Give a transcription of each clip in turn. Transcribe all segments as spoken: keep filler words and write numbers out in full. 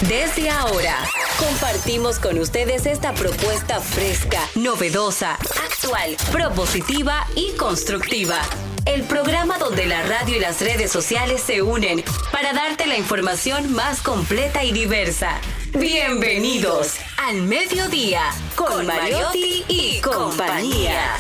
Desde ahora, compartimos con ustedes esta propuesta fresca, novedosa, actual, propositiva y constructiva. El programa donde la radio y las redes sociales se unen para darte la información más completa y diversa. Bienvenidos al Mediodía con Mariotti y compañía.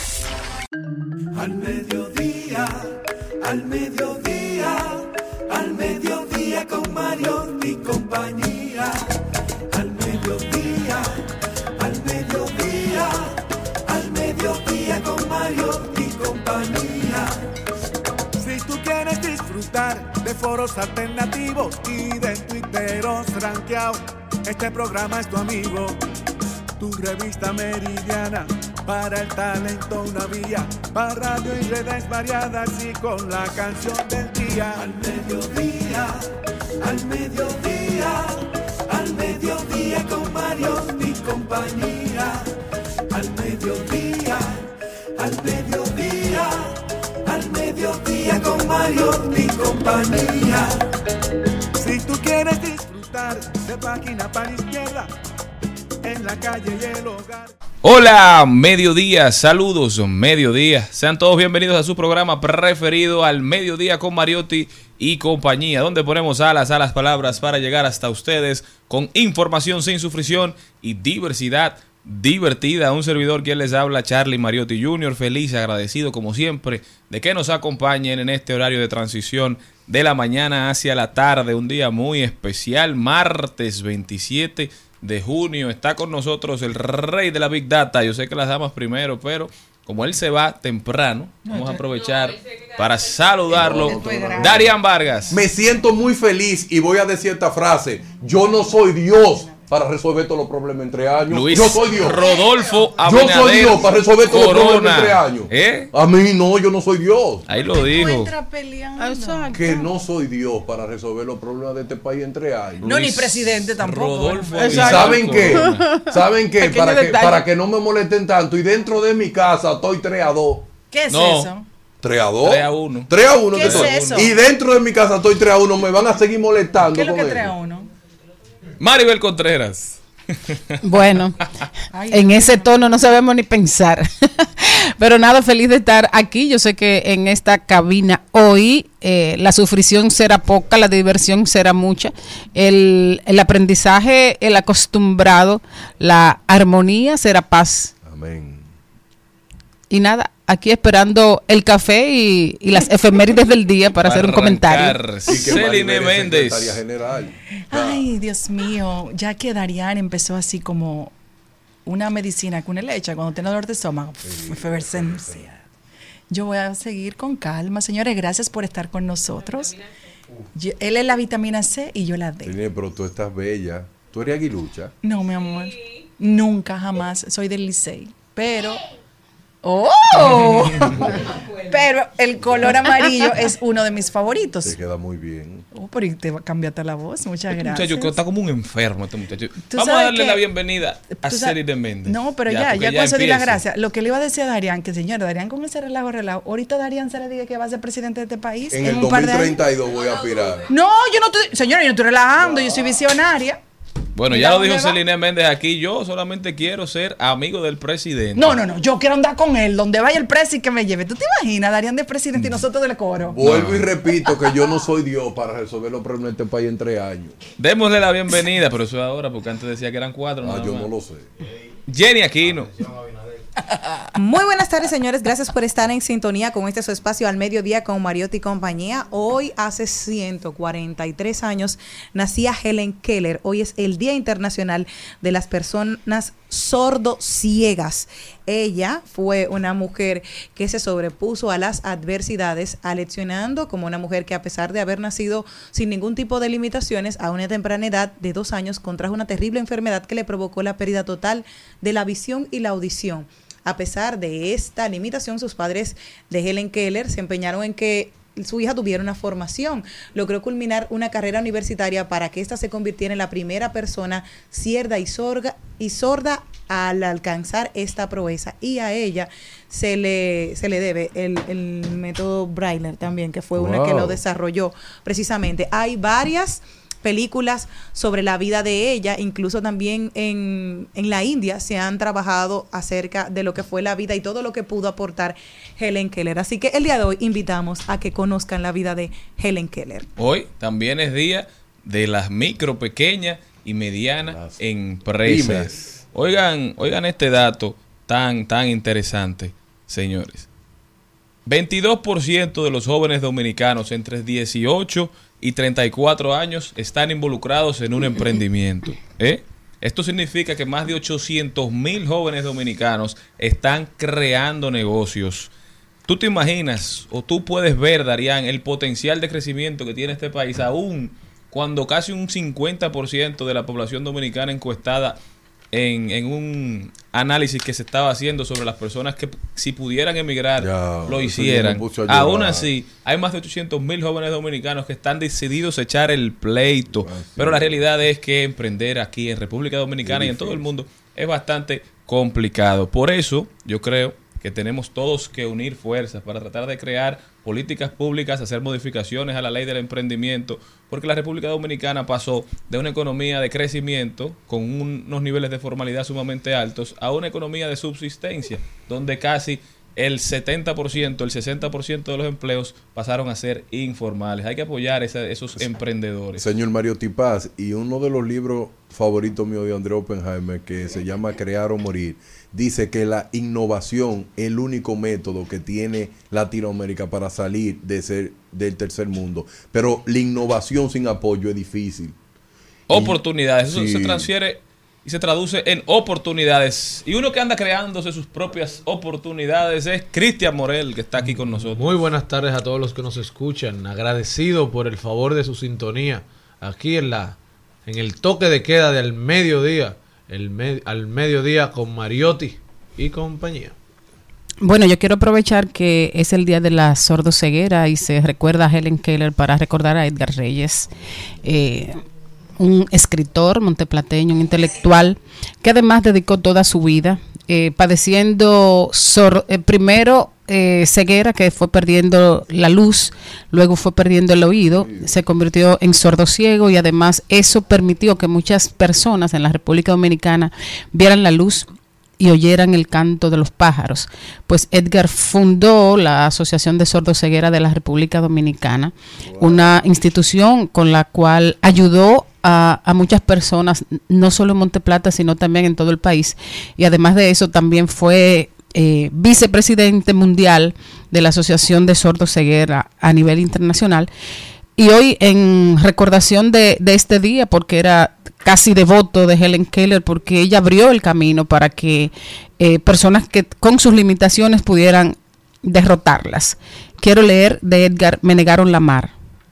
Al mediodía, al mediodía, al mediodía con Mariotti y compañía. Al mediodía, al mediodía, al mediodía con Mariotti y compañía. Si tú quieres disfrutar de foros alternativos y de tuiteros rankeados, este programa es tu amigo. Tu revista meridiana, para el talento una vía, para radio y redes variadas y con la canción del día. Al mediodía, al mediodía, al mediodía con Mariotti y compañía. Al mediodía, al mediodía, al mediodía con Mariotti y compañía. Si tú quieres disfrutar de página para la izquierda, en la calle y el hogar. Hola, mediodía, saludos, mediodía. Sean todos bienvenidos a su programa preferido, Al Mediodía con Mariotti y compañía, donde ponemos alas a las palabras para llegar hasta ustedes con información sin sufrición y diversidad divertida. Un servidor quien les habla, Charlie Mariotti junior, feliz, agradecido como siempre de que nos acompañen en este horario de transición de la mañana hacia la tarde. Un día muy especial, martes veintisiete de junio. Está con nosotros el rey de la Big Data. Yo sé que las damas primero, pero como él se va temprano, vamos a aprovechar para saludarlo. Darian Vargas. Me siento muy feliz y voy a decir esta frase: yo no soy Dios para resolver todos los problemas entre años. Luis yo soy Dios. Rodolfo Abinader. Yo soy Dios para resolver todos Corona. los problemas entre años. ¿Eh? A mí no, yo no soy Dios. Ahí lo dijo. Que no soy Dios para resolver los problemas de este país entre años. No, ni presidente tampoco. Rodolfo ¿Y saben qué? ¿Saben qué? Pequeño Para que, detalle. para que no me molesten tanto. Y dentro de mi casa estoy tres a dos. ¿Qué es No. eso? tres a dos. tres a uno. tres a uno ¿Qué que es estoy. eso? Y dentro de mi casa estoy tres a uno. Me van a seguir molestando. ¿Qué es lo con que trae eso. a uno? Maribel Contreras. Bueno, Ay, en ese tono no sabemos ni pensar. Pero nada, feliz de estar aquí. Yo sé que en esta cabina hoy eh, la sufrición será poca, la diversión será mucha. El, el aprendizaje, el acostumbrado, la armonía será paz. Amén. Y nada, aquí esperando el café y, y las efemérides del día para hacer un comentario. Y que Celine Maribel es Méndez. secretaria general. Ay, Dios mío, ya que Darian empezó así como una medicina que uno le echa cuando tiene dolor de estómago, pf, efervescencia. Yo voy a seguir con calma, señores, gracias por estar con nosotros. Yo- él es la vitamina C y yo la D. Celine, pero tú estás bella. Tú eres aguilucha. No, mi amor, nunca, jamás, soy del Licey, pero... ¡Oh! Pero el color amarillo es uno de mis Te favoritos. queda muy bien. Oh, pero y te cambiaste la voz, muchas Este gracias. muchacho que está como un enfermo, este muchacho. Tú Vamos a sabes darle que- la bienvenida a Tú sabes- Celine Méndez. No, pero ya, ya, porque con eso di la empieza. gracia. Lo que le iba a decir a Darian, que señor, Darian con ese relajo, relajo, ahorita Darian se le diga que va a ser presidente de este país En en, el un par de años. dos mil treinta y dos voy a aspirar. No, yo no estoy, señora, yo no estoy relajando, yo soy visionaria. Bueno, Mira ya lo dónde dijo va. Celine Méndez aquí. Yo solamente quiero ser amigo del presidente. No, no, no, yo quiero andar con él, donde vaya el presi que me lleve. ¿Tú te imaginas, Darian de presidente y nosotros del coro? Vuelvo y repito que yo no soy Dios para resolver los problemas de este país en tres años. Démosle la bienvenida, pero eso es ahora, porque antes decía que eran cuatro. Ah, nada yo más. no lo sé. Jenny Aquino. Muy buenas tardes, señores. Gracias por estar en sintonía con este su espacio Al Mediodía con Mariotti y compañía. Hoy, hace ciento cuarenta y tres años, nacía Helen Keller. Hoy es el Día Internacional de las Personas Sordociegas. Ella fue una mujer que se sobrepuso a las adversidades, aleccionando como una mujer que, a pesar de haber nacido sin ningún tipo de limitaciones, a una temprana edad de dos años contrajo una terrible enfermedad que le provocó la pérdida total de la visión y la audición. A pesar de esta limitación, sus padres de Helen Keller se empeñaron en que su hija tuviera una formación. Logró culminar una carrera universitaria para que ésta se convirtiera en la primera persona cierda y sorda, y sorda al alcanzar esta proeza. Y a ella se le, se le debe el, el método Braille también, que fue una que Wow. lo desarrolló precisamente. Hay varias películas sobre la vida de ella, incluso también en, en la India se han trabajado acerca de lo que fue la vida y todo lo que pudo aportar Helen Keller. Así que el día de hoy invitamos a que conozcan la vida de Helen Keller. Hoy también es día de las micro, pequeñas y medianas las empresas. Pymes. Oigan, oigan este dato tan, tan interesante, señores. veintidós por ciento de los jóvenes dominicanos entre dieciocho y treinta y cuatro años están involucrados en un emprendimiento. ¿eh? Esto significa que más de ochocientos mil jóvenes dominicanos están creando negocios. ¿Tú te imaginas o tú puedes ver, Darían, el potencial de crecimiento que tiene este país aún cuando casi un cincuenta por ciento de la población dominicana encuestada En, en un análisis que se estaba haciendo sobre las personas que si pudieran emigrar ya, lo hicieran? Aún así, hay más de ochocientos mil jóvenes dominicanos que están decididos a echar el pleito. Ah, sí. Pero la realidad es que emprender aquí en República Dominicana y en todo el mundo es bastante complicado. Por eso, yo creo que tenemos todos que unir fuerzas para tratar de crear políticas públicas, hacer modificaciones a la ley del emprendimiento, porque la República Dominicana pasó de una economía de crecimiento con unos niveles de formalidad sumamente altos a una economía de subsistencia, donde casi el setenta por ciento, el sesenta por ciento de los empleos pasaron a ser informales. Hay que apoyar esa, esos emprendedores. Señor Mariotti Paz, y uno de los libros favoritos míos de André Oppenheimer, que se llama Crear o Morir, dice que la innovación es el único método que tiene Latinoamérica para salir de ser del tercer mundo. Pero la innovación sin apoyo es difícil. Oportunidades, eso sí se transfiere y se traduce en oportunidades. Y uno que anda creándose sus propias oportunidades es Cristian Morel, que está aquí con nosotros. Muy buenas tardes a todos los que nos escuchan. Agradecido por el favor de su sintonía aquí en la en el toque de queda del mediodía. El med, al mediodía con Mariotti y compañía. Bueno, yo quiero aprovechar que es el día de la sordoceguera y se recuerda a Helen Keller para recordar a Edgar Reyes, eh, un escritor monteplateño, un intelectual que además dedicó toda su vida eh, padeciendo sor, eh, primero eh, ceguera, que fue perdiendo la luz, luego fue perdiendo el oído, se convirtió en sordociego y además eso permitió que muchas personas en la República Dominicana vieran la luz y oyeran el canto de los pájaros. Pues Edgar fundó la Asociación de Sordoceguera de la República Dominicana, wow. Una institución con la cual ayudó a, a muchas personas, no solo en Monteplata, sino también en todo el país. Y además de eso también fue eh, vicepresidente mundial de la Asociación de Sordoceguera a nivel internacional. Y hoy, en recordación de, de este día, porque era casi devoto de Helen Keller, porque ella abrió el camino para que eh, personas que con sus limitaciones pudieran derrotarlas. Quiero leer de Edgar: Me negaron la mar.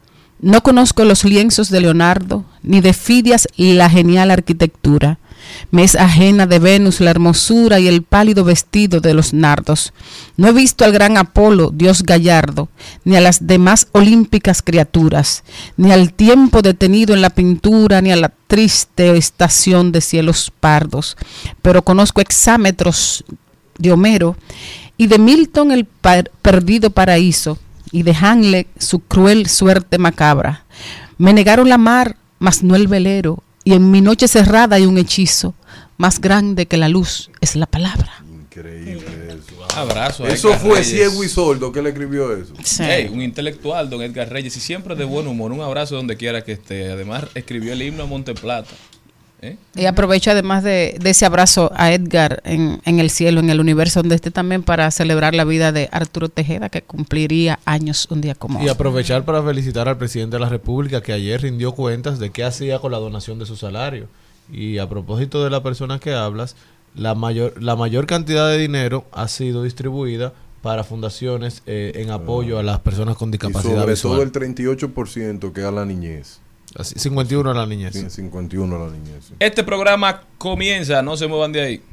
No conozco los lienzos de Leonardo, ni de Fidias la genial arquitectura. Me es ajena de Venus la hermosura y el pálido vestido de los nardos. No he visto al gran Apolo, dios gallardo, ni a las demás olímpicas criaturas, ni al tiempo detenido en la pintura, ni a la triste estación de cielos pardos. Pero conozco hexámetros de Homero y de Milton el par- perdido paraíso, y de Hamlet su cruel suerte macabra. Me negaron la mar, mas no el velero, y en mi noche cerrada hay un hechizo más grande que la luz, es la palabra. Increíble eso. Wow. Abrazo. Eso Edgar fue Reyes. Ciego y Sordo que le escribió eso. Sí. Hey, un intelectual, don Edgar Reyes, y siempre de buen humor. Un abrazo donde quiera que esté. Además, escribió el himno a Monteplata. ¿Eh? Y aprovecho además de, de ese abrazo a Edgar en, en el cielo, en el universo, donde esté también, para celebrar la vida de Arturo Tejeda, que cumpliría años un día como hoy. Y aprovechar para felicitar al presidente de la República, que ayer rindió cuentas de qué hacía con la donación de su salario. Y a propósito de la persona que hablas, la mayor, la mayor cantidad de dinero ha sido distribuida para fundaciones eh, en apoyo a las personas con discapacidad y sobre visual. todo el treinta y ocho por ciento que a la niñez. Así, cincuenta y uno a la niñez. Sí, cincuenta y uno a la niñez. Sí. Este programa comienza, no se muevan de ahí.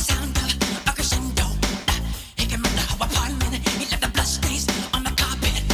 He came in the apartment, he left the blood stains on the carpet.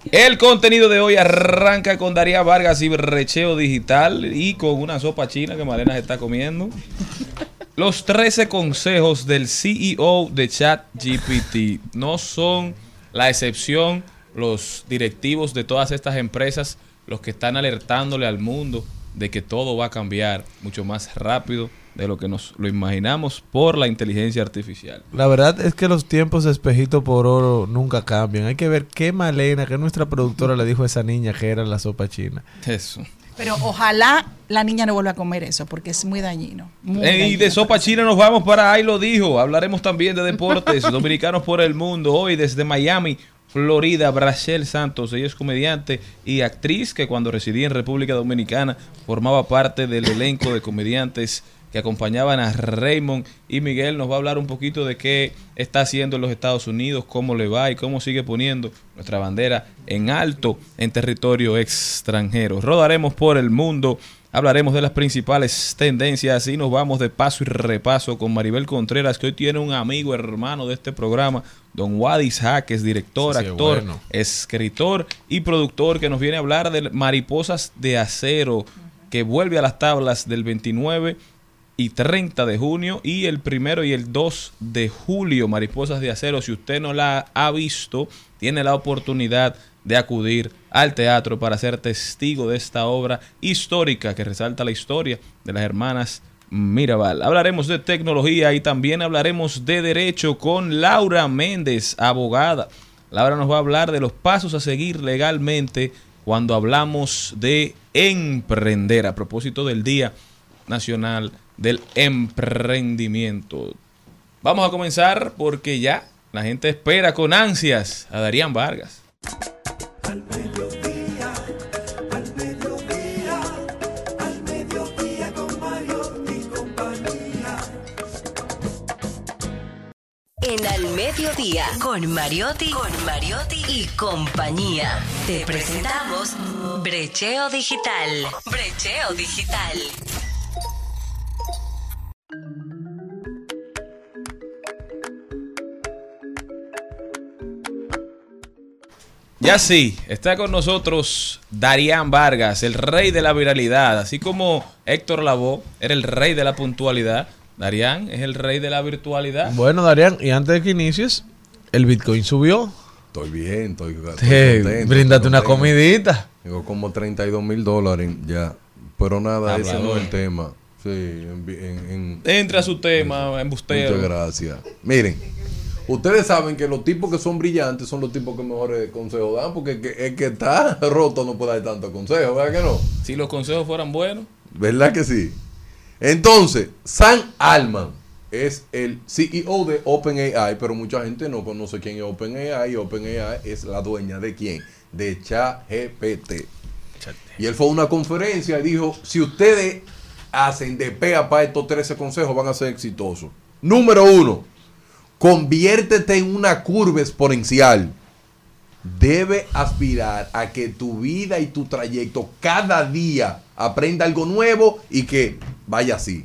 El contenido de hoy arranca con Darían Vargas y Brecheo Digital y con una sopa china que Malena se está comiendo. Los trece consejos del C E O de ChatGPT no son la excepción. Los directivos de todas estas empresas, los que están alertándole al mundo de que todo va a cambiar mucho más rápido de lo que nos lo imaginamos por la inteligencia artificial. La verdad es que los tiempos de espejito por oro nunca cambian. Hay que ver qué Malena, que nuestra productora le dijo a esa niña que era la sopa china. Eso. Pero ojalá la niña no vuelva a comer eso, porque es muy dañino. Muy Eh, y dañino de sopa para china nos vamos para Ahí lo dijo. Hablaremos también de deportes dominicanos por el mundo. Hoy desde Miami, Florida, Brachel Santos. Ella es comediante y actriz que cuando residía en República Dominicana formaba parte del elenco de comediantes que acompañaban a Raymond, y Miguel nos va a hablar un poquito de qué está haciendo en los Estados Unidos, cómo le va y cómo sigue poniendo nuestra bandera en alto en territorio extranjero. Rodaremos por el mundo, hablaremos de las principales tendencias y nos vamos de paso y repaso con Maribel Contreras, que hoy tiene un amigo hermano de este programa, don Wadis Jaques, director, sí, sí, actor, bueno. escritor y productor, que nos viene a hablar de Mariposas de Acero, que vuelve a las tablas del veintinueve y treinta de junio y el primero y el dos de julio. Mariposas de Acero, si usted no la ha visto, tiene la oportunidad de acudir al teatro para ser testigo de esta obra histórica que resalta la historia de las hermanas Mirabal. Hablaremos de tecnología y también hablaremos de derecho con Laura Méndez, abogada. Laura nos va a hablar de los pasos a seguir legalmente cuando hablamos de emprender, a propósito del Día Nacional del Emprendimiento. Vamos a comenzar porque ya la gente espera con ansias a Darían Vargas. Al mediodía, al mediodía, al mediodía con Mariotti y compañía. En Al Mediodía con Mariotti, con Mariotti y compañía. Te presentamos Brecheo Digital. Brecheo Digital. Ya sí, está con nosotros Darían Vargas, el rey de la viralidad. Así como Héctor Lavoe era el rey de la puntualidad, Darían es el rey de la virtualidad. Bueno, Darían, y antes de que inicies, el Bitcoin subió. Estoy bien, estoy, estoy Hey, contento. bríndate una Tengo- comidita. Tengo como treinta y dos mil dólares ya. Pero nada, ese no Hablador. es el tema. Sí, en, en- en- Entra a su tema, embustero. Muchas gracias. Miren, ustedes saben que los tipos que son brillantes son los tipos que mejores consejos dan, porque que- el que está roto no puede dar tanto consejo, ¿verdad que no? Si los consejos fueran buenos. ¿Verdad que sí? Entonces, Sam Altman es el C E O de OpenAI, pero mucha gente no conoce quién es OpenAI. OpenAI es la dueña de quién? De ChatGPT. Y él fue a una conferencia y dijo, si ustedes hacen de pe a pa estos trece consejos, van a ser exitosos. Número uno, conviértete en una curva exponencial. Debe aspirar a que tu vida y tu trayecto cada día aprenda algo nuevo y que vaya así.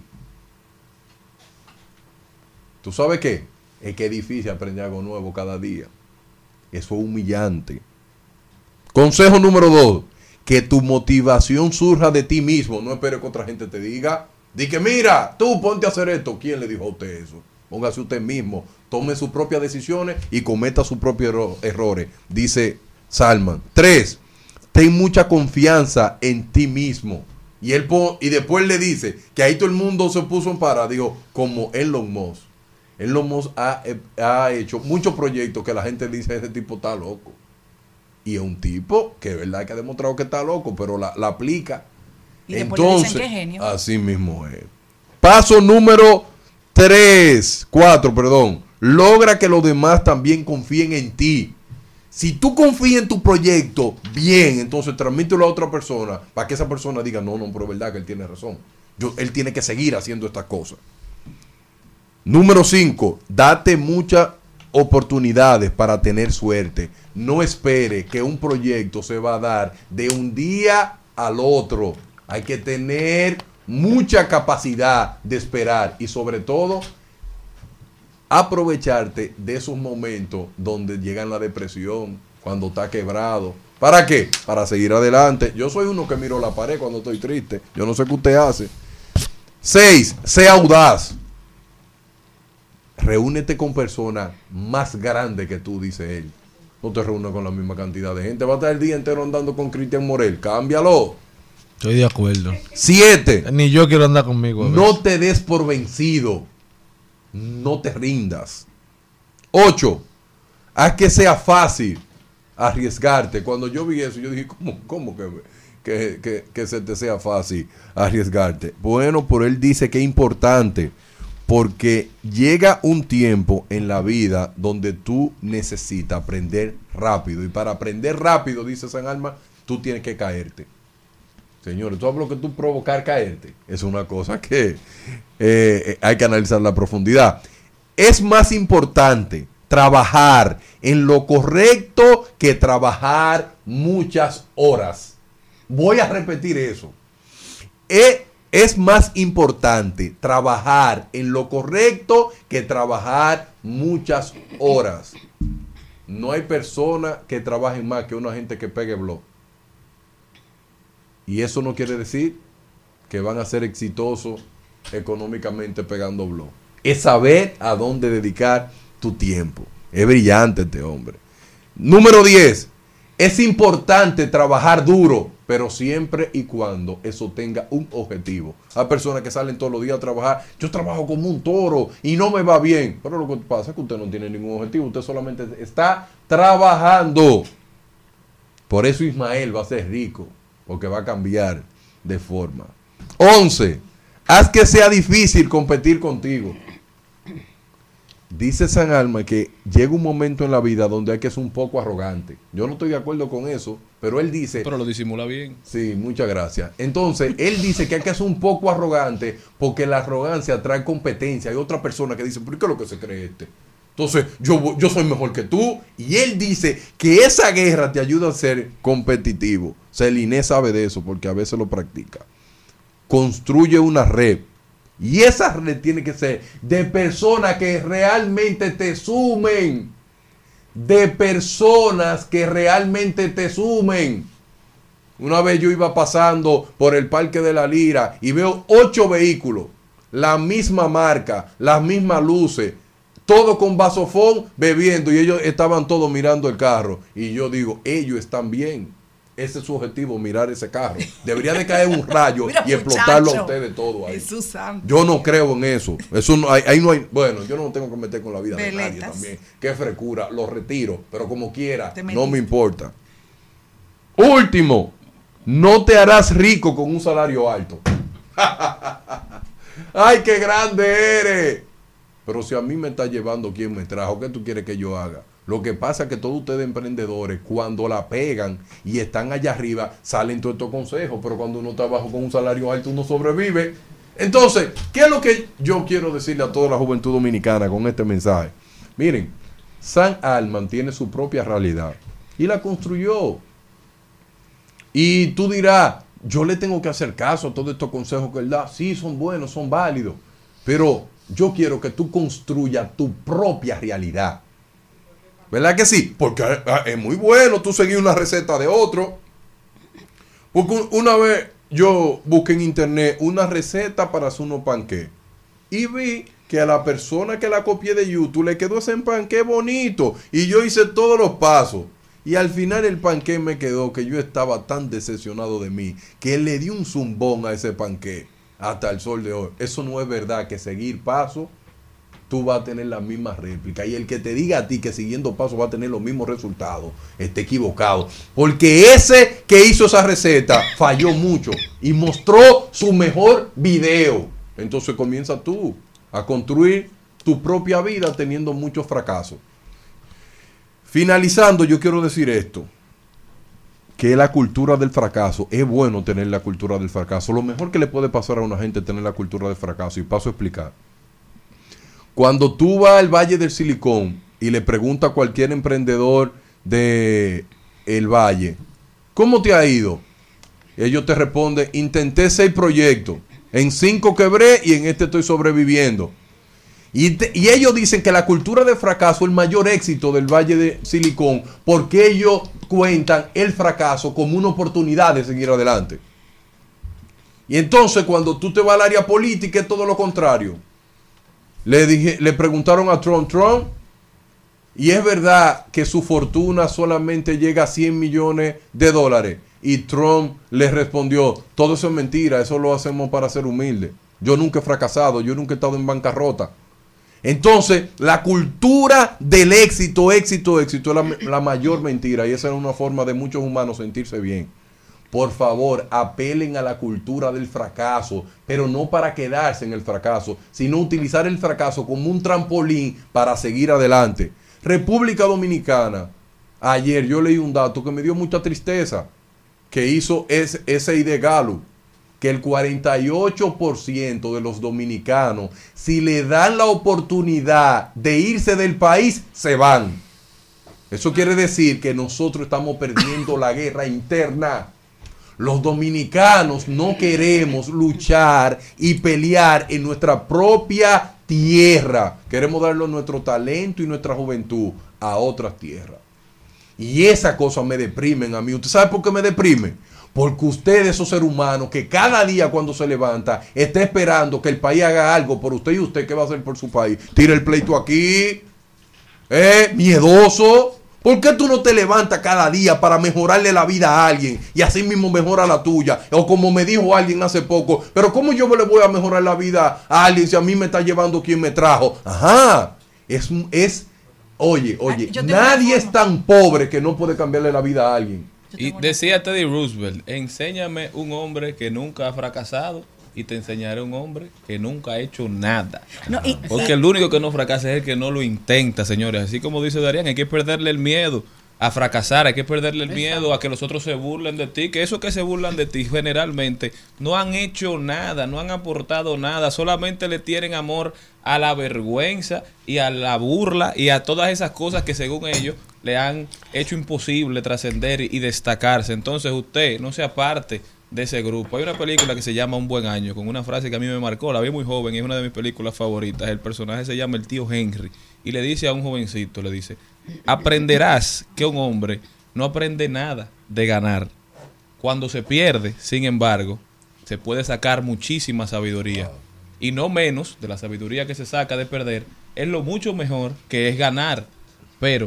¿Tú sabes qué? Es que es difícil aprender algo nuevo cada día. Eso es humillante. Consejo número dos. Que tu motivación surja de ti mismo. No esperes que otra gente te diga. Di que mira, tú ponte a hacer esto. ¿Quién le dijo a usted eso? Póngase usted mismo. Tome sus propias decisiones y cometa sus propios erro- errores. Dice Salman. Tres. Ten mucha confianza en ti mismo. Y él po- y después le dice que ahí todo el mundo se puso en para. Digo, como Elon Musk. Elon Musk ha, ha hecho muchos proyectos que la gente dice ese tipo está loco. Y es un tipo que es verdad que ha demostrado que está loco, pero la, la aplica. Y después le Entonces, dicen que es genio. así mismo es. Paso número tres, cuatro, perdón. Logra que los demás también confíen en ti. Si tú confías en tu proyecto, bien, entonces transmítelo a otra persona para que esa persona diga, no, no, pero es verdad que él tiene razón. Yo, él tiene que seguir haciendo estas cosas. Número cinco, date muchas oportunidades para tener suerte. No espere que un proyecto se va a dar de un día al otro. Hay que tener mucha capacidad de esperar y sobre todo aprovecharte de esos momentos donde llegan la depresión, cuando está quebrado, ¿Para qué? Para seguir adelante. Yo soy uno que miro la pared cuando estoy triste. Yo no sé qué usted hace. Seis, sea audaz. Reúnete con personas más grandes que tú, dice él. No te reúnes con la misma cantidad de gente. Va a estar el día entero andando con Cristian Morel. Cámbialo. Estoy de acuerdo. Siete. Ni yo quiero andar conmigo. No te des por vencido. No te rindas. Ocho. Haz que sea fácil arriesgarte. Cuando yo vi eso, yo dije, ¿cómo, cómo que, que, que, que se te sea fácil arriesgarte? Bueno, por él dice que es importante. Porque llega un tiempo en la vida donde tú necesitas aprender rápido. Y para aprender rápido, dice San Alma, tú tienes que caerte. Señores, todo lo que tú provocar caerte es una cosa que eh, hay que analizar la profundidad. Es más importante trabajar en lo correcto que trabajar muchas horas. Voy a repetir eso. Es, es más importante trabajar en lo correcto que trabajar muchas horas. No hay persona que trabaje más que una gente que pegue blog. Y eso no quiere decir que van a ser exitosos económicamente pegando blog. Es saber a dónde dedicar tu tiempo. Es brillante este hombre. Número diez. Es importante trabajar duro, pero siempre y cuando eso tenga un objetivo. Hay personas que salen todos los días a trabajar. Yo trabajo como un toro y no me va bien. Pero lo que pasa es que usted no tiene ningún objetivo. Usted solamente está trabajando. Por eso Ismael va a ser rico. Porque va a cambiar de forma. once. Haz que sea difícil competir contigo. Dice San Alma que llega un momento en la vida donde hay que ser un poco arrogante. Yo no estoy de acuerdo con eso, pero él dice... Pero lo disimula bien. Sí, muchas gracias. Entonces, él dice que hay que ser un poco arrogante porque la arrogancia trae competencia. Hay otra persona que dice, ¿por qué es lo que se cree este? Entonces, yo, yo soy mejor que tú. Y él dice que esa guerra te ayuda a ser competitivo. Celine sabe de eso porque a veces lo practica. Construye una red. Y esa red tiene que ser de personas que realmente te sumen. De personas que realmente te sumen. Una vez yo iba pasando por el Parque de la Lira y veo ocho vehículos. La misma marca, las mismas luces. Todo con vasofón bebiendo y ellos estaban todos mirando el carro. Y yo digo, ellos están bien. Ese es su objetivo, mirar ese carro. Debería de caer un rayo Mira, y explotarlo muchacho. a ustedes todo ahí. Jesús santo. Yo no creo en eso. Eso no, ahí, ahí no hay. Bueno, yo no tengo que meter con la vida Veletas. de nadie también. Qué frescura, lo retiro. Pero como quiera, Te no metiste. me importa. Último, no te harás rico con un salario alto. ¡Ay, qué grande eres! Pero si a mí me está llevando quien me trajo, ¿qué tú quieres que yo haga? Lo que pasa es que todos ustedes emprendedores, cuando la pegan y están allá arriba, salen todos estos consejos. Pero cuando uno está abajo con un salario alto, uno sobrevive. Entonces, ¿qué es lo que yo quiero decirle a toda la juventud dominicana con este mensaje? Miren, San Alman tiene su propia realidad y la construyó. Y tú dirás, yo le tengo que hacer caso a todos estos consejos que él da. Sí, son buenos, son válidos. Pero yo quiero que tú construyas tu propia realidad. ¿Verdad que sí? Porque es muy bueno tú seguir una receta de otro. Porque una vez yo busqué en internet una receta para hacer unos panqués. Y vi que a la persona que la copié de YouTube le quedó ese panqué bonito. Y yo hice todos los pasos. Y al final el panqué me quedó que yo estaba tan decepcionado de mí que le di un zumbón a ese panqué hasta el sol de hoy. Eso no es verdad, que seguir paso tú vas a tener la misma réplica. Y el que te diga a ti que siguiendo paso va a tener los mismos resultados, está equivocado. Porque ese que hizo esa receta falló mucho y mostró su mejor video. Entonces comienza tú a construir tu propia vida teniendo muchos fracasos. Finalizando, yo quiero decir esto, que la cultura del fracaso, es bueno tener la cultura del fracaso. Lo mejor que le puede pasar a una gente es tener la cultura del fracaso, y paso a explicar. Cuando tú vas al Valle del Silicón y le preguntas a cualquier emprendedor de el Valle, ¿cómo te ha ido? Ellos te responden, intenté seis proyectos, en cinco quebré y en este estoy sobreviviendo. Y, te, y ellos dicen que la cultura de fracaso es el mayor éxito del Valle de Silicón, porque ellos cuentan el fracaso como una oportunidad de seguir adelante. Y entonces cuando tú te vas al área política es todo lo contrario. Le, dije, le preguntaron a Trump, Trump, y es verdad que su fortuna solamente llega a cien millones de dólares. Y Trump le respondió, todo eso es mentira, eso lo hacemos para ser humildes. Yo nunca he fracasado, yo nunca he estado en bancarrota. Entonces, la cultura del éxito, éxito, éxito es la, la mayor mentira. Y esa es una forma de muchos humanos sentirse bien. Por favor, apelen a la cultura del fracaso, pero no para quedarse en el fracaso, sino utilizar el fracaso como un trampolín para seguir adelante. República Dominicana, ayer yo leí un dato que me dio mucha tristeza, que hizo ese, ese I D Gallup, que el cuarenta y ocho por ciento de los dominicanos, si le dan la oportunidad de irse del país, se van. Eso quiere decir que nosotros estamos perdiendo la guerra interna. Los dominicanos no queremos luchar y pelear en nuestra propia tierra. Queremos darle nuestro talento y nuestra juventud a otras tierras. Y esa cosa me deprimen a mí. ¿Usted sabe por qué me deprimen? Porque usted es un ser humano que cada día cuando se levanta está esperando que el país haga algo por usted. ¿Y usted qué va a hacer por su país? Tira el pleito aquí. ¿Eh? Miedoso. ¿Por qué tú no te levantas cada día para mejorarle la vida a alguien y así mismo mejora la tuya? O como me dijo alguien hace poco, pero ¿cómo yo le voy a mejorar la vida a alguien si a mí me está llevando quien me trajo? Ajá, es, es oye, oye, nadie es tan pobre que no puede cambiarle la vida a alguien. Y decía Teddy Roosevelt, enséñame un hombre que nunca ha fracasado y te enseñaré un hombre que nunca ha hecho nada. No, y, Porque y, el único que no fracasa es el que no lo intenta, señores. Así como dice Darían, hay que perderle el miedo a fracasar, hay que perderle el miedo a que los otros se burlen de ti, que esos que se burlan de ti generalmente no han hecho nada, no han aportado nada, solamente le tienen amor a la vergüenza y a la burla y a todas esas cosas que según ellos le han hecho imposible trascender y destacarse. Entonces usted no se aparte de ese grupo. Hay una película que se llama Un Buen Año, con una frase que a mí me marcó, la vi muy joven y es una de mis películas favoritas. El personaje se llama el tío Henry y le dice a un jovencito, le dice, aprenderás que un hombre no aprende nada de ganar. Cuando se pierde, sin embargo, se puede sacar muchísima sabiduría. Y no menos de la sabiduría que se saca de perder, es lo mucho mejor que es ganar. Pero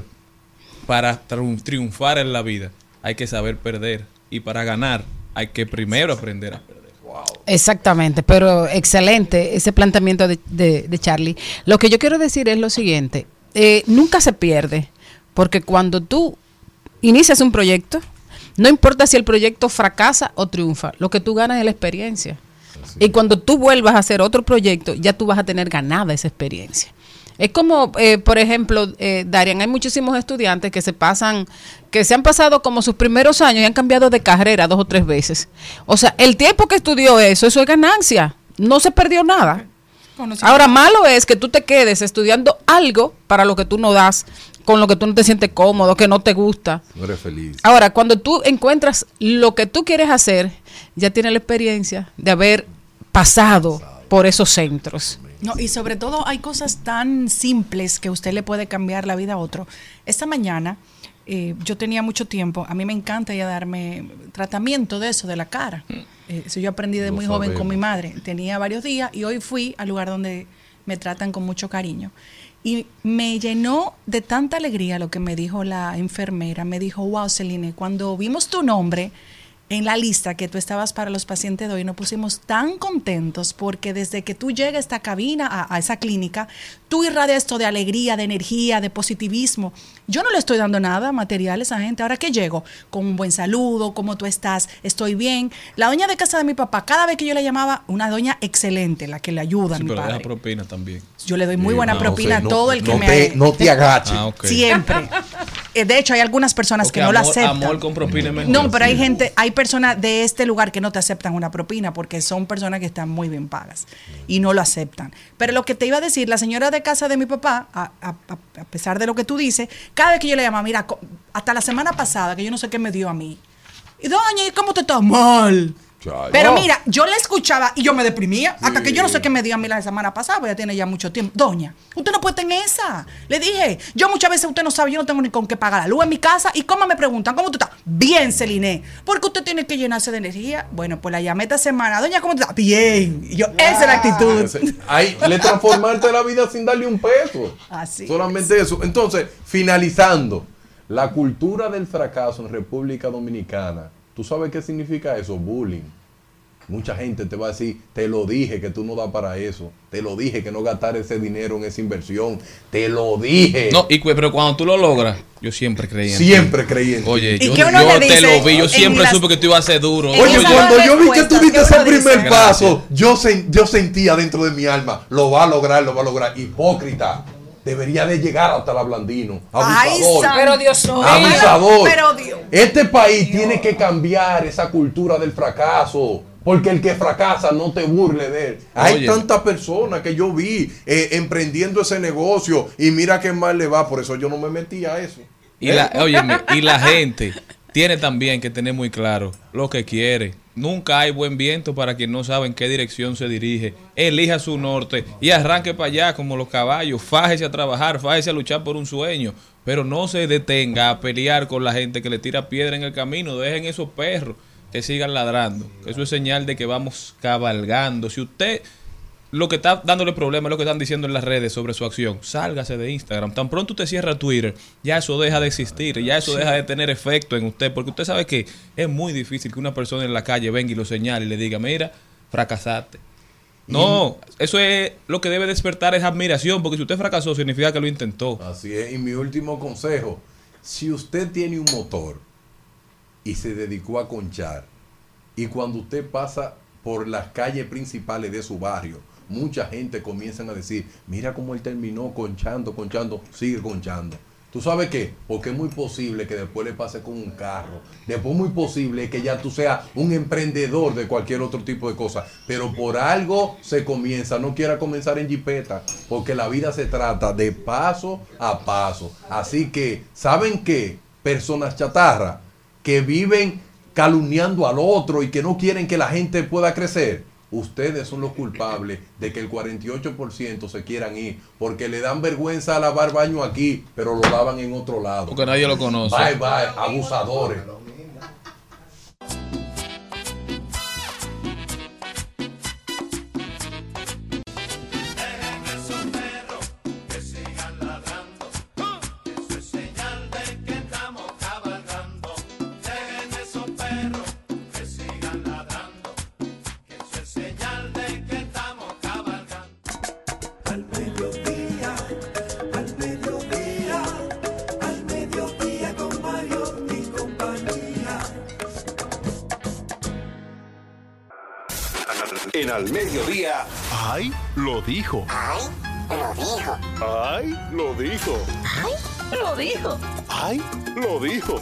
para triunfar en la vida hay que saber perder. Y para ganar hay que primero aprender a perder. Wow. Exactamente, pero excelente ese planteamiento de, de, de Charlie. Lo que yo quiero decir es lo siguiente, eh, nunca se pierde, porque cuando tú inicias un proyecto, no importa si el proyecto fracasa o triunfa, lo que tú ganas es la experiencia. Así. Y cuando tú vuelvas a hacer otro proyecto, ya tú vas a tener ganada esa experiencia. Es como, eh, por ejemplo, eh, Darian, hay muchísimos estudiantes que se pasan, que se han pasado como sus primeros años y han cambiado de carrera dos o tres veces. O sea, el tiempo que estudió eso, eso es ganancia. No se perdió nada. Ahora, malo es que tú te quedes estudiando algo para lo que tú no das, con lo que tú no te sientes cómodo, que no te gusta. No eres feliz. Ahora, cuando tú encuentras lo que tú quieres hacer, ya tienes la experiencia de haber pasado por esos centros. No, y sobre todo hay cosas tan simples que usted le puede cambiar la vida a otro. Esta mañana eh, yo tenía mucho tiempo, a mí me encanta ya darme tratamiento de eso, de la cara. Eh, eso yo aprendí de muy joven con mi madre. Tenía varios días y hoy fui al lugar donde me tratan con mucho cariño. Y me llenó de tanta alegría lo que me dijo la enfermera. Me dijo, wow, Celine, cuando vimos tu nombre en la lista que tú estabas para los pacientes de hoy, nos pusimos tan contentos porque desde que tú llegas a esta cabina, a, a esa clínica, tú irradias esto de alegría, de energía, de positivismo. Yo no le estoy dando nada material a esa gente. Ahora que llego, con un buen saludo, ¿cómo tú estás? Estoy bien. La doña de casa de mi papá, cada vez que yo le llamaba, una doña excelente, la que le ayuda a sí, mi pero padre. Deja propina también. Yo le doy muy buena no, propina o sea, a todo no, el que no me... Te, no te agaches. Ah, okay. Siempre. De hecho, hay algunas personas okay, que no amor, la aceptan. Amor con propina es mejor. No, pero sí. hay gente, hay personas de este lugar que no te aceptan una propina porque son personas que están muy bien pagas y no lo aceptan. Pero lo que te iba a decir, la señora de casa de mi papá, a, a, a pesar de lo que tú dices, cada vez que yo le llamaba, mira, hasta la semana pasada, que yo no sé qué me dio a mí. Y doña, ¿y cómo te estás? Mal. Chayo. Pero Oh. mira, yo la escuchaba y yo me deprimía. Hasta Sí. que yo no sé qué me dio a mí la semana pasada, porque ya tiene ya mucho tiempo. Doña, usted no puede estar en esa. Le dije, yo muchas veces usted no sabe, yo no tengo ni con qué pagar la luz en mi casa. ¿Y cómo me preguntan? ¿Cómo tú estás? Bien, Celine. Porque usted tiene que llenarse de energía. Bueno, pues la llamé esta semana. Doña, ¿cómo tú estás? Bien. Y yo, esa es la actitud. Ese- Ahí le transformaste la vida sin darle un peso. Así Solamente eso. Entonces, finalizando, la cultura del fracaso en República Dominicana. ¿Tú sabes qué significa eso? Bullying. Mucha gente te va a decir, te lo dije que tú no das para eso. Te lo dije que no gastar ese dinero en esa inversión. Te lo dije. No, y, cu- pero cuando tú lo logras, yo siempre creí en ti. Siempre creí en ti. Oye, ¿Y yo, qué uno yo le te dice lo vi, yo en siempre las- supe que tú ibas a ser duro. en Oye, esa cuando no yo vi que respuesta, tú diste ¿qué ese uno dice? primer Gracias. paso, yo, sen- yo sentía dentro de mi alma, lo va a lograr, lo va a lograr. Hipócrita. Debería de llegar hasta la Blandino. Ay, Abusador. san- Pero Dios mío. Abusador. Pero Dios. Este país tiene que cambiar esa cultura del fracaso. Porque el que fracasa no te burle de él. Hay Oye. tantas personas que yo vi eh, emprendiendo ese negocio y mira qué mal le va. Por eso yo no me metí a eso. Y la, óyeme, y la gente tiene también que tener muy claro lo que quiere. Nunca hay buen viento para quien no sabe en qué dirección se dirige. Elija su norte y arranque para allá como los caballos. Fájese a trabajar, fájese a luchar por un sueño. Pero no se detenga a pelear con la gente que le tira piedra en el camino. Dejen esos perros que sigan ladrando. Eso es señal de que vamos cabalgando. Si usted lo que está dándole problemas es lo que están diciendo en las redes sobre su acción, sálgase de Instagram. Tan pronto usted cierra Twitter, ya eso deja de existir, ya eso deja de tener efecto en usted, porque usted sabe que es muy difícil que una persona en la calle venga y lo señale y le diga, mira, fracasaste. No, eso es lo que debe despertar es admiración, porque si usted fracasó significa que lo intentó. Así es. Y mi último consejo, si usted tiene un motor y se dedicó a conchar, y cuando usted pasa por las calles principales de su barrio, mucha gente comienza a decir, mira cómo él terminó conchando, conchando, sigue conchando. ¿Tú sabes qué? Porque es muy posible que después le pase con un carro. Después muy posible que ya tú seas un emprendedor de cualquier otro tipo de cosa. Pero por algo se comienza. No quiera comenzar en jipeta, porque la vida se trata de paso a paso. Así que, ¿saben qué? Personas chatarra que viven calumniando al otro y que no quieren que la gente pueda crecer. Ustedes son los culpables de que el cuarenta y ocho por ciento se quieran ir porque le dan vergüenza a lavar baño aquí, pero lo lavan en otro lado. Porque nadie lo conoce. Bye, bye, abusadores. Al mediodía, al mediodía, al mediodía con Mario y compañía. En Al Mediodía. ¡Ay! Lo dijo. Ay, lo dijo. ¡Ay! Lo dijo. Ay, lo dijo. ¡Ay! Lo dijo.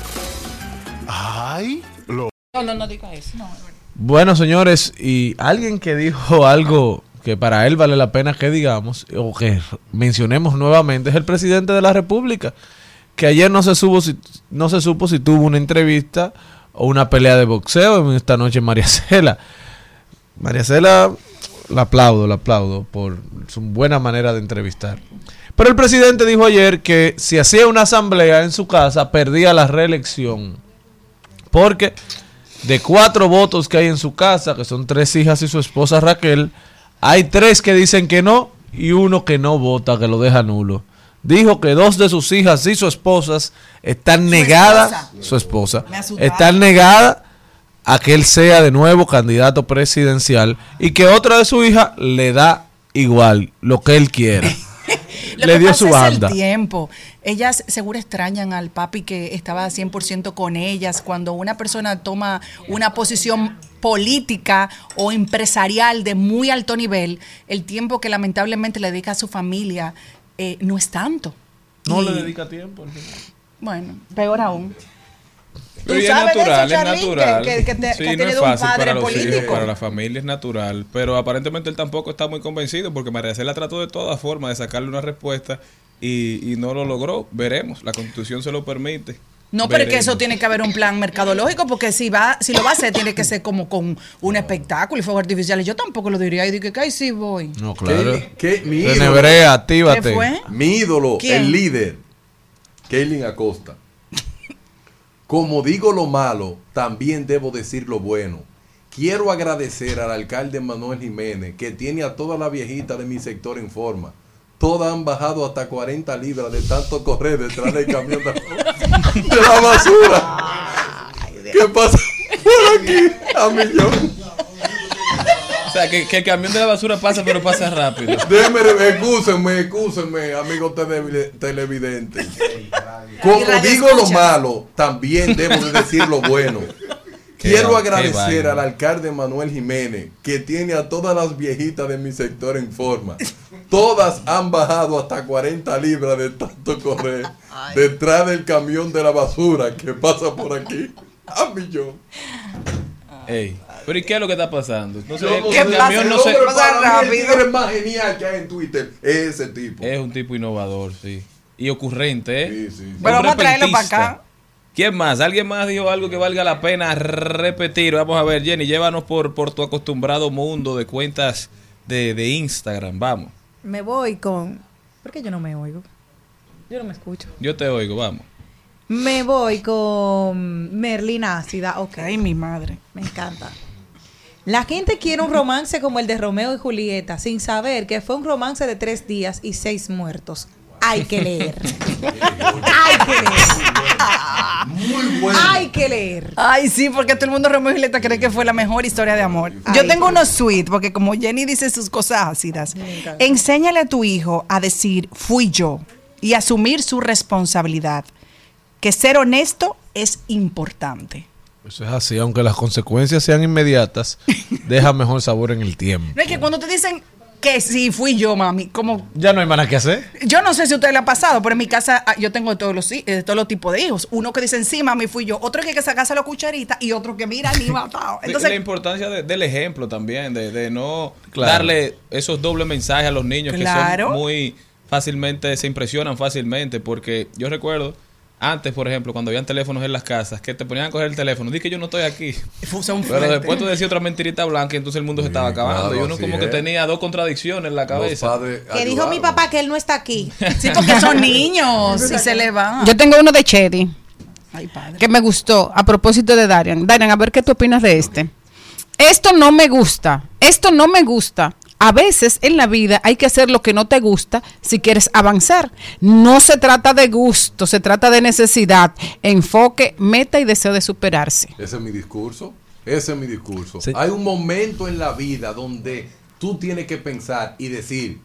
¡Ay! Lo No, no, no diga eso. No, Bueno, señores, y alguien que dijo algo que para él vale la pena que digamos, o que mencionemos nuevamente, es el presidente de la República, que ayer no se, supo si, no se supo si tuvo una entrevista o una pelea de boxeo en esta noche en María Cela. María Cela, la aplaudo, la aplaudo por su buena manera de entrevistar. Pero el presidente dijo ayer que si hacía una asamblea en su casa, perdía la reelección. Porque de cuatro votos que hay en su casa, que son tres hijas y su esposa Raquel, hay tres que dicen que no y uno que no vota, que lo deja nulo. Dijo que dos de sus hijas y sus esposas están negadas, esposa. su esposa, Me asustaba. están negadas a que él sea de nuevo candidato presidencial y que otra de su hija le da igual lo que él quiera. Lo Le que dio pasa su es banda. el tiempo. Ellas seguro extrañan al papi que estaba cien por ciento con ellas. Cuando una persona toma una posición política o empresarial de muy alto nivel, el tiempo que lamentablemente le dedica a su familia eh, no es tanto. No Y, le dedica tiempo. Bueno, peor aún. Pero ¿Tú ya es sabes de eso, natural, es Charly? natural. Que- que- que te- Sí, que ha no es tenido un fácil padre para los político. hijos, para la familia es natural. Pero aparentemente él tampoco está muy convencido porque María Cela trató de todas formas de sacarle una respuesta y, y no lo logró. Veremos, la Constitución se lo permite. No, pero es que Veremos. eso tiene que haber un plan mercadológico, porque si va, si lo va a hacer, tiene que ser como con un espectáculo y fuegos artificiales. Yo tampoco lo diría y dije que ay, sí voy. No, claro. ¿Qué, qué- mi ídolo, Tenebrea, actívate. ¿Qué fue? mi ídolo, ¿Quién? el líder, Kaylin Acosta. Como digo lo malo, también debo decir lo bueno. Quiero agradecer al alcalde Manuel Jiménez, que tiene a toda la viejita de mi sector en forma. Todas han bajado hasta cuarenta libras de tanto correr detrás del camión de, de la basura. ¿Qué pasa por aquí? A millón. O sea, que, que el camión de la basura pasa, pero pasa rápido. Déjenme, excúsenme, excúsenme, amigos tele- televidentes. Como radio digo lo escucha. malo, también debo de decir lo bueno. Qué Quiero va- qué agradecer vaina. al alcalde Manuel Jiménez, que tiene a todas las viejitas de mi sector en forma. Todas han bajado hasta cuarenta libras de tanto correr detrás del camión de la basura que pasa por aquí. A millón. Ey, pero ¿y qué es lo que está pasando? No sé, Yo no el sé, camión el no se... hombre pasa para mí, el rápido. tigre más genial que hay en Twitter es ese tipo. Es un tipo innovador, sí. Y ocurrente, ¿eh? Sí, sí, sí. Pero Un vamos a traerlo para repentista. acá. ¿Quién más? ¿Alguien más dijo algo que valga la pena repetir? Vamos a ver, Jenny, llévanos por, por tu acostumbrado mundo de cuentas de, de Instagram. Vamos. Me voy con... ¿Por qué yo no me oigo? Yo no me escucho. Yo te oigo, vamos. Me voy con Merlin Ácida. Ok, Ay, mi madre. me encanta. La gente quiere un romance como el de Romeo y Julieta, sin saber que fue un romance de tres días y seis muertos. Hay que leer. Hay que leer. Muy bueno. Hay que leer. Ay, sí, porque todo el mundo Romeo y Julieta cree que fue la mejor historia de amor. Yo Ay, tengo sí. unos sweet, porque como Jenny dice sus cosas ácidas, enséñale a tu hijo a decir fui yo y asumir su responsabilidad. Que ser honesto es importante. Eso es así, aunque las consecuencias sean inmediatas, deja mejor sabor en el tiempo. No es que cuando te dicen que sí fui yo, mami, como Ya no hay más nada que hacer. yo no sé si a usted le ha pasado, pero en mi casa ah, yo tengo de todos los hi- eh, de todos los tipos de hijos. Uno que dicen sí, mami, fui yo. Otro que hay que sacarse la cucharita y otro que mira ni matado. la Entonces, importancia de- del ejemplo también, de, de no Claro. darle esos dobles mensajes a los niños Claro. que son muy fácilmente, se impresionan fácilmente, porque yo recuerdo antes, por ejemplo, cuando habían teléfonos en las casas, que te ponían a coger el teléfono, di que yo no estoy aquí. son Pero fuertes. después tú decías otra mentirita blanca y entonces el mundo se Sí, estaba acabando. claro, y uno así como que es. tenía dos contradicciones en la Los cabeza. padres Que dijo mi ayudaron. papá que él no está aquí. Sí, porque son niños y se le van. Yo tengo uno de Chedi Ay, padre. que me gustó a propósito de Darian. Darian, a ver qué tú opinas de este. Esto no me gusta. Esto no me gusta. A veces en la vida hay que hacer lo que no te gusta si quieres avanzar. No se trata de gusto, se trata de necesidad, enfoque, meta y deseo de superarse. Ese es mi discurso. Ese es mi discurso. Sí. Hay un momento en la vida donde tú tienes que pensar y decir,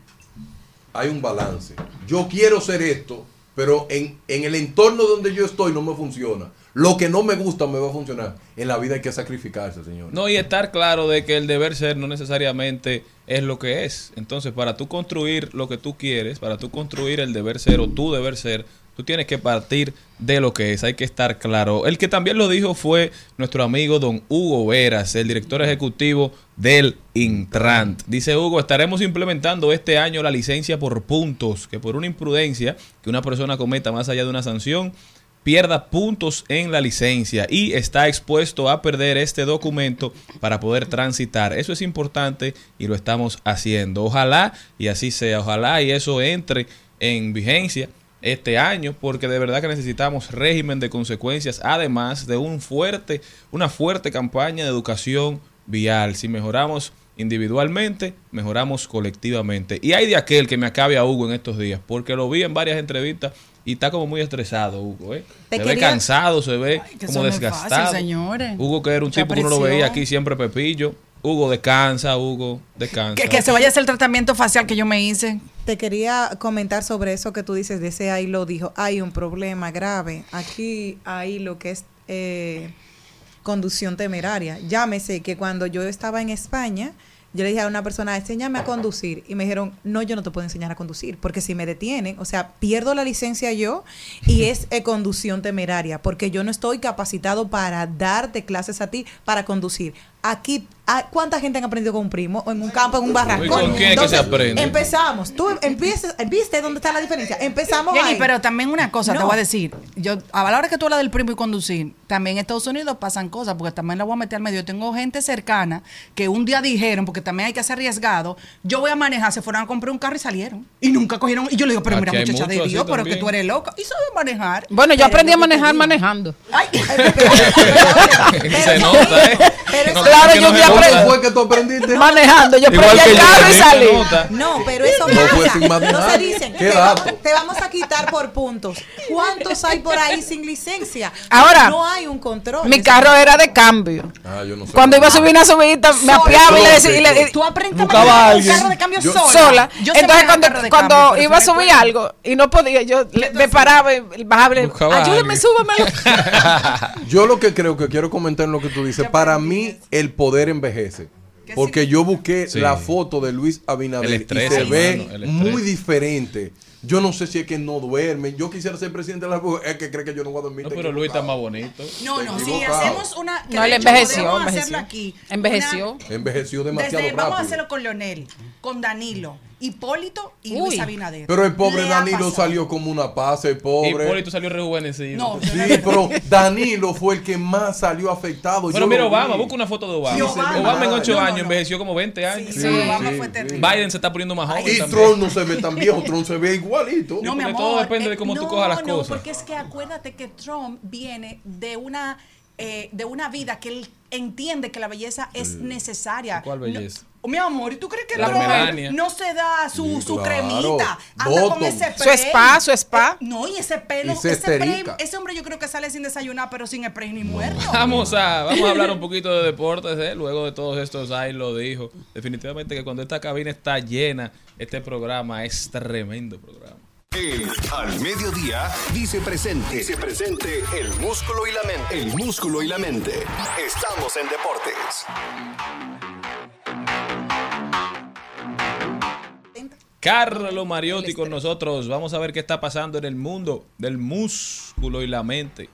hay un balance. Yo quiero ser esto, pero en, en el entorno donde yo estoy no me funciona. Lo que no me gusta me va a funcionar. En la vida hay que sacrificarse, señor. No, y estar claro de que el deber ser no necesariamente es lo que es. Entonces, para tú construir lo que tú quieres, para tú construir el deber ser o tu deber ser, tú tienes que partir de lo que es. Hay que estar claro. El que también lo dijo fue nuestro amigo don Hugo Veras, el director ejecutivo del Intrant. Dice Hugo, estaremos implementando este año la licencia por puntos, que por una imprudencia que una persona cometa más allá de una sanción, pierda puntos en la licencia y está expuesto a perder este documento para poder transitar. Eso es importante y lo estamos haciendo. Ojalá y así sea. Ojalá y eso entre en vigencia este año, porque de verdad que necesitamos régimen de consecuencias, además de un fuerte, una fuerte campaña de educación vial. Si mejoramos individualmente, mejoramos colectivamente. Y hay de aquel que me acabe a Hugo en estos días, porque lo vi en varias entrevistas y está como muy estresado, Hugo, ¿eh? Te Se ve quería- cansado, se ve Ay, que como eso no es desgastado. fácil, señores. Hugo, que era un Mucha tipo que uno lo veía presión. aquí siempre pepillo. Hugo, descansa, Hugo, descansa. Que, que se vaya a hacer el tratamiento facial que yo me hice. Te quería comentar sobre eso que tú dices, de ese ahí lo dijo. Hay un problema grave. Aquí hay lo que es eh, conducción temeraria. Llámese que cuando yo estaba en España, yo le dije a una persona, enséñame a conducir. Y me dijeron, no, yo no te puedo enseñar a conducir, porque si me detienen, o sea, pierdo la licencia yo y es eh, conducción temeraria, porque yo no estoy capacitado para darte clases a ti para conducir. aquí, ah, ¿cuánta gente han aprendido con un primo? En un campo, en un barranco. ¿Y con quién es que se aprende? Empezamos. Tú empiezas, ¿viste dónde está la diferencia? Empezamos Jenny, ahí. pero también una cosa No. te voy a decir. Yo, a la hora que tú hablas del primo y conducir, también en Estados Unidos pasan cosas, porque también la voy a meter al medio. Yo tengo gente cercana que un día dijeron, porque también hay que ser arriesgado, yo voy a manejar, se fueron a comprar un carro y salieron. Y nunca cogieron. Y yo le digo, pero Aquí mira, hay muchacha de mucho así Dios, pero que también. tú eres loca. Y sabe manejar. Bueno, yo Pero aprendí a lo que te manejar digo. manejando. Ay, pero- pero- pero- Se nota, ¿eh? pero No, eso- Claro, que yo no te se ¿Cómo aprendí. nota. fue que tú aprendiste? Manejando, yo Igual prendí que el yo, carro y se salí. nota. No, pero eso No fue pasa. sin manejar. Entonces dicen, ¿Qué te, dato? vamos, te vamos a quitar por puntos. ¿Cuántos hay por ahí sin licencia? Ahora, no hay un control. Mi Eso- carro era de cambio. Ah, yo no sé. Cuando iba a subir una subidita, me apeaba y le decía, y le- Tú aprendes a Buscaba manejar a un alguien. carro de cambio Yo- sola. sola. Yo sé Entonces, manejar cuando, carro de cuando cambio, pero iba a eso subir recuerdo. algo y no podía, yo le- me paraba y bajaba. y le- Buscaba a Ayúdame, alguien. súbamelo. Yo lo que creo que quiero comentar en lo que tú dices, para mí el poder envejece. Porque yo busqué Sí. la foto de Luis Abinader El estrés, y se ve hermano, el estrés. muy diferente. Yo no sé si es que no duermen. Yo quisiera ser presidente de la República. Es que cree que yo no voy a dormir. No, Está pero Luis está equivocado. más bonito. No, no, si Equivocado. hacemos una. que No, de él hecho envejeció, podemos envejeció. hacerlo aquí, Envejeció. una- Envejeció demasiado desde- rápido. Vamos a hacerlo con Leonel, con Danilo, Hipólito y Luis Uy. Abinader. Pero el pobre Le ha Danilo pasado. salió como una paz, el pobre. Hipólito salió rejuvenecido. No, Sí, pero Danilo fue el que más salió afectado. Bueno, Yo mira lo Obama, vi. busca una foto de Obama. Sí, Obama, Obama. en ocho No, no, años no. envejeció como veinte años. Sí, Sí, Obama sí, fue sí. terrible. Biden se está poniendo más joven Y también. Trump no se ve tan viejo, Trump se ve igualito. No, mi porque amor. todo depende de cómo tú no, cojas las no, cosas. porque es que acuérdate que Trump viene de una eh, de una vida que él entiende que la belleza es necesaria. ¿Cuál belleza? No, mi amor, ¿y tú crees que La Trump Melania. no se da su, Sí, su claro. cremita? Anda con Botox. ese Su pelo. spa, su spa. Eh, no, y ese pelo, Y se ese, spray, esterica. ese hombre yo creo que sale sin desayunar, pero sin spray ni muerto. Vamos a, vamos a hablar un poquito de deportes, ¿eh? Luego de todos estos, ahí lo dijo. Definitivamente que cuando esta cabina está llena, este programa es tremendo programa. El Al Mediodía dice presente. Dice presente el músculo y la mente. El músculo y la mente. Estamos en deportes. Carlos Mariotti con nosotros. Vamos a ver qué está pasando en el mundo del músculo y la mente.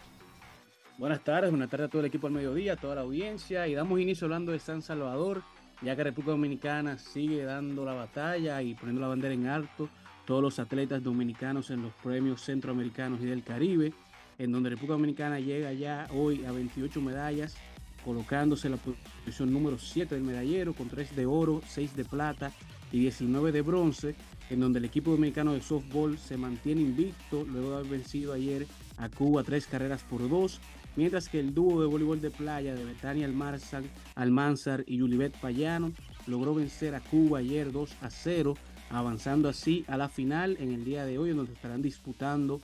Buenas tardes, buenas tardes a todo el equipo al mediodía, a toda la audiencia. Y damos inicio hablando de San Salvador, ya que República Dominicana sigue dando la batalla y poniendo la bandera en alto. Todos los atletas dominicanos en los premios centroamericanos y del Caribe, en donde República Dominicana llega ya hoy a veintiocho medallas, colocándose en la posición número siete del medallero, con tres de oro, seis de plata y diecinueve de bronce, en donde el equipo dominicano de softball se mantiene invicto luego de haber vencido ayer a Cuba tres carreras por dos, mientras que el dúo de voleibol de playa de Betania Almanzar, Almanzar y Yulibet Payano logró vencer a Cuba ayer dos a cero, avanzando así a la final en el día de hoy, en donde estarán disputando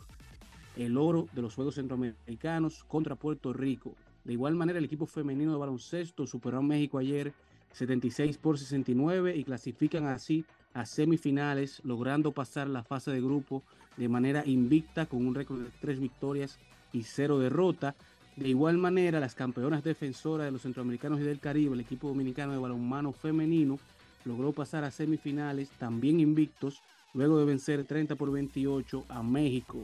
el oro de los Juegos Centroamericanos contra Puerto Rico. De igual manera, el equipo femenino de baloncesto superó a México ayer setenta y seis por sesenta y nueve y clasifican así a semifinales, logrando pasar la fase de grupo de manera invicta con un récord de tres victorias y cero derrota. De igual manera, las campeonas defensoras de los centroamericanos y del Caribe, el equipo dominicano de balonmano femenino, logró pasar a semifinales también invictos luego de vencer treinta por veintiocho a México.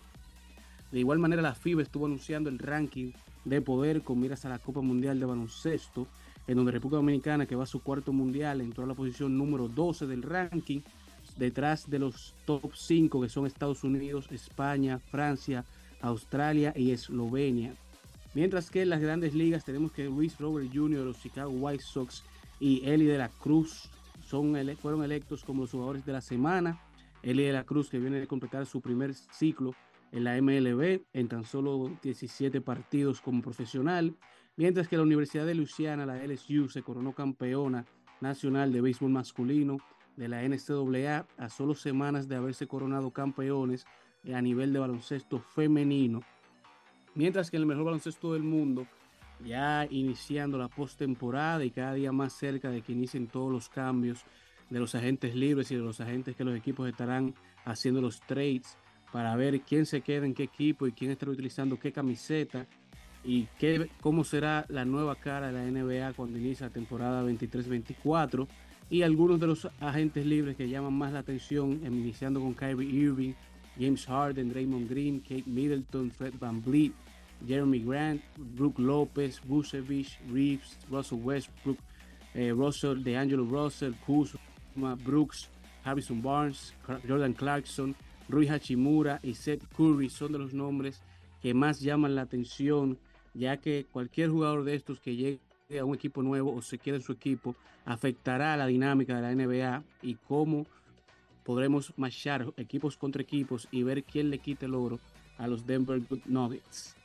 De igual manera, la FIBA estuvo anunciando el ranking de poder con miras a la Copa Mundial de Baloncesto, en donde República Dominicana, que va a su cuarto mundial, entró a la posición número doce del ranking, detrás de los top cinco que son Estados Unidos, España, Francia, Australia y Eslovenia. Mientras que en las grandes ligas tenemos que Luis Robert junior de los Chicago White Sox y Eli de la Cruz son ele- fueron electos como los jugadores de la semana. Eli de la Cruz, que viene de completar su primer ciclo en la M L B en tan solo diecisiete partidos como profesional, mientras que la Universidad de Luisiana, la L S U, se coronó campeona nacional de béisbol masculino de la N C A A a solo semanas de haberse coronado campeones a nivel de baloncesto femenino. Mientras que en el mejor baloncesto del mundo, ya iniciando la postemporada y cada día más cerca de que inicien todos los cambios de los agentes libres y de los agentes que los equipos estarán haciendo los trades para ver quién se queda en qué equipo y quién estará utilizando qué camiseta y qué, cómo será la nueva cara de la N B A cuando inicie la temporada veintitrés veinticuatro, y algunos de los agentes libres que llaman más la atención, iniciando con Kyrie Irving, James Harden, Draymond Green, Kate Middleton, Fred VanVleet, Jeremy Grant, Brook López, Vucevic, Reeves, Russell Westbrook, eh, Russell, DeAngelo Russell, Kuzma, Brooks, Harrison Barnes, Jordan Clarkson, Rui Hachimura y Seth Curry son de los nombres que más llaman la atención, ya que cualquier jugador de estos que llegue a un equipo nuevo o se quede en su equipo afectará la dinámica de la N B A y cómo podremos matchar equipos contra equipos y ver quién le quita el oro a los Denver Nuggets.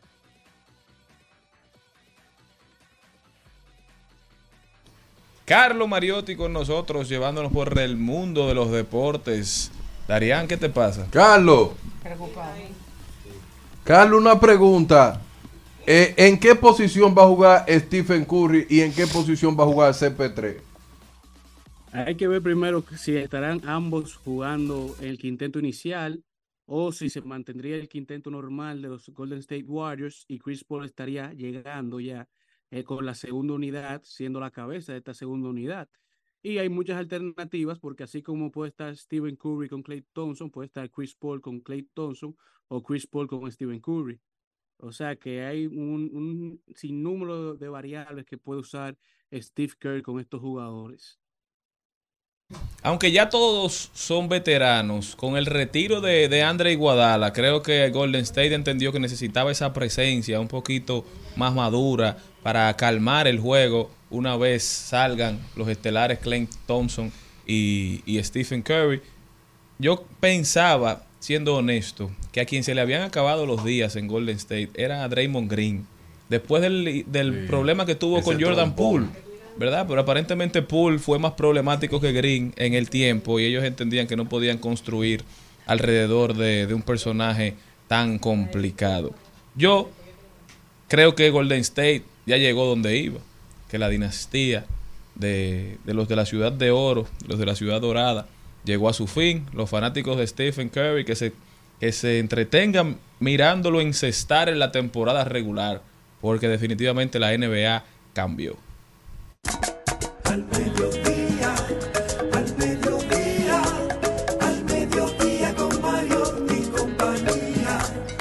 Carlos Mariotti con nosotros, llevándonos por el mundo de los deportes. Darían, ¿qué te pasa? Carlos. Preocupado. Carlos, una pregunta. Eh, ¿En qué posición va a jugar Stephen Curry y en qué posición va a jugar C P tres? Hay que ver primero si estarán ambos jugando en el quinteto inicial o si se mantendría el quinteto normal de los Golden State Warriors y Chris Paul estaría llegando ya eh, con la segunda unidad, siendo la cabeza de esta segunda unidad. Y hay muchas alternativas porque así como puede estar Stephen Curry con Klay Thompson, puede estar Chris Paul con Klay Thompson o Chris Paul con Stephen Curry. O sea que hay un, un sinnúmero de variables que puede usar Steve Kerr con estos jugadores. Aunque ya todos son veteranos, con el retiro de, de Andre Iguodala, creo que Golden State entendió que necesitaba esa presencia un poquito más madura para calmar el juego una vez salgan los estelares Klay Thompson y, y Stephen Curry. Yo pensaba, siendo honesto, que a quien se le habían acabado los días en Golden State era a Draymond Green. Después del, del sí, problema que tuvo con Jordan Poole, ¿verdad? Pero aparentemente Poole fue más problemático que Green en el tiempo y ellos entendían que no podían construir alrededor de, de un personaje tan complicado. Yo creo que Golden State ya llegó donde iba, que la dinastía de, de los de la Ciudad de Oro, los de la Ciudad Dorada, llegó a su fin. Los fanáticos de Stephen Curry que se, que se entretengan mirándolo encestar en la temporada regular, porque definitivamente la N B A cambió. Al mediodía, al mediodía, al mediodía con Mario y compañía.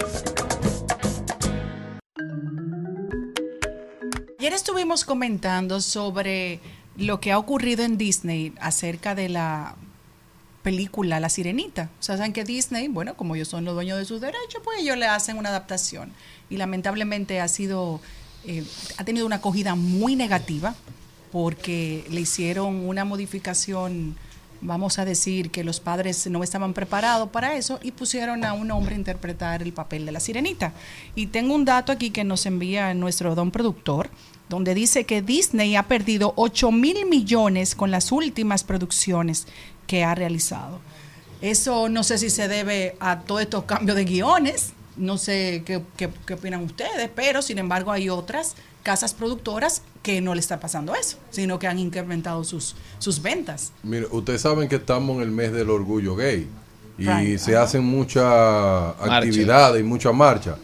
Ayer estuvimos comentando sobre lo que ha ocurrido en Disney acerca de la película La Sirenita. O sea, saben que Disney, bueno, como ellos son los dueños de sus derechos, pues ellos le hacen una adaptación. Y lamentablemente ha sido, eh, ha tenido una acogida muy negativa porque le hicieron una modificación, vamos a decir que los padres no estaban preparados para eso y pusieron a un hombre a interpretar el papel de la Sirenita. Y tengo un dato aquí que nos envía nuestro don productor, donde dice que Disney ha perdido ocho mil millones con las últimas producciones que ha realizado. Eso no sé si se debe a todos estos cambios de guiones, no sé qué, qué, qué opinan ustedes, pero sin embargo hay otras casas productoras que no le está pasando eso, sino que han incrementado sus, sus ventas. Mire, ustedes saben que estamos en el mes del orgullo gay y Right. se Ajá. hacen muchas actividades y mucha marcha.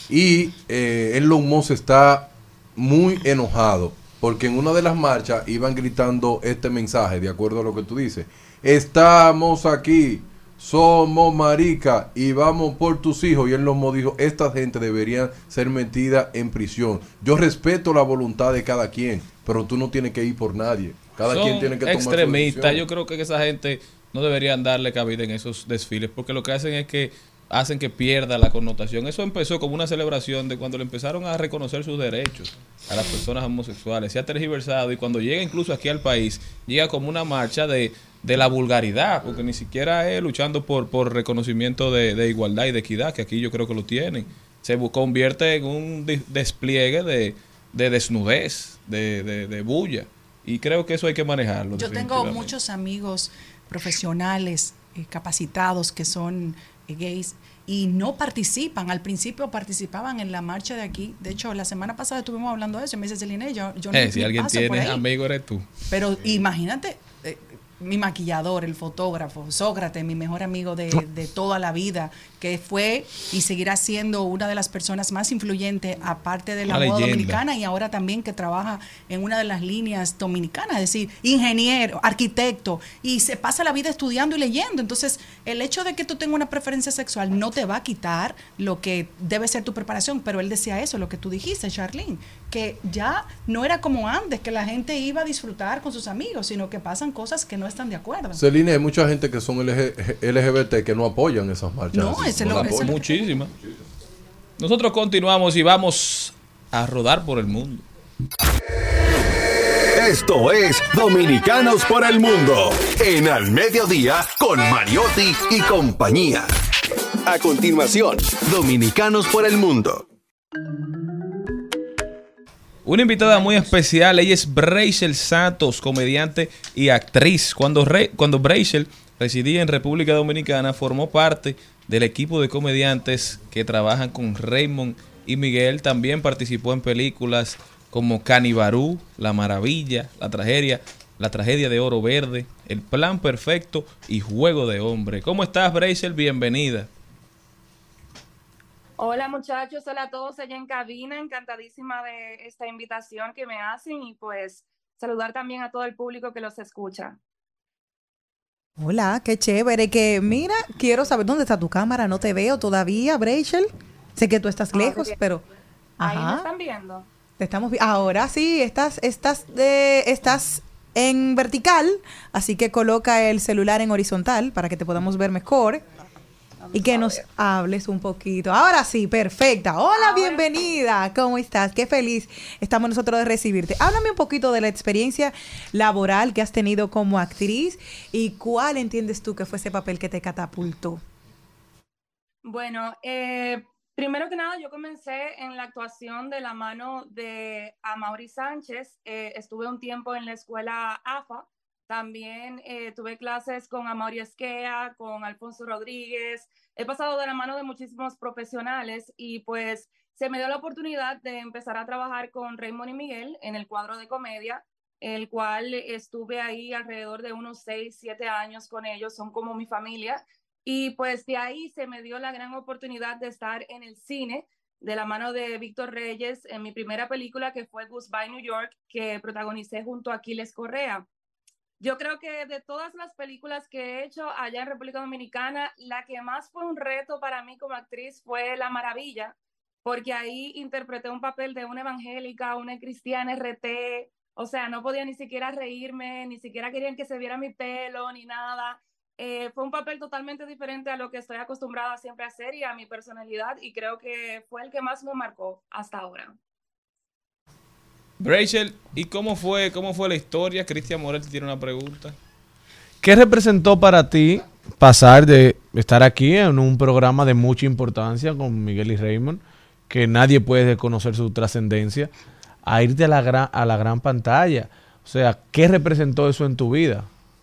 Y eh, Elon Musk está muy enojado porque en una de las marchas iban gritando este mensaje, de acuerdo a lo que tú dices: estamos aquí, somos marica y vamos por tus hijos. Y él nos dijo, esta gente debería ser metida en prisión. Yo respeto la voluntad de cada quien, pero tú no tienes que ir por nadie. Cada Son quien tiene que tomar su extremistas. decisión. Yo creo que esa gente no deberían darle cabida en esos desfiles, porque lo que hacen es que hacen que pierda la connotación. Eso empezó como una celebración de cuando le empezaron a reconocer sus derechos a las personas homosexuales. Se ha tergiversado y cuando llega incluso aquí al país, llega como una marcha de, de la vulgaridad, porque ni siquiera es luchando por, por reconocimiento de, de igualdad y de equidad, que aquí yo creo que lo tienen. Se convierte en un de- despliegue de, de desnudez, de, de, de bulla. Y creo que eso hay que manejarlo. Yo tengo definitivamente. muchos amigos profesionales eh, capacitados que son eh, gays y no participan. Al principio participaban en la marcha de aquí. De hecho, la semana pasada estuvimos hablando de eso y me dice, Celine, yo, yo Eh, ni- si ni alguien paso por tiene ahí. amigo eres tú. Pero imagínate, eh, mi maquillador, el fotógrafo, Sócrates, mi mejor amigo de, de toda la vida, que fue y seguirá siendo una de las personas más influyentes, aparte de la Una moda leyenda. dominicana, y ahora también que trabaja en una de las líneas dominicanas, es decir, ingeniero, arquitecto, y se pasa la vida estudiando y leyendo. Entonces, el hecho de que tú tengas una preferencia sexual no te va a quitar lo que debe ser tu preparación, pero él decía eso, lo que tú dijiste, Charlene, que ya no era como antes, que la gente iba a disfrutar con sus amigos, sino que pasan cosas que no están de acuerdo. Celine, hay mucha gente que son L G L G B T que no apoyan esas marchas. No, así, ese no lo- la ese apoyan. lo- Muchísimas. Nosotros continuamos y vamos a rodar por el mundo. Esto es Dominicanos por el Mundo en Al Mediodía con Mariotti y compañía. A continuación, Dominicanos por el Mundo. Una invitada muy especial, ella es Braichel Santos, comediante y actriz. Cuando, Re- cuando Braichel residía en República Dominicana, formó parte del equipo de comediantes que trabajan con Raymond y Miguel. También participó en películas como Canibarú, La Maravilla, La Tragedia, La Tragedia de Oro Verde, El Plan Perfecto y Juego de Hombre. ¿Cómo estás, Braichel? Bienvenida. Hola muchachos, hola a todos allá en cabina, encantadísima de esta invitación que me hacen y pues saludar también a todo el público que los escucha. Hola, qué chévere. Que mira, quiero saber dónde está tu cámara. No te veo todavía, Braichel. Sé que tú estás Ah, lejos, bien. pero Ahí me ajá, están viendo. te estamos vi- ahora sí, estás estás de estás en vertical, así que coloca el celular en horizontal para que te podamos ver mejor y que nos hables un poquito. Ahora sí, perfecta. Hola, bienvenida. ¿Cómo estás? Qué feliz estamos nosotros de recibirte. Háblame un poquito de la experiencia laboral que has tenido como actriz y cuál entiendes tú que fue ese papel que te catapultó. Bueno, eh, primero que nada yo comencé en la actuación de la mano de Amaury Sánchez. Eh, estuve un tiempo en la escuela A F A. También eh, tuve clases con Amaury Esquea, con Alfonso Rodríguez. He pasado de la mano de muchísimos profesionales y pues se me dio la oportunidad de empezar a trabajar con Raymond y Miguel en el cuadro de comedia, el cual estuve ahí alrededor de unos seis, siete años con ellos, son como mi familia. Y pues de ahí se me dio la gran oportunidad de estar en el cine de la mano de Víctor Reyes en mi primera película, que fue Goodbye New York, que protagonicé junto a Aquiles Correa. Yo creo que de todas las películas que he hecho allá en República Dominicana, la que más fue un reto para mí como actriz fue La Maravilla, porque ahí interpreté un papel de una evangélica, una cristiana R T, o sea, no podía ni siquiera reírme, ni siquiera querían que se viera mi pelo, ni nada. Eh, fue un papel totalmente diferente a lo que estoy acostumbrada siempre a hacer y a mi personalidad, y creo que fue el que más me marcó hasta ahora. Braichel, ¿y cómo fue, cómo fue la historia? Cristian Morel tiene una pregunta. ¿Qué representó para ti pasar de estar aquí en un programa de mucha importancia con Miguel y Raymond, que nadie puede desconocer su trascendencia, a irte a la gran, a la gran pantalla? O sea, ¿qué representó eso en tu vida?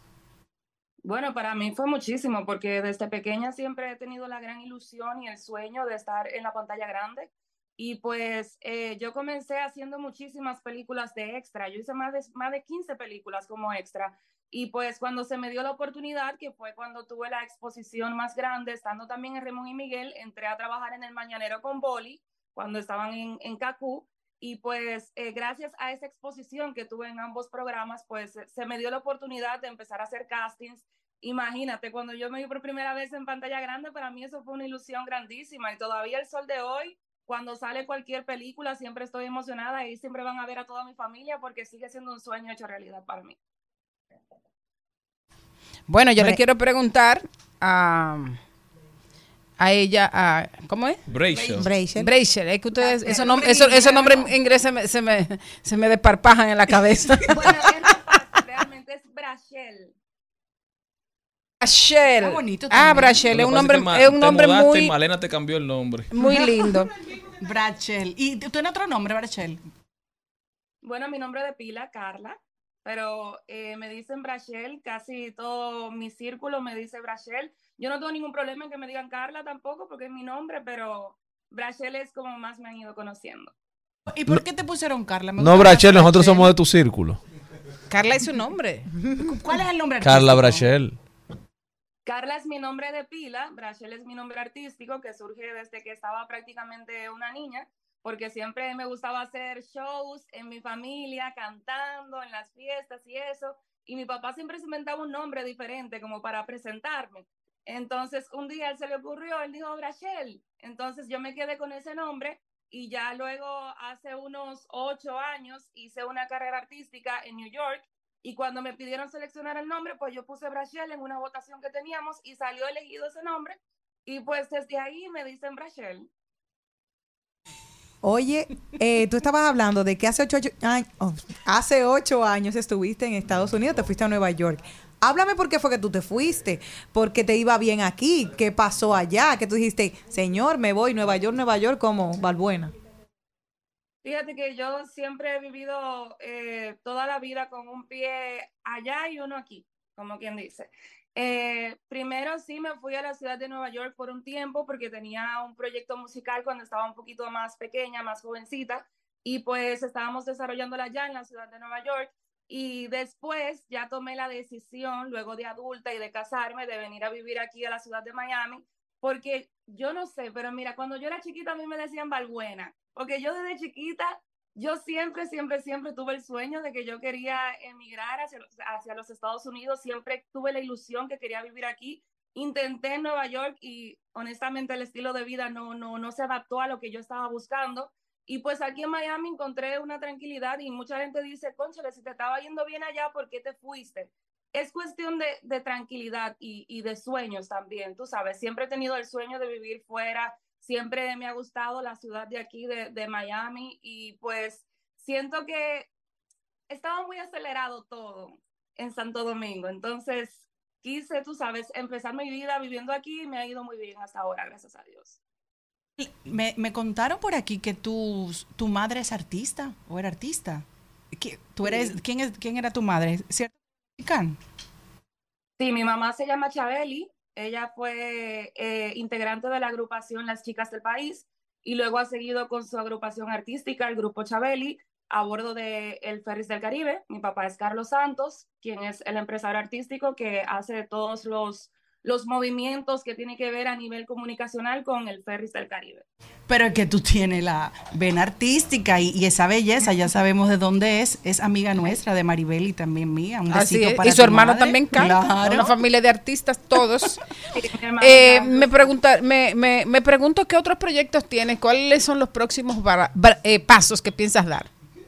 Bueno, para mí fue muchísimo, porque desde pequeña siempre he tenido la gran ilusión y el sueño de estar en la pantalla grande. Y pues eh, yo comencé haciendo muchísimas películas de extra. Yo hice más de, más de quince películas como extra. Y pues cuando se me dio la oportunidad, que fue cuando tuve la exposición más grande, estando también en Raymond y Miguel, entré a trabajar en El Mañanero con Boli, cuando estaban en, en Cacú. Y pues eh, gracias a esa exposición que tuve en ambos programas, pues se me dio la oportunidad de empezar a hacer castings. Imagínate, cuando yo me vi por primera vez en pantalla grande, para mí eso fue una ilusión grandísima. Y todavía el sol de hoy, cuando sale cualquier película, siempre estoy emocionada y siempre van a ver a toda mi familia, porque sigue siendo un sueño hecho realidad para mí. Bueno, yo Bre- le quiero preguntar a, a ella, a, ¿cómo es? Braichel. Braichel. Braichel, es que ustedes, Ah, esos pero nom- esos- sí, esos nombres claro. en inglés se me, se, me, se me desparpajan en la cabeza. Bueno, es, realmente es Brachel. Brachel. Está bonito Ah, también. Brachel, es Lo un que pasa nombre, que ma- es un te nombre mudaste muy, y Malena te cambió el nombre. muy lindo. Brachel. ¿Y tú tienes otro nombre, Brachel? Bueno, mi nombre de pila, Carla, pero eh, me dicen Brachel, casi todo mi círculo me dice Brachel. Yo no tengo ningún problema en que me digan Carla tampoco, porque es mi nombre, pero Brachel es como más me han ido conociendo. ¿Y por qué te pusieron Carla? Me No, gusta Brachel, más nosotros somos de tu círculo. Carla es su nombre. ¿Cuál es el nombre Carla Brachel. Carla es mi nombre de pila, Brachel es mi nombre artístico que surge desde que estaba prácticamente una niña, porque siempre me gustaba hacer shows en mi familia, cantando en las fiestas y eso, y mi papá siempre se inventaba un nombre diferente como para presentarme. Entonces un día él se le ocurrió, él dijo Brachel, entonces yo me quedé con ese nombre y ya luego hace unos ocho años hice una carrera artística en New York. Y cuando me pidieron seleccionar el nombre, pues yo puse Brachel en una votación que teníamos y salió elegido ese nombre. Y pues desde ahí me dicen Brachel. Oye, eh, tú estabas hablando de que hace ocho, años, oh, hace ocho años estuviste en Estados Unidos, te fuiste a Nueva York. Háblame por qué fue que tú te fuiste, porque te iba bien aquí, qué pasó allá, que tú dijiste, señor, me voy, Nueva York, Nueva York, como Balbuena. Fíjate que yo siempre he vivido eh, toda la vida con un pie allá y uno aquí, como quien dice. Eh, primero sí me fui a la ciudad de Nueva York por un tiempo porque tenía un proyecto musical cuando estaba un poquito más pequeña, más jovencita, y pues estábamos desarrollándola allá en la ciudad de Nueva York. Y después ya tomé la decisión, luego de adulta y de casarme, de venir a vivir aquí a la ciudad de Miami, porque yo no sé, pero mira, cuando yo era chiquita a mí me decían Balbuena. Porque yo desde chiquita, yo siempre, siempre, siempre tuve el sueño de que yo quería emigrar hacia los, hacia los Estados Unidos. Siempre tuve la ilusión que quería vivir aquí. Intenté en Nueva York y honestamente el estilo de vida no, no, no se adaptó a lo que yo estaba buscando. Y pues aquí en Miami encontré una tranquilidad y mucha gente dice, cónchale, si te estaba yendo bien allá, ¿por qué te fuiste? Es cuestión de, de tranquilidad y, y de sueños también, tú sabes. Siempre he tenido el sueño de vivir fuera. Siempre me ha gustado la ciudad de aquí, de, de Miami, y pues siento que estaba muy acelerado todo en Santo Domingo. Entonces quise, tú sabes, empezar mi vida viviendo aquí y me ha ido muy bien hasta ahora, gracias a Dios. Me, me contaron por aquí que tu, tu madre es artista o era artista. ¿Qué, tú eres, sí. ¿quién, es, ¿Quién era tu madre? ¿Cierto? Sí, mi mamá se llama Chabeli. Ella fue eh, integrante de la agrupación Las Chicas del País y luego ha seguido con su agrupación artística, el Grupo Chabeli, a bordo de el Ferris del Caribe. Mi papá es Carlos Santos, quien es el empresario artístico que hace todos los, los movimientos que tiene que ver a nivel comunicacional con el Ferris del Caribe. Pero es que tú tienes la vena artística y, y esa belleza, ya sabemos de dónde es, es amiga nuestra, de Maribel y también mía. Un besito Así para y su hermano madre. también canta, Claro. Una familia de artistas todos. eh, me, pregunta, me, me, me pregunto qué otros proyectos tienes, cuáles son los próximos bar, bar, eh, pasos que piensas dar.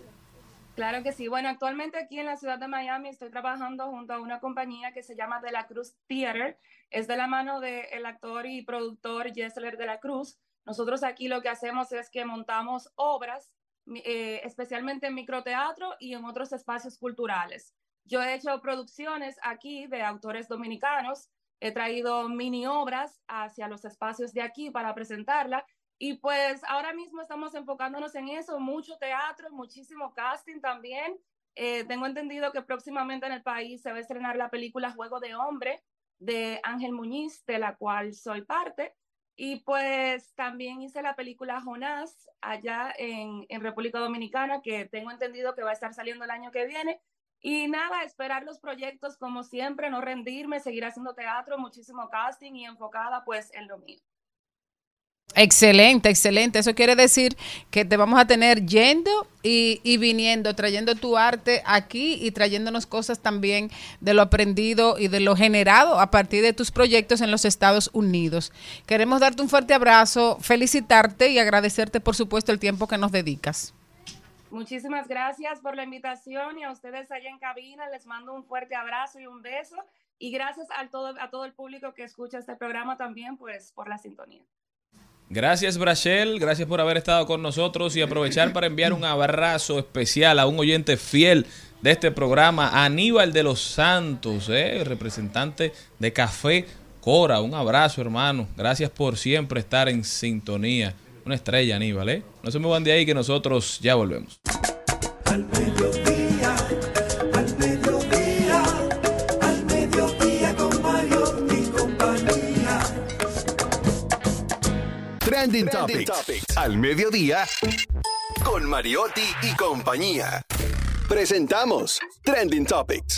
Claro que sí. Bueno, actualmente aquí en la ciudad de Miami estoy trabajando junto a una compañía que se llama De la Cruz Theater. Es de la mano del actor y productor Yesler de la Cruz. Nosotros aquí lo que hacemos es que montamos obras, eh, especialmente en microteatro y en otros espacios culturales. Yo he hecho producciones aquí de autores dominicanos, he traído mini obras hacia los espacios de aquí para presentarla y pues ahora mismo estamos enfocándonos en eso, mucho teatro, muchísimo casting también. Eh, tengo entendido que próximamente en el país se va a estrenar la película Juego de Hombre de Ángel Muñiz, de la cual soy parte. Y pues también hice la película Jonás allá en, en República Dominicana, que tengo entendido que va a estar saliendo el año que viene. Y nada, esperar los proyectos como siempre, no rendirme, seguir haciendo teatro, muchísimo casting y enfocada pues en lo mío. Excelente, excelente. Eso quiere decir que te vamos a tener yendo y, y viniendo, trayendo tu arte aquí y trayéndonos cosas también de lo aprendido y de lo generado a partir de tus proyectos en los Estados Unidos. Queremos darte un fuerte abrazo, felicitarte y agradecerte, por supuesto, el tiempo que nos dedicas. Muchísimas gracias por la invitación y a ustedes allá en cabina les mando un fuerte abrazo y un beso y gracias a todo, a todo el público que escucha este programa también pues por la sintonía. Gracias, Brachel, gracias por haber estado con nosotros y aprovechar para enviar un abrazo especial a un oyente fiel de este programa, Aníbal de los Santos, eh, representante de Café Cora. Un abrazo, hermano. Gracias por siempre estar en sintonía. Una estrella, Aníbal, ¿eh? No se muevan de ahí que nosotros ya volvemos. Al mediodía, al mediodía, al mediodía con Mariotti y compañía. Trending, Trending Topics. Topics al mediodía con Mariotti y compañía. Presentamos Trending Topics.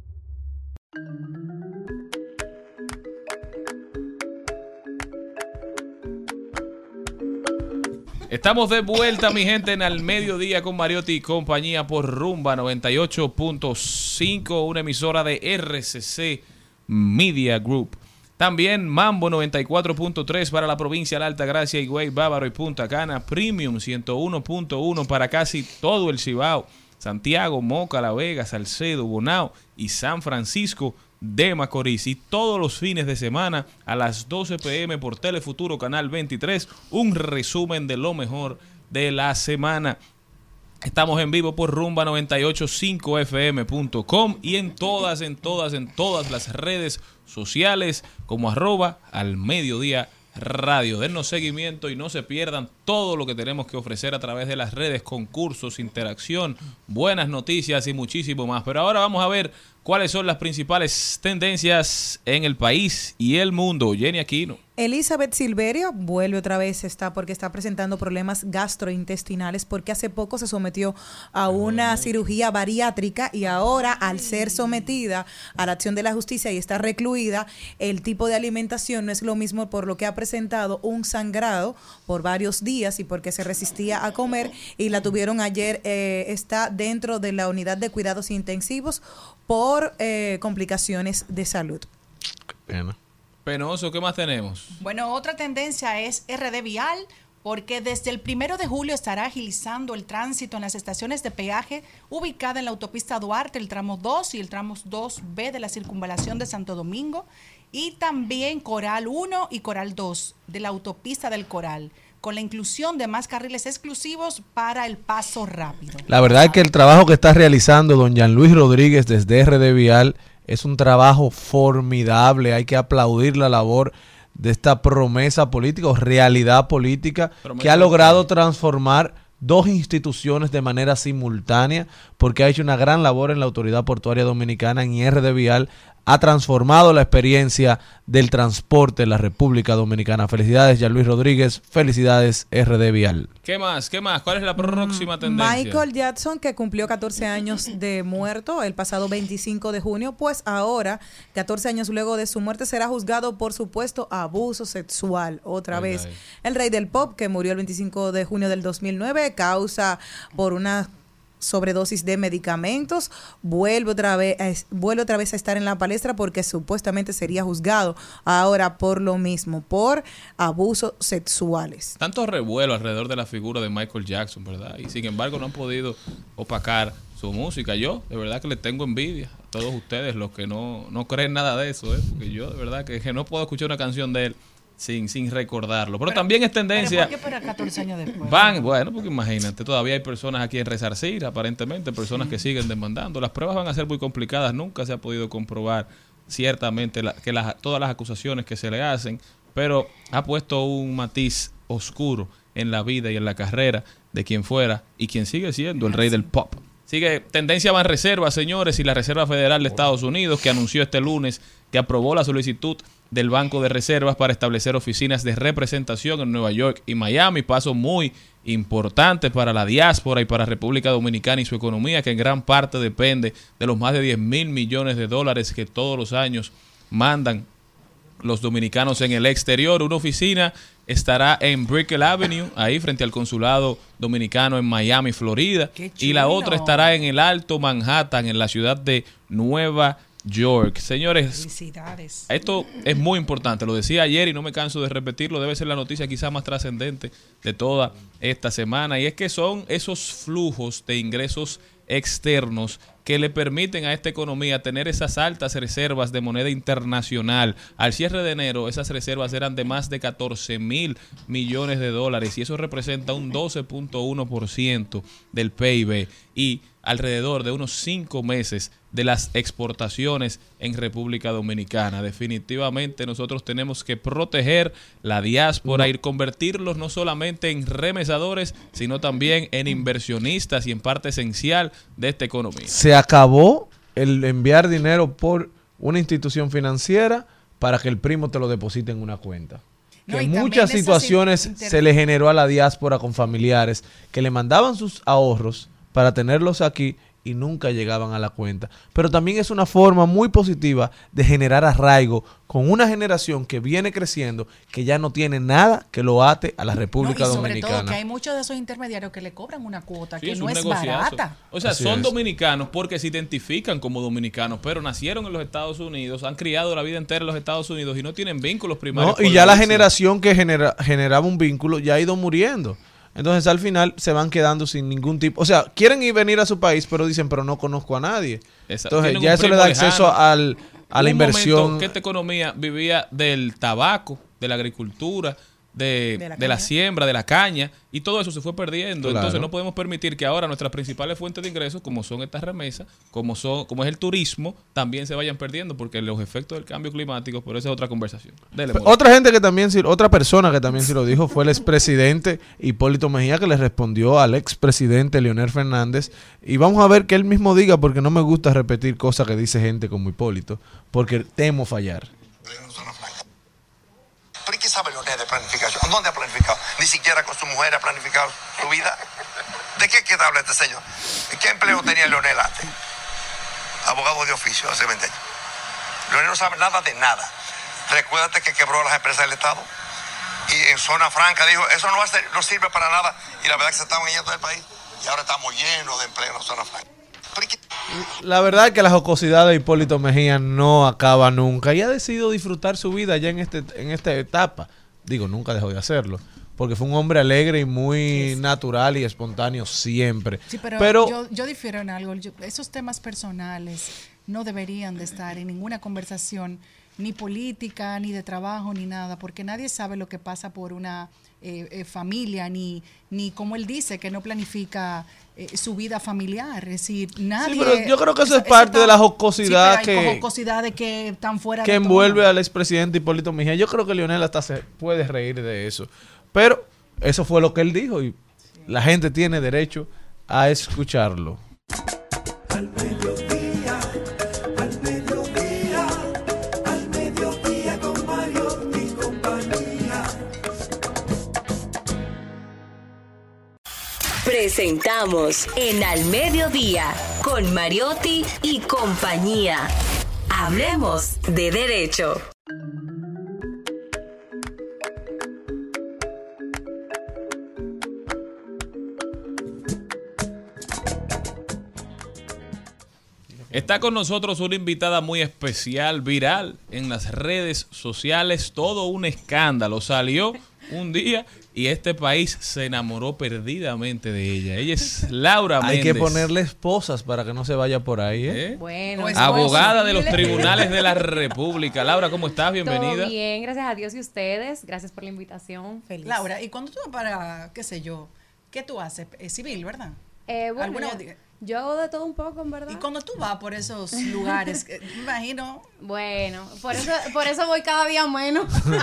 Estamos de vuelta, mi gente, en Al Mediodía con Mariotti y compañía por Rumba noventa y ocho punto cinco, una emisora de R C C Media Group. También Mambo noventa y cuatro punto tres para la provincia de la Altagracia, Higüey, Bávaro y Punta Cana. Premium ciento uno punto uno para casi todo el Cibao. Santiago, Moca, La Vega, Salcedo, Bonao y San Francisco de Macorís. Y todos los fines de semana a las doce pe eme por Telefuturo Canal veintitrés, un resumen de lo mejor de la semana. Estamos en vivo por rumba noventa y ocho punto cinco efe eme punto com y en todas, en todas, en todas las redes sociales como arroba al mediodía radio. Dennos seguimiento y no se pierdan todo lo que tenemos que ofrecer a través de las redes, concursos, interacción, buenas noticias y muchísimo más. Pero ahora vamos a ver cuáles son las principales tendencias en el país y el mundo. Jenny Aquino. Elizabeth Silverio vuelve otra vez, está porque está presentando problemas gastrointestinales porque hace poco se sometió a una cirugía bariátrica y ahora al ser sometida a la acción de la justicia y estar recluida, el tipo de alimentación no es lo mismo, por lo que ha presentado un sangrado por varios días y porque se resistía a comer y la tuvieron ayer, eh, está dentro de la unidad de cuidados intensivos por eh, complicaciones de salud. Pena. Penoso, ¿qué más tenemos? Bueno, otra tendencia es R D Vial, porque desde el primero de julio estará agilizando el tránsito en las estaciones de peaje ubicada en la autopista Duarte, el tramo dos y el tramo dos be de la circunvalación de Santo Domingo, y también Coral uno y Coral dos de la autopista del Coral, con la inclusión de más carriles exclusivos para el paso rápido. La verdad es que el trabajo que está realizando don Jean Luis Rodríguez desde R D Vial es un trabajo formidable. Hay que aplaudir la labor de esta promesa política o realidad política promesa que ha logrado transformar dos instituciones de manera simultánea, porque ha hecho una gran labor en la Autoridad Portuaria Dominicana, en R D Vial, ha transformado la experiencia del transporte en la República Dominicana. Felicidades, Jean Luis Rodríguez, felicidades, R D Vial. ¿Qué más? ¿Qué más? ¿Cuál es la próxima tendencia? Michael Jackson, que cumplió catorce años de muerto el pasado veinticinco de junio, pues ahora, catorce años luego de su muerte, será juzgado por supuesto abuso sexual. Otra ay, vez, ay. El rey del pop, que murió el veinticinco de junio del dos mil nueve, causa por una sobredosis de medicamentos, vuelve otra vez vuelve otra vez a estar en la palestra porque supuestamente sería juzgado ahora por lo mismo, por abusos sexuales. Tanto revuelo alrededor de la figura de Michael Jackson, ¿verdad? Y sin embargo no han podido opacar su música. Yo de verdad que le tengo envidia a todos ustedes los que no, no creen nada de eso, ¿eh? Porque yo de verdad que, que no puedo escuchar una canción de él sin, sin recordarlo. Pero, pero también es tendencia. ¿Pero por qué para catorce años después? Van, bueno, porque imagínate, todavía hay personas aquí en Resarcir, aparentemente, personas sí. que siguen demandando. Las pruebas van a ser muy complicadas, nunca se ha podido comprobar ciertamente la, que las, todas las acusaciones que se le hacen, pero ha puesto un matiz oscuro en la vida y en la carrera de quien fuera y quien sigue siendo el rey del pop. Sigue tendencia Banreservas, señores, y la Reserva Federal de Estados Unidos, que anunció este lunes que aprobó la solicitud del Banco de Reservas para establecer oficinas de representación en Nueva York y Miami, paso muy importante para la diáspora y para República Dominicana y su economía, que en gran parte depende de los más de diez mil millones de dólares que todos los años mandan los dominicanos en el exterior. Una oficina estará en Brickell Avenue, ahí frente al consulado dominicano en Miami, Florida, y la otra estará en el Alto Manhattan, en la ciudad de Nueva York. Señores, felicidades. Esto es muy importante, lo decía ayer y no me canso de repetirlo, debe ser la noticia quizás más trascendente de toda esta semana, y es que son esos flujos de ingresos externos que le permiten a esta economía tener esas altas reservas de moneda internacional. Al cierre de enero, esas reservas eran de más de catorce mil millones de dólares y eso representa un doce punto uno por ciento del P I B y alrededor de unos cinco meses de las exportaciones en República Dominicana. Definitivamente nosotros tenemos que proteger la diáspora y convertirlos no solamente en remesadores, sino también en inversionistas y en parte esencial de esta economía. Se acabó el enviar dinero por una institución financiera para que el primo te lo deposite en una cuenta. No, que en muchas situaciones inter... se le generó a la diáspora con familiares que le mandaban sus ahorros para tenerlos aquí y nunca llegaban a la cuenta. Pero también es una forma muy positiva de generar arraigo con una generación que viene creciendo, que ya no tiene nada que lo ate a la República no, y sobre Dominicana. todo que hay muchos de esos intermediarios que le cobran una cuota Sí, que es no un es negociazo. barata. O sea, Así son es. dominicanos porque se identifican como dominicanos, pero nacieron en los Estados Unidos, han criado la vida entera en los Estados Unidos y no tienen vínculos primarios. No, con y ya la isla. generación que genera, generaba un vínculo ya ha ido muriendo. Entonces al final se van quedando sin ningún tipo. O sea, quieren ir venir a su país, pero dicen, pero no conozco a nadie. Exacto. Entonces Tienen ya un eso le primo da acceso lejano. al, a la Un inversión. momento que esta economía vivía del tabaco, de la agricultura, de, De la de la caña. siembra, de la caña, y todo eso se fue perdiendo. Claro. Entonces no podemos permitir que ahora nuestras principales fuentes de ingresos, como son estas remesas, como son, como es el turismo, también se vayan perdiendo, porque los efectos del cambio climático, pero esa es otra conversación. Dele, Mora. Otra gente que también, sí- otra persona que también sí lo dijo fue el expresidente Hipólito Mejía, que le respondió al expresidente Leonel Fernández. Y vamos a ver que él mismo diga, porque no me gusta repetir cosas que dice gente como Hipólito, porque temo fallar. ¿Pero y qué sabe Leonel de planificación? ¿Dónde ha planificado? Ni siquiera con su mujer ha planificado su vida. ¿De qué, qué habla este señor? ¿Qué empleo tenía Leonel antes? Abogado de oficio hace veinte años. Leonel no sabe nada de nada. Recuérdate que quebró las empresas del Estado. Y en zona franca dijo, eso no, hace, no sirve para nada. Y la verdad es que se estaban yendo del país. Y ahora estamos llenos de empleo en la zona franca. ¿Pero y qué? La verdad es que la jocosidad de Hipólito Mejía no acaba nunca y ha decidido disfrutar su vida ya en este en esta etapa. Digo, nunca dejó de hacerlo, porque fue un hombre alegre y muy natural y espontáneo siempre. Sí, pero, Pero yo, yo difiero en algo. Yo- esos temas personales no deberían de estar en ninguna conversación, ni política, ni de trabajo, ni nada, porque nadie sabe lo que pasa por una eh, eh, familia, ni, ni como él dice, que no planifica eh, su vida familiar. Es decir, nadie... Sí, pero yo creo que eso es parte de la jocosidad sí, pero hay que- jocosidades que están fuera que de envuelve todo. al expresidente Hipólito Mejía. Yo creo que Leonel hasta se puede reír de eso. Pero eso fue lo que él dijo y la gente tiene derecho a escucharlo. Al mediodía, al mediodía, al mediodía con Mario y compañía. Presentamos en Al Mediodía con Mariotti y compañía. Hablemos de derecho. Está con nosotros una invitada muy especial, viral en las redes sociales, todo un escándalo. Salió un día y este país se enamoró perdidamente de ella. Ella es Laura Hay Méndez. que ponerle esposas para que no se vaya por ahí, ¿eh? ¿Eh? Bueno, Pues, Abogada de los posible. tribunales de la República. Laura, ¿cómo estás? Bienvenida. Todo bien, gracias a Dios y ustedes. Gracias por la invitación. Feliz. Laura, y cuando tú vas para, qué sé yo, ¿qué tú haces? Eh, civil, ¿verdad? Eh, bueno, ¿Alguna- yo, yo hago de todo un poco, en verdad. Y cuando tú vas por esos lugares, que- me imagino, Bueno, por eso, por eso voy cada día menos.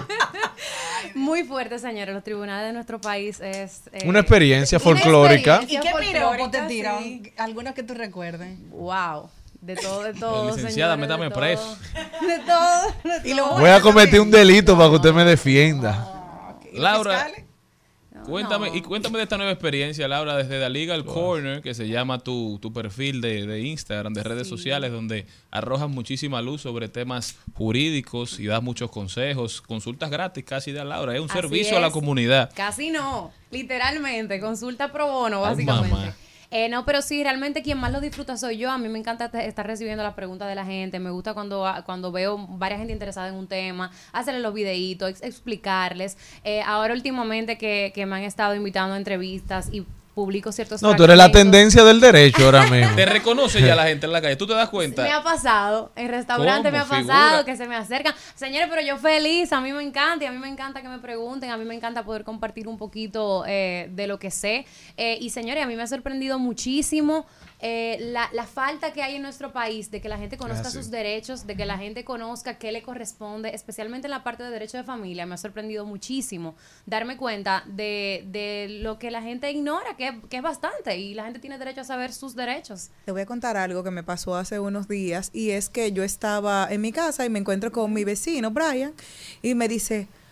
Muy fuerte, señores. Los tribunales de nuestro país es... eh, Una experiencia una folclórica. ¿y experiencia qué piropos te folclórica, tiran? sí. Algunos que tú recuerdes. Wow. De todo, de todo, licenciada, señores, métame de todo. preso. De todo, de Y lo todo. Voy a cometer un delito para que usted me defienda. ¿Y los Laura, fiscales? Cuéntame, No. y cuéntame de esta nueva experiencia, Laura, desde la Legal Corner, que se llama tu, tu perfil de, de Instagram, de redes sociales, donde arrojas muchísima luz sobre temas jurídicos y das muchos consejos, consultas gratis casi da Laura, es un Así servicio a la es. comunidad. Casi no, literalmente, consulta pro bono, Ay, básicamente. mamá. Eh, no, pero sí, realmente quien más lo disfruta soy yo. A mí me encanta te- estar recibiendo las preguntas de la gente. Me gusta cuando, cuando veo varias gente interesada en un tema, hacerles los videitos, ex- explicarles. Eh, ahora últimamente que, que me han estado invitando a entrevistas y publico ciertos No, tú eres la fragmentos. tendencia del derecho ahora mismo. Te reconoce ya la gente en la calle, ¿tú te das Me cuenta? ha pasado, en restaurante me ha ¿Cómo? pasado Figura. que se me acercan. Señores, pero yo feliz, a mí me encanta y a mí me encanta que me pregunten, a mí me encanta poder compartir un poquito eh, de lo que sé. Eh, y señores, a mí me ha sorprendido muchísimo eh, la, la falta que hay en nuestro país de que la gente conozca así. sus derechos, de que la gente conozca qué le corresponde, especialmente en la parte de derecho de familia. Me ha sorprendido muchísimo darme cuenta de, de lo que la gente ignora, que, que es bastante, y la gente tiene derecho a saber sus derechos. Te voy a contar algo que me pasó hace unos días y es que yo estaba en mi casa y me encuentro con mi vecino, Brian, y me dice,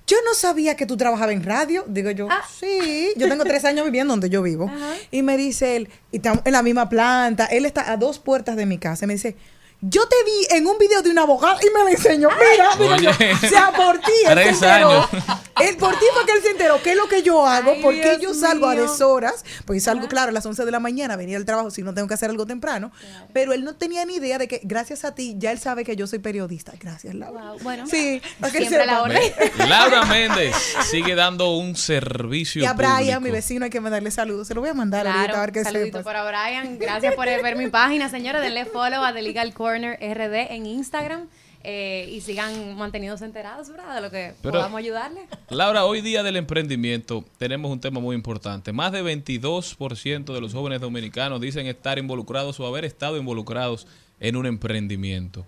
yo no sabía que tú trabajabas en radio. Digo yo, Ah. sí, yo tengo tres años viviendo donde yo vivo. Y me dice él, y estamos en la misma planta, él está a dos puertas de mi casa, y me dice, yo te vi en un video de una abogada y me lo enseñó. Mira, mira, Oye. yo, o sea, por ti, él se Tres enteró. años. Él, por ti fue que él se enteró qué es lo que yo hago, Ay, por qué Dios yo salgo mío. a deshoras, porque salgo, claro, a las once de la mañana, venir al trabajo si no tengo que hacer algo temprano, pero él no tenía ni idea de que gracias a ti ya él sabe que yo soy periodista. Gracias, Laura. Wow, bueno, Sí, para que él siempre a la sepa. orden. Laura Méndez sigue dando un servicio Y a Brian, público. mi vecino, hay que mandarle saludos. Se lo voy a mandar ahorita a Claro, ver qué saludito sepas. para Brian. Gracias por ver mi página, señores. Denle follow a The Legal Corner R D en Instagram eh, y sigan manteniéndose enterados, ¿verdad? De lo que Pero- podamos ayudarle. Laura, hoy día del emprendimiento tenemos un tema muy importante. Más de veintidós por ciento de los jóvenes dominicanos dicen estar involucrados o haber estado involucrados en un emprendimiento.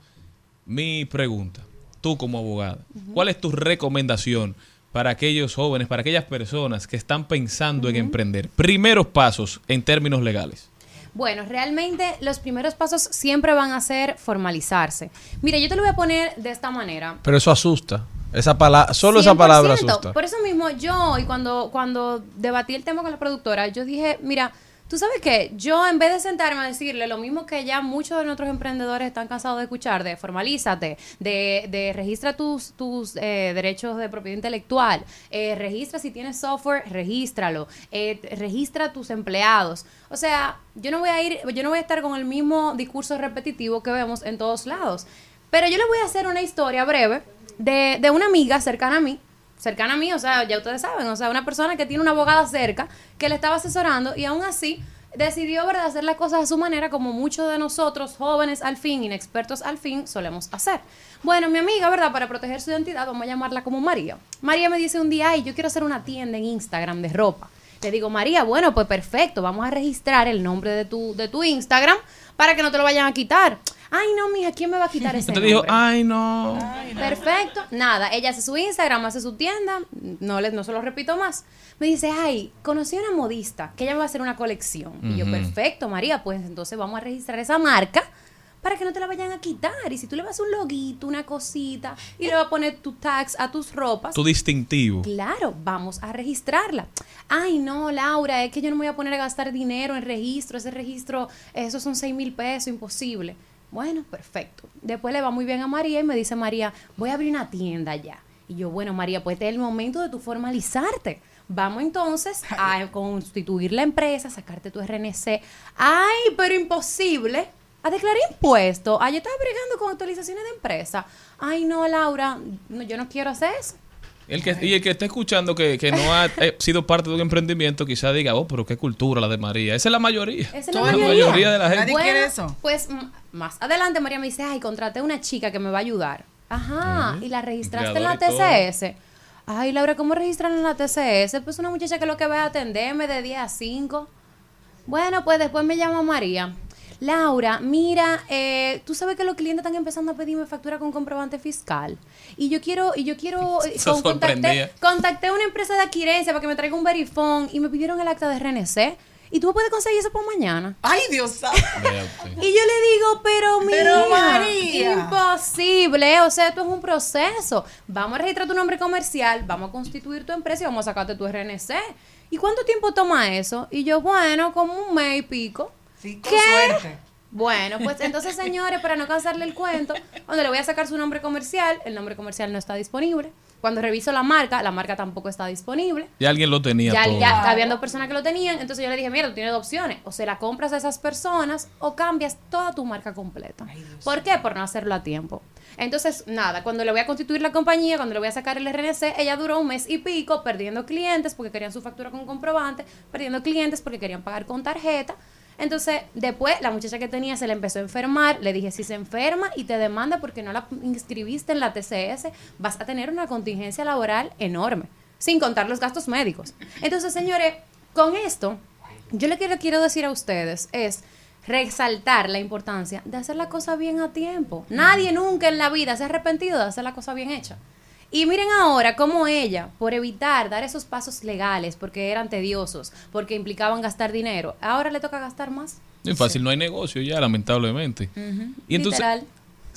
Mi pregunta, tú como abogada, ¿cuál es tu recomendación para aquellos jóvenes, para aquellas personas que están pensando en emprender? Primeros pasos en términos legales. Bueno, realmente los primeros pasos siempre van a ser formalizarse. Mira, yo te lo voy a poner de esta manera. Pero eso asusta. Esa palabra, solo esa palabra cien por ciento. asusta. Por eso mismo yo, y cuando, cuando debatí el tema con la productora, yo dije, mira, tú sabes qué, yo en vez de sentarme a decirle lo mismo que ya muchos de nuestros emprendedores están cansados de escuchar, de formalízate, de, de registra tus, tus eh, derechos de propiedad intelectual, eh, registra si tienes software, regístralo, eh, registra tus empleados. O sea, yo no voy a ir, yo no voy a estar con el mismo discurso repetitivo que vemos en todos lados. Pero yo les voy a hacer una historia breve de, de una amiga cercana a mí, cercana a mí, o sea, ya ustedes saben, o sea, una persona que tiene una abogada cerca que le estaba asesorando y aún así decidió, ¿verdad?, hacer las cosas a su manera, como muchos de nosotros, jóvenes al fin, inexpertos al fin, solemos hacer. Bueno, mi amiga, ¿verdad?, para proteger su identidad, vamos a llamarla como María. María me dice un día, ay, yo quiero hacer una tienda en Instagram de ropa. Le digo, María, bueno, pues perfecto, vamos a registrar el nombre de tu, de tu Instagram para que no te lo vayan a quitar. Ay, no, mija, ¿quién me va a quitar ese Te nombre? dijo, ay no. Perfecto, nada, ella hace su Instagram, hace su tienda, no, le, no se lo repito más. Me dice, ay, conocí a una modista que ella me va a hacer una colección. Y yo, Ujú. perfecto, María, pues entonces vamos a registrar esa marca para que no te la vayan a quitar. Y si tú le vas a un loguito, una cosita, y le vas a poner tus tags a tus ropas, Tu distintivo. claro, vamos a registrarla. Ay, no, Laura, es que yo no me voy a poner a gastar dinero en registro. Ese registro, esos son seis mil pesos, imposible. Bueno, perfecto. Después le va muy bien a María y me dice, María, voy a abrir una tienda ya. Y yo, bueno, María, pues este es el momento de tu formalizarte. Vamos entonces a constituir la empresa, sacarte tu R N C. Ay, pero imposible. A declarar impuestos. Ay, yo estaba brigando con actualizaciones de empresa. Ay, no, Laura, no, yo no quiero hacer eso. El que, y el que esté escuchando que, que no ha eh, sido parte de un emprendimiento, quizá diga, oh, pero qué cultura la de María. Esa es la mayoría. Esa es la mayoría. de la gente. Bueno, pues m- más adelante María me dice, ay, contraté una chica que me va a ayudar. Ajá, y la registraste en la T Empleador y C S. Ay, Laura, ¿cómo registran en la T C S? Pues una muchacha que lo que va a atenderme de diez a cinco. Bueno, pues después me llama María. Laura, mira, eh, tú sabes que los clientes están empezando a pedirme factura con comprobante fiscal. Y yo quiero, y yo quiero, eh, Eso con- contacté, sorprendía. contacté a una empresa de adquirencia para que me traiga un verifón y me pidieron el acta de R N C. Y tú me puedes conseguir eso por mañana. Ay, Dios santo. Vea usted. Y yo le digo, pero mira, Pero, María. imposible, o sea, esto es un proceso. Vamos a registrar tu nombre comercial, vamos a constituir tu empresa y vamos a sacarte tu R N C. ¿Y cuánto tiempo toma eso? Y yo, bueno, como un mes y pico. Sí, con ¿Qué? suerte. Bueno, pues entonces, señores, para no cansarle el cuento, cuando le voy a sacar su nombre comercial, el nombre comercial no está disponible. Cuando reviso la marca, la marca tampoco está disponible. Ya alguien lo tenía Ya, todo. ya habían dos personas que lo tenían, entonces yo le dije, mira, tú tienes dos opciones, o se la compras a esas personas o cambias toda tu marca completa. ¿Por qué? Por no hacerlo a tiempo. Entonces, nada, cuando le voy a constituir la compañía, cuando le voy a sacar el R N C, ella duró un mes y pico perdiendo clientes porque querían su factura con comprobante, perdiendo clientes porque querían pagar con tarjeta. Entonces, después, la muchacha que tenía se le empezó a enfermar. Le dije, si se enferma y te demanda porque no la inscribiste en la T C S, vas a tener una contingencia laboral enorme, sin contar los gastos médicos. Entonces, señores, con esto, yo lo que le quiero decir a ustedes es resaltar la importancia de hacer la cosa bien a tiempo. Nadie nunca en la vida se ha arrepentido de hacer la cosa bien hecha. Y miren ahora cómo ella, por evitar dar esos pasos legales, porque eran tediosos, porque implicaban gastar dinero, ahora le toca gastar más. Es fácil, no hay negocio ya, lamentablemente. Y entonces, Literal.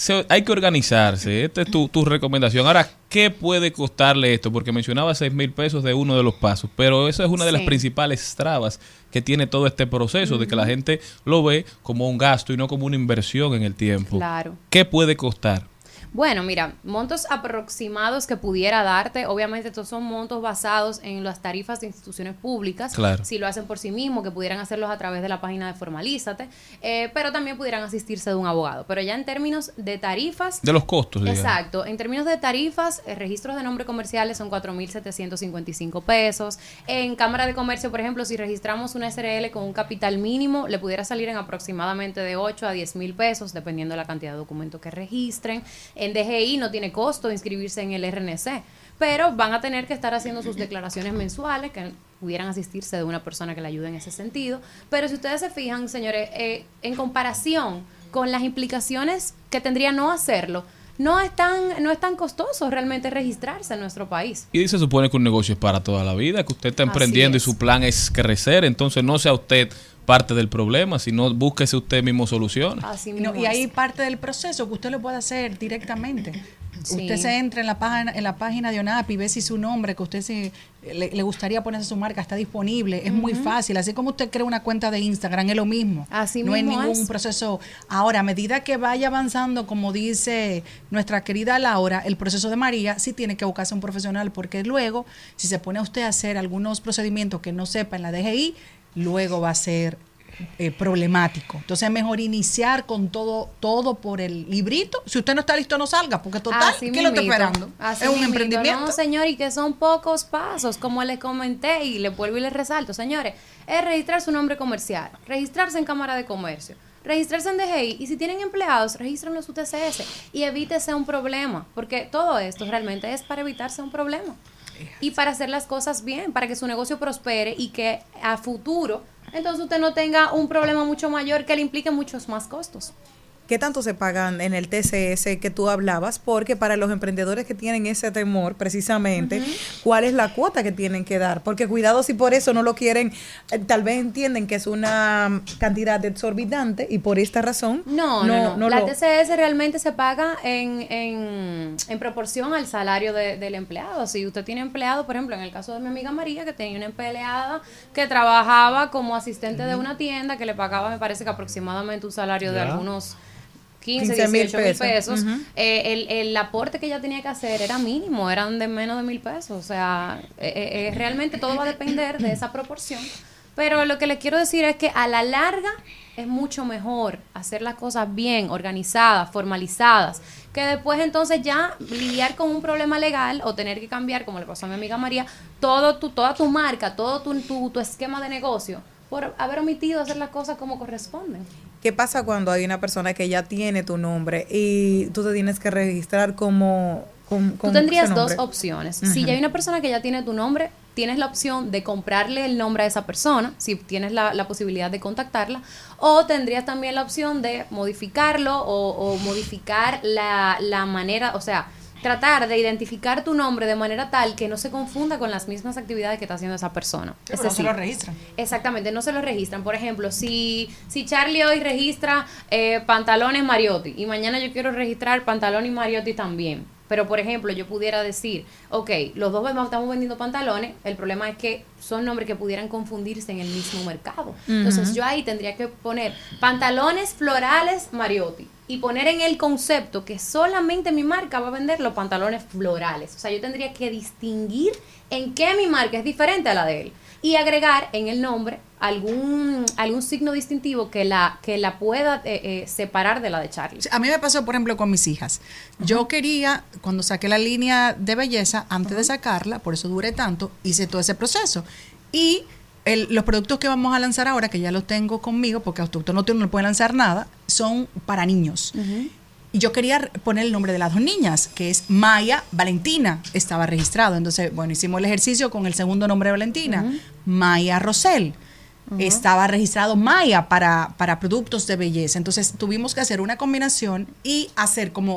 se- hay que organizarse. Esta es tu, tu recomendación. Ahora, ¿qué puede costarle esto? Porque mencionaba seis mil pesos de uno de los pasos, pero esa es una de las Sí. principales trabas que tiene todo este proceso, de que la gente lo ve como un gasto y no como una inversión en el tiempo. Claro. ¿Qué puede costar? Bueno, mira, montos aproximados que pudiera darte, obviamente estos son montos basados en las tarifas de instituciones públicas, Claro. si lo hacen por sí mismos, que pudieran hacerlos a través de la página de Formalízate, eh, pero también pudieran asistirse de un abogado. Pero ya en términos de tarifas... De los costos, digamos. Exacto, en términos de tarifas, eh, registros de nombre comerciales son cuatro mil setecientos cincuenta y cinco pesos. En Cámara de Comercio, por ejemplo, si registramos una S R L con un capital mínimo, le pudiera salir en aproximadamente de ocho a diez mil pesos, dependiendo de la cantidad de documentos que registren. En D G I no tiene costo inscribirse en el R N C, pero van a tener que estar haciendo sus declaraciones mensuales, que pudieran asistirse de una persona que le ayude en ese sentido. Pero si ustedes se fijan, señores, eh, en comparación con las implicaciones que tendría no hacerlo, no es tan, no es tan costoso realmente registrarse en nuestro país. Y se supone que un negocio es para toda la vida, que usted está Así emprendiendo es. y su plan es crecer, entonces no sea usted parte del problema, sino búsquese usted mismo soluciones. Así Y, mismo no, y ahí es. parte del proceso que usted lo puede hacer directamente. Sí. Usted se entra en la página en la página de ONAP y ve si su nombre que usted se, le, le gustaría ponerse su marca está disponible. Es muy Ujú. fácil. Así como usted crea una cuenta de Instagram, es lo mismo. Así no es mismo ningún es. proceso. Ahora, a medida que vaya avanzando, como dice nuestra querida Laura, el proceso de María, sí tiene que buscarse un profesional, porque luego, si se pone a usted a hacer algunos procedimientos que no sepa en la D G I, luego va a ser eh, problemático. Entonces es mejor iniciar con todo todo por el librito. Si usted no está listo, no salga, porque total, Así ¿qué lo está mismito, esperando? así Es un mismito. emprendimiento. No, señor, y que son pocos pasos, como les comenté, y les vuelvo y les resalto, señores, es registrar su nombre comercial, registrarse en Cámara de Comercio, registrarse en D G I, y si tienen empleados, regístrenlo en su T C S, y evítese un problema, porque todo esto realmente es para evitarse un problema, y para hacer las cosas bien, para que su negocio prospere, y que a futuro, entonces usted no tenga un problema mucho mayor que le implique muchos más costos. ¿Qué tanto se pagan en el T C S que tú hablabas? Porque para los emprendedores que tienen ese temor, precisamente, Ujú. ¿cuál es la cuota que tienen que dar? Porque cuidado si por eso no lo quieren, eh, tal vez entienden que es una cantidad exorbitante y por esta razón No, no, no. la lo- T C S realmente se paga en, en, en proporción al salario de- del empleado. Si usted tiene empleado, por ejemplo, en el caso de mi amiga María, que tenía una empleada que trabajaba como asistente de una tienda, que le pagaba, me parece que aproximadamente un salario de Ya. algunos quince, quince mil dieciocho mil pesos. pesos. Ujú. Eh, el, el aporte que ella tenía que hacer era mínimo, eran de menos de mil pesos. O sea, eh, eh, eh, realmente todo va a depender de esa proporción. Pero lo que les quiero decir es que a la larga es mucho mejor hacer las cosas bien, organizadas, formalizadas, que después entonces ya lidiar con un problema legal o tener que cambiar, como le pasó a mi amiga María, todo tu, toda tu marca, todo tu, tu, tu esquema de negocio por haber omitido hacer las cosas como corresponden. ¿Qué pasa cuando hay una persona que ya tiene tu nombre y tú te tienes que registrar como... con- Tú con tendrías ese dos nombre? opciones. Ujú. Si ya hay una persona que ya tiene tu nombre, tienes la opción de comprarle el nombre a esa persona, si tienes la, la posibilidad de contactarla, o tendrías también la opción de modificarlo o, o modificar la, la manera, o sea, tratar de identificar tu nombre de manera tal que no se confunda con las mismas actividades que está haciendo esa persona. Sí, Es pero no se decir, lo registran. Exactamente, no se lo registran. Por ejemplo, si, si Charlie hoy registra eh, pantalones Mariotti y mañana yo quiero registrar pantalones Mariotti también. Pero, por ejemplo, yo pudiera decir, ok, los dos estamos vendiendo pantalones, el problema es que son nombres que pudieran confundirse en el mismo mercado. Entonces, Ujú. yo ahí tendría que poner pantalones florales Mariotti y poner en el concepto que solamente mi marca va a vender los pantalones florales. O sea, yo tendría que distinguir en qué mi marca es diferente a la de él y agregar en el nombre algún algún signo distintivo que la que la pueda eh, eh, separar de la de Charlie. A mí me pasó, por ejemplo, con mis hijas. Yo quería, cuando saqué la línea de belleza, antes de sacarla, por eso duré tanto, hice todo ese proceso. Y el- los productos que vamos a lanzar ahora, que ya los tengo conmigo, porque a usted no, tiene- no puede lanzar nada, son para niños. Y yo quería re- poner el nombre de las dos niñas, que es Maya Valentina, estaba registrado. Entonces, bueno, hicimos el ejercicio con el segundo nombre de Valentina, Maya Rosel. Estaba registrado Maya para, para productos de belleza. Entonces, tuvimos que hacer una combinación y hacer como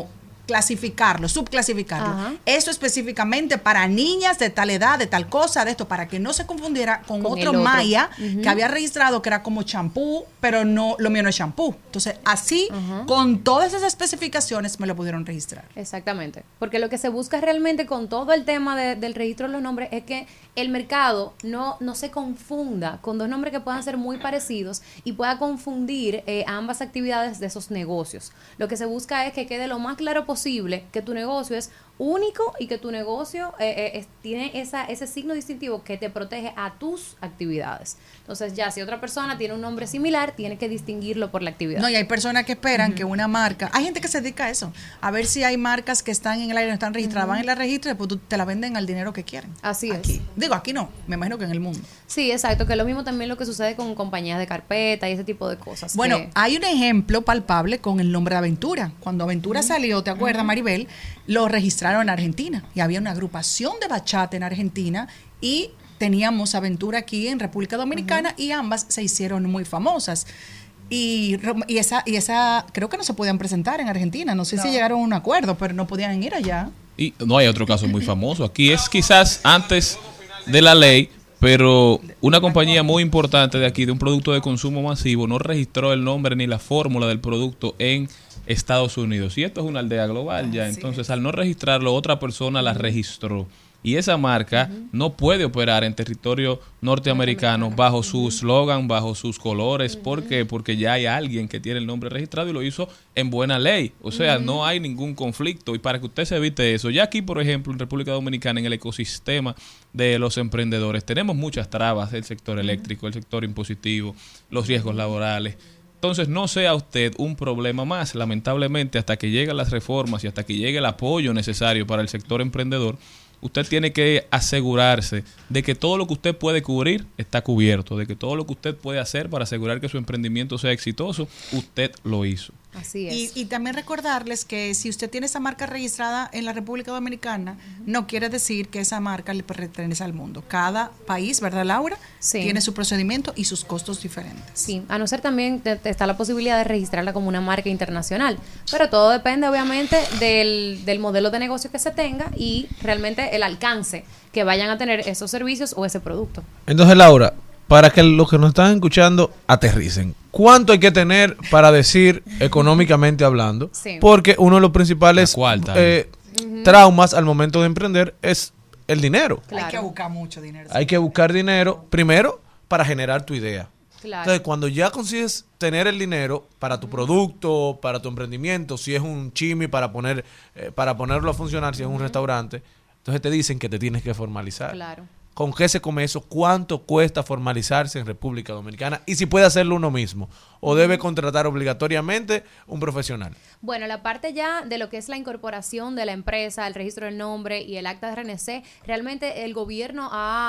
clasificarlo, subclasificarlo. Ajá. Esto específicamente para niñas de tal edad, de tal cosa, de esto, para que no se confundiera con, Con otro, el otro. Maya Ujú. que había registrado que era como champú, pero no, lo mío no es champú. Entonces, así, Ajá. con todas esas especificaciones, me lo pudieron registrar. Exactamente, porque lo que se busca realmente con todo el tema de- del registro de los nombres es que el mercado no, no se confunda con dos nombres que puedan ser muy parecidos y pueda confundir eh, ambas actividades de esos negocios. Lo que se busca es que quede lo más claro posible que tu negocio es único y que tu negocio eh, eh, es- tiene esa, ese signo distintivo que te protege a tus actividades. Entonces ya si otra persona tiene un nombre similar, tiene que distinguirlo por la actividad. No, y hay personas que esperan que una marca, hay gente que se dedica a eso, a ver si hay marcas que están en el aire, no están registradas, van en la registra y después tú te la venden al dinero que quieren. Así es. Aquí. Digo, aquí no, me imagino que en el mundo. Sí, exacto, que es lo mismo también lo que sucede con compañías de carpeta y ese tipo de cosas. Bueno, que- hay un ejemplo palpable con el nombre de Aventura. Cuando Aventura salió, ¿te acuerdas, Maribel? Lo registraron en Argentina y había una agrupación de bachata en Argentina y teníamos Aventura aquí en República Dominicana y ambas se hicieron muy famosas. Y, rom- y esa, y esa, creo que no se podían presentar en Argentina. No sé si llegaron a un acuerdo, pero no podían ir allá. Y no hay otro caso muy famoso. Aquí es quizás antes de la ley, pero una compañía muy importante de aquí, de un producto de consumo masivo, no registró el nombre ni la fórmula del producto en Estados Unidos. Y esto es una aldea global ya. Entonces, al no registrarlo, otra persona la registró. Y esa marca no puede operar en territorio norteamericano bajo su eslogan, bajo sus colores. ¿Por qué? Porque ya hay alguien que tiene el nombre registrado y lo hizo en buena ley. O sea, no hay ningún conflicto. Y para que usted se evite eso, ya aquí, por ejemplo, en República Dominicana, en el ecosistema de los emprendedores, tenemos muchas trabas, el sector eléctrico, el sector impositivo, los riesgos laborales. Entonces, no sea usted un problema más. Lamentablemente, hasta que lleguen las reformas y hasta que llegue el apoyo necesario para el sector emprendedor, usted tiene que asegurarse de que todo lo que usted puede cubrir está cubierto, de que todo lo que usted puede hacer para asegurar que su emprendimiento sea exitoso, usted lo hizo. Así Y, es. y también recordarles que si usted tiene esa marca registrada en la República Dominicana, no quiere decir que esa marca le pertenece al mundo. Cada país, ¿verdad, Laura? Sí. Tiene su procedimiento y sus costos diferentes. Sí, a no ser también te- te está la posibilidad de registrarla como una marca internacional, pero todo depende obviamente del, del modelo de negocio que se tenga y realmente el alcance que vayan a tener esos servicios o ese producto. Entonces, Laura, para que los que nos están escuchando aterricen, ¿cuánto hay que tener para decir económicamente hablando? Sí. Porque uno de los principales La cuarta, eh, traumas al momento de emprender es el dinero. Hay que buscar mucho dinero. Hay que buscar dinero primero para generar tu idea. Claro. Entonces, cuando ya consigues tener el dinero para tu producto, para tu emprendimiento, si es un chimi para poner eh, para ponerlo a funcionar, si es un restaurante, entonces te dicen que te tienes que formalizar. Claro. ¿Con qué se come eso? ¿Cuánto cuesta formalizarse en República Dominicana? Y si puede hacerlo uno mismo. ¿O debe contratar obligatoriamente un profesional? Bueno, la parte ya de lo que es la incorporación de la empresa, el registro del nombre y el acta de R N C, realmente el gobierno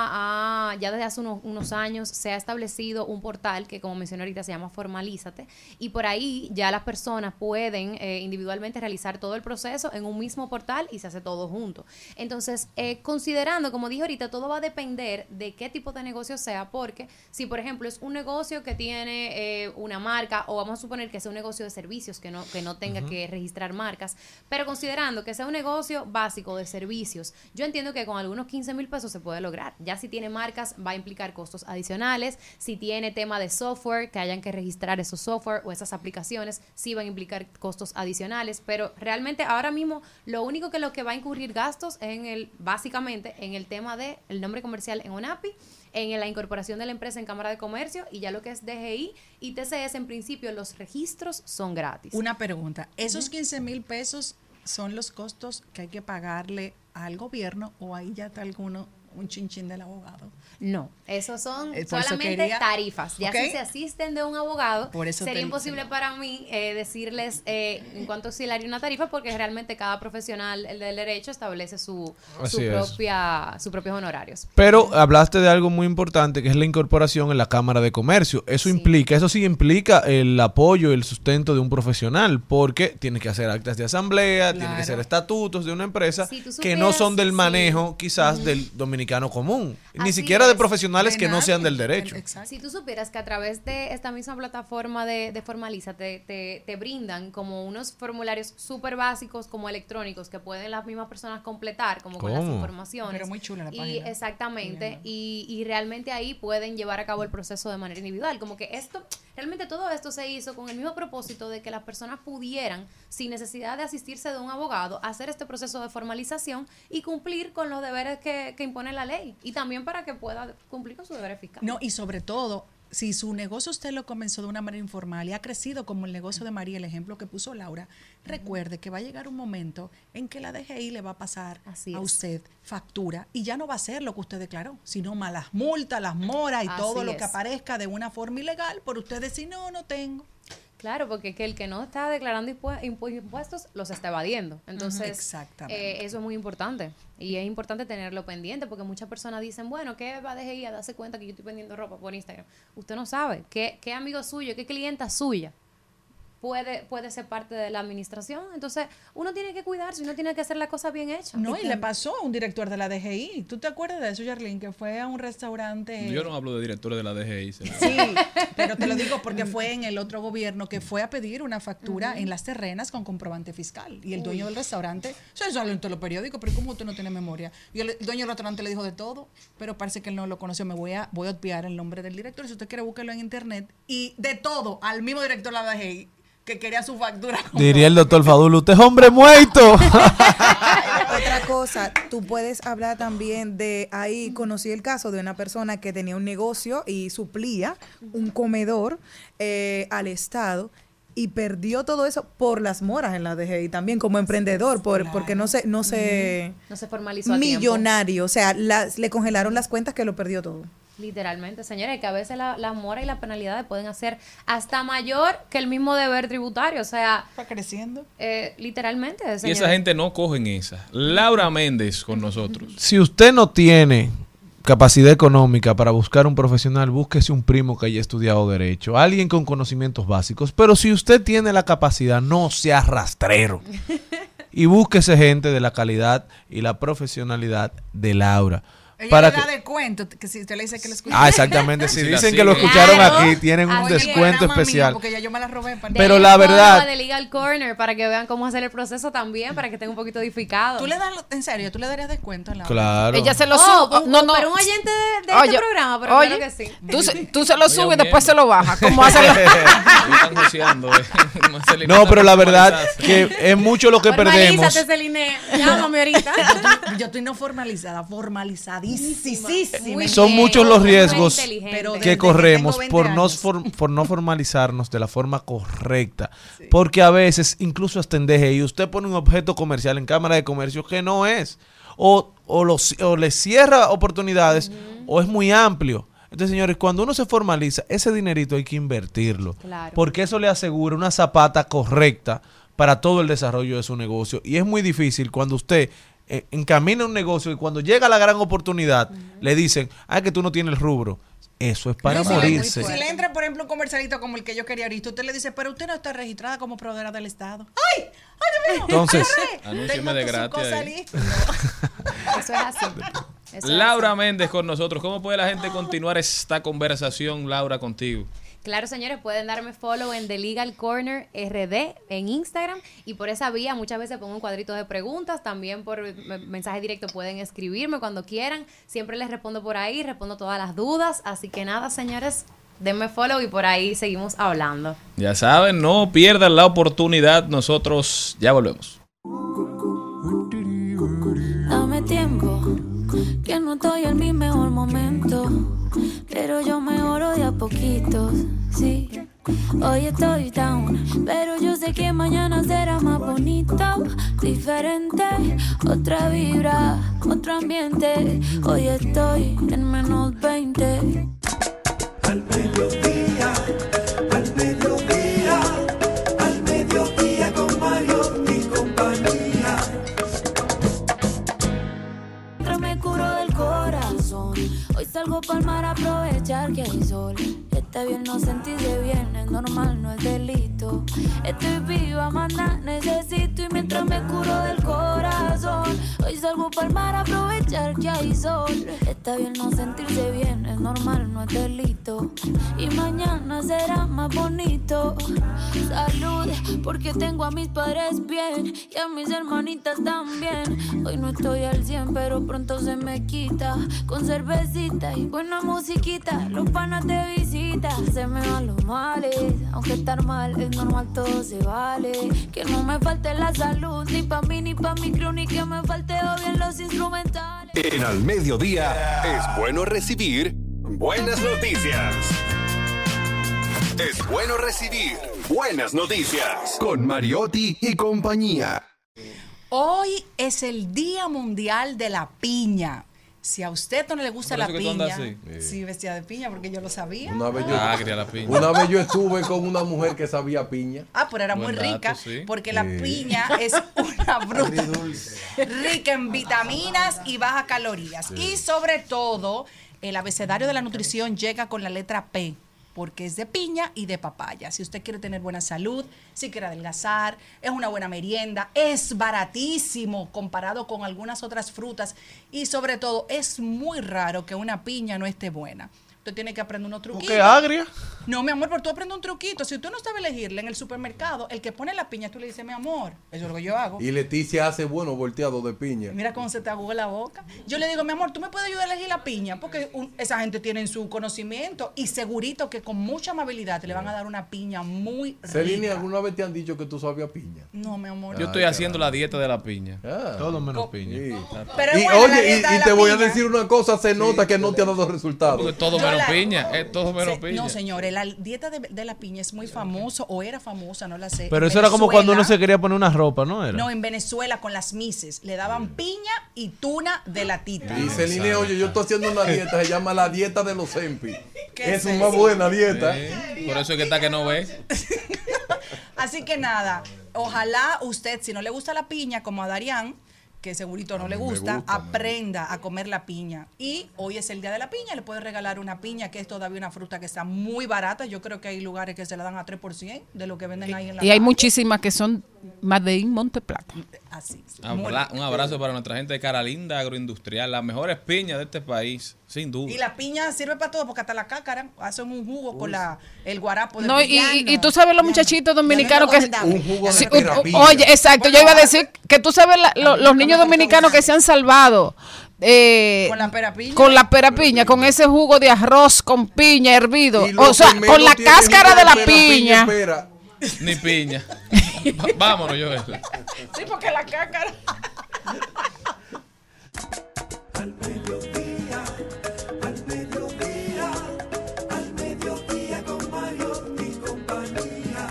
ha, ha- ya desde hace unos, unos años se ha establecido un portal que, como mencioné ahorita, se llama Formalízate, y por ahí ya las personas pueden eh, individualmente realizar todo el proceso en un mismo portal y se hace todo junto. Entonces, eh, considerando, como dije ahorita, todo va a depender de qué tipo de negocio sea, porque si, por ejemplo, es un negocio que tiene eh, una marca, o vamos a suponer que sea un negocio de servicios que no, que no tenga Ujú. que registrar marcas, pero considerando que sea un negocio básico de servicios, yo entiendo que con algunos quince mil pesos se puede lograr. Ya si tiene marcas va a implicar costos adicionales, si tiene tema de software, que hayan que registrar esos software o esas aplicaciones, sí van a implicar costos adicionales, pero realmente ahora mismo lo único que lo que va a incurrir gastos es en el, básicamente, en el tema de el nombre comercial en ONAPI, en la incorporación de la empresa en Cámara de Comercio, y ya lo que es D G I y T C S, en principio los registros son gratis. Una pregunta, ¿esos quince mil pesos son los costos que hay que pagarle al gobierno o ahí ya está alguno, un chinchín del abogado? No, esos son Eh, por eso solamente quería- tarifas. Ya Ok. si se asisten de un abogado, Por eso sería te- imposible para mí eh, decirles eh, en cuánto oscilaría una tarifa, porque realmente cada profesional el del derecho establece su, su Así es. propia, sus propios honorarios. Pero hablaste de algo muy importante, que es la incorporación en la Cámara de Comercio. Eso implica, eso sí implica el apoyo y el sustento de un profesional, porque tiene que hacer actas de asamblea, tiene que Claro. hacer estatutos de una empresa Si tú que no son supieras, del sí. manejo quizás del dominicano dominicano común, ni Así siquiera de es. profesionales De que no nadie. sean del derecho. Exacto. Si tú supieras que a través de esta misma plataforma de, de Formaliza te, te, te brindan como unos formularios súper básicos como electrónicos que pueden las mismas personas completar como con las ¿Cómo? informaciones. Pero muy chula la y página. Exactamente. Y, y realmente ahí pueden llevar a cabo el proceso de manera individual. Como que esto, realmente todo esto se hizo con el mismo propósito de que las personas pudieran, sin necesidad de asistirse de un abogado, hacer este proceso de formalización y cumplir con los deberes que, que impone la ley. Y también para que pueda cumplir con sus deberes fiscales. No, y sobre todo, si su negocio usted lo comenzó de una manera informal y ha crecido como el negocio de María, el ejemplo que puso Laura, recuerde que va a llegar un momento en que la D G I le va a pasar Así a es. usted factura y ya no va a ser lo que usted declaró, sino más las multas, las moras y Así todo lo es. que aparezca de una forma ilegal por usted decir, no, no tengo. Claro, porque que el que no está declarando impu- impu- impuestos los está evadiendo. Entonces, Exactamente. eh, eso es muy importante. Y es importante tenerlo pendiente porque muchas personas dicen, bueno, ¿qué va a D G I a darse cuenta que yo estoy vendiendo ropa por Instagram? Usted no sabe qué, qué amigo suyo, qué clienta suya puede, puede ser parte de la administración. Entonces, uno tiene que cuidarse, uno tiene que hacer las cosas bien hechas. No, y le pasó a un director de la D G I. ¿Tú te acuerdas de eso, Yarlene? Que fue a un restaurante. Yo no hablo de directores de la D G I. ¿sí? Sí, pero te lo digo porque fue en el otro gobierno que fue a pedir una factura Ujú. en Las Terrenas con comprobante fiscal. Y el Uy. dueño del restaurante, o sea, eso salió en todos los periódicos, pero ¿cómo usted no tiene memoria? Y el, el dueño del restaurante le dijo de todo, pero parece que él no lo conoció. Me voy a, voy a obviar el nombre del director. Si usted quiere, búsquelo en internet. Y de todo, al mismo director de la D G I, que quería su factura. Diría el doctor Fadulo, usted es hombre muerto. Otra cosa, tú puedes hablar también de, ahí conocí el caso de una persona que tenía un negocio y suplía un comedor eh, al Estado y perdió todo eso por las moras en la D G I también como emprendedor, por, porque no se, no se No se formalizó a tiempo. millonario, o sea, las, le congelaron las cuentas que lo perdió todo. Literalmente, señores, que a veces la, las moras y las penalidades pueden hacer hasta mayor que el mismo deber tributario. O sea, está creciendo. Eh, literalmente, Y señores. esa gente no cogen esa. Laura Méndez con nosotros. Si usted no tiene capacidad económica para buscar un profesional, búsquese un primo que haya estudiado derecho, alguien con conocimientos básicos. Pero si usted tiene la capacidad, no sea rastrero. Y búsquese gente de la calidad y la profesionalidad de Laura. Ella Para le da que- descuento, que si usted le dice que lo escuchó. Ah, exactamente. Si Sí, la dicen que lo siguen. escucharon Claro. aquí, tienen un Así es. descuento Programa mío, especial. porque ya yo me la robé. Para Pero Denle la follow verdad- a The Legal Corner para que vean cómo hacer el proceso también, para que estén un poquito edificados. ¿Tú le das, en serio, tú le darías descuento a la Claro. Ella se lo Oh, sube. un- No, no. pero un oyente de, de Oye, este programa, pero oye, claro que sí. Tú, se- tú se lo Oye, subes y un después se miembro. lo baja. ¿Cómo hacen los- Están joseando, eh. Marcelino No, está pero la verdad formalizarse. que es mucho lo que perdemos. Formalízate, Celine. Llámame ahorita. Yo estoy no formalizada, formalizadísima. Muy Son bien, muchos los muy riesgos inteligente. Pero desde que que corremos tengo veinte por no, años. for- por no formalizarnos de la forma correcta. Porque a veces, incluso hasta en D G I, usted pone un objeto comercial en Cámara de Comercio que no es. O, o, lo ci- o le cierra oportunidades o es muy amplio. Entonces, señores, cuando uno se formaliza, ese dinerito hay que invertirlo. Claro. Porque eso le asegura una zapata correcta para todo el desarrollo de su negocio. Y es muy difícil cuando usted eh, encamina un negocio y cuando llega la gran oportunidad, le dicen, ah, que tú no tienes el rubro. Eso es para No, si le- morirse. Si le entra, por ejemplo, un comercialito como el que yo quería ahorita, usted le dice, pero usted no está registrada como proveedora del Estado. ¡Ay! ¡Ay, Dios mío! Entonces- Agarré. Anúnciame Tengo de tu- su gratis cosa ahí. lista. Eso es así. Eso es Laura así. Méndez con nosotros. ¿Cómo puede la gente continuar esta conversación, Laura, contigo? Claro, señores, pueden darme follow en The Legal Corner R D en Instagram y por esa vía muchas veces pongo un cuadrito de preguntas, también por me- mensaje directo pueden escribirme cuando quieran, siempre les respondo por ahí, respondo todas las dudas, así que nada, señores, denme follow y por ahí seguimos hablando. Ya saben, no pierdan la oportunidad. Nosotros ya volvemos. Dame tiempo, que no estoy en mi mejor momento, pero yo mejoro de a poquitos, sí. Hoy estoy down, pero yo sé que mañana será más bonito, diferente, otra vibra, otro ambiente. Hoy estoy en menos veinte. Al mediodía, al mediodía, al mediodía con Mario y compañía. mientras me curo del corazón. Hoy salgo pa'l mar a aprovechar que hay sol. Está bien no sentirse bien, es normal, no es delito. Estoy viva, manda, necesito. Y mientras me curo del corazón, hoy salgo pa'l mar a aprovechar que hay sol. Está bien no sentirse bien, es normal, no es delito. Y mañana será más bonito. Salud, porque tengo a mis padres bien y a mis hermanitas también. Hoy no estoy al cien, pero pronto se me quita. Con cervecita y buena musiquita, los panas te visitan. Se me van los males, aunque estar mal es normal, todo se vale. Que no me falte la salud, ni pa' mí, ni pa' mi crew, ni que me falte o bien los instrumentales. En Al Mediodía es bueno recibir buenas noticias. Es bueno recibir buenas noticias con Mariotti y compañía. Hoy es el Día Mundial de la Piña. Si a usted no le gusta la piña, sí, vestida de piña, porque yo lo sabía. Una vez yo, ah, la piña. Una vez yo estuve con una mujer que sabía piña. Ah, pero era Buen muy dato, rica, sí. porque la Sí. piña es una fruta rica en vitaminas y bajas calorías. Sí. Y sobre todo, el abecedario de la nutrición llega con la letra P, porque es de piña y de papaya. Si usted quiere tener buena salud, si quiere adelgazar, es una buena merienda, es baratísimo comparado con algunas otras frutas y sobre todo es muy raro que una piña no esté buena. Usted tiene que aprender unos truquitos. ¿Qué agria? No, mi amor, pero tú aprendes un truquito. Si usted no sabe elegirle en el supermercado, el que pone la piña, tú le dices, mi amor, eso es lo que yo hago. Y Leticia hace buenos volteados de piña. Mira cómo se te aguja la boca. Yo le digo, mi amor, ¿tú me puedes ayudar a elegir la piña? Porque un- esa gente tiene su conocimiento y segurito que con mucha amabilidad te le van a dar una piña muy Celine, rica. ¿alguna vez te han dicho que tú sabías piña? No, mi amor. Yo estoy haciendo la dieta de la piña. Ah. Todo menos piña. Sí. Pero es Y buena la oye, y, dieta de y la te voy a piña. decir una cosa, se nota que no te ha dado resultados. Porque todo Yo menos la- piña. Es todo menos Se- piña. No, señores, la dieta de, de la piña es muy famosa, o era famosa, no la sé. Pero En eso era como cuando uno Venezuela- se quería poner una ropa, ¿no? Era. No, en Venezuela con las mises le daban piña y tuna de latita. Y Celine, oye, yo estoy haciendo una dieta, se llama la dieta de los Empi. ¿Qué Es es una eso? buena dieta. Sí, por eso es que está que no ve. Así que nada, ojalá usted, si no le gusta la piña, como a Darían, que segurito no le mí me gusta, gusta, me aprenda a comer la piña. Y hoy es el día de la piña, le puede regalar una piña, que es todavía una fruta que está muy barata. Yo creo que hay lugares que se la dan a tres por ciento de lo que venden ahí en la Y hay calle. muchísimas que son Made in Monteplata. Así. Abra- un abrazo para nuestra gente de Cara Linda Agroindustrial, las mejores piñas de este país, sin duda. Y la piña sirve para todo, porque hasta la cácara hacen un jugo con la, el guarapo de No, y, piña. y, y tú sabes los muchachitos dominicanos que... Un jugo de Sí, terapia. oye, exacto, yo iba a decir que tú sabes la- lo- los niños dominicanos que se han salvado eh, Con la pera piña. con la pera piña, con ese jugo de arroz con piña hervido, Y lo o sea, que con la menos tiene cáscara ni de la pera, piña. espera. Ni piña. Va- Vámonos, Joel. Sí, porque la cácara. Al mediodía, al mediodía, al mediodía con Mario y compañía.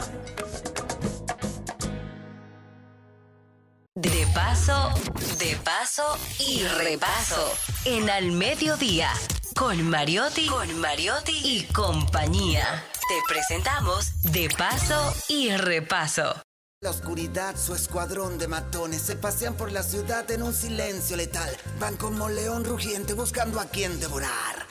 De paso, de paso y repaso. En Al Mediodía, con Mariotti, con Mariotti y compañía. Te presentamos De Paso y Repaso. La oscuridad, su escuadrón de matones se pasean por la ciudad en un silencio letal. Van como león rugiente buscando a quien devorar.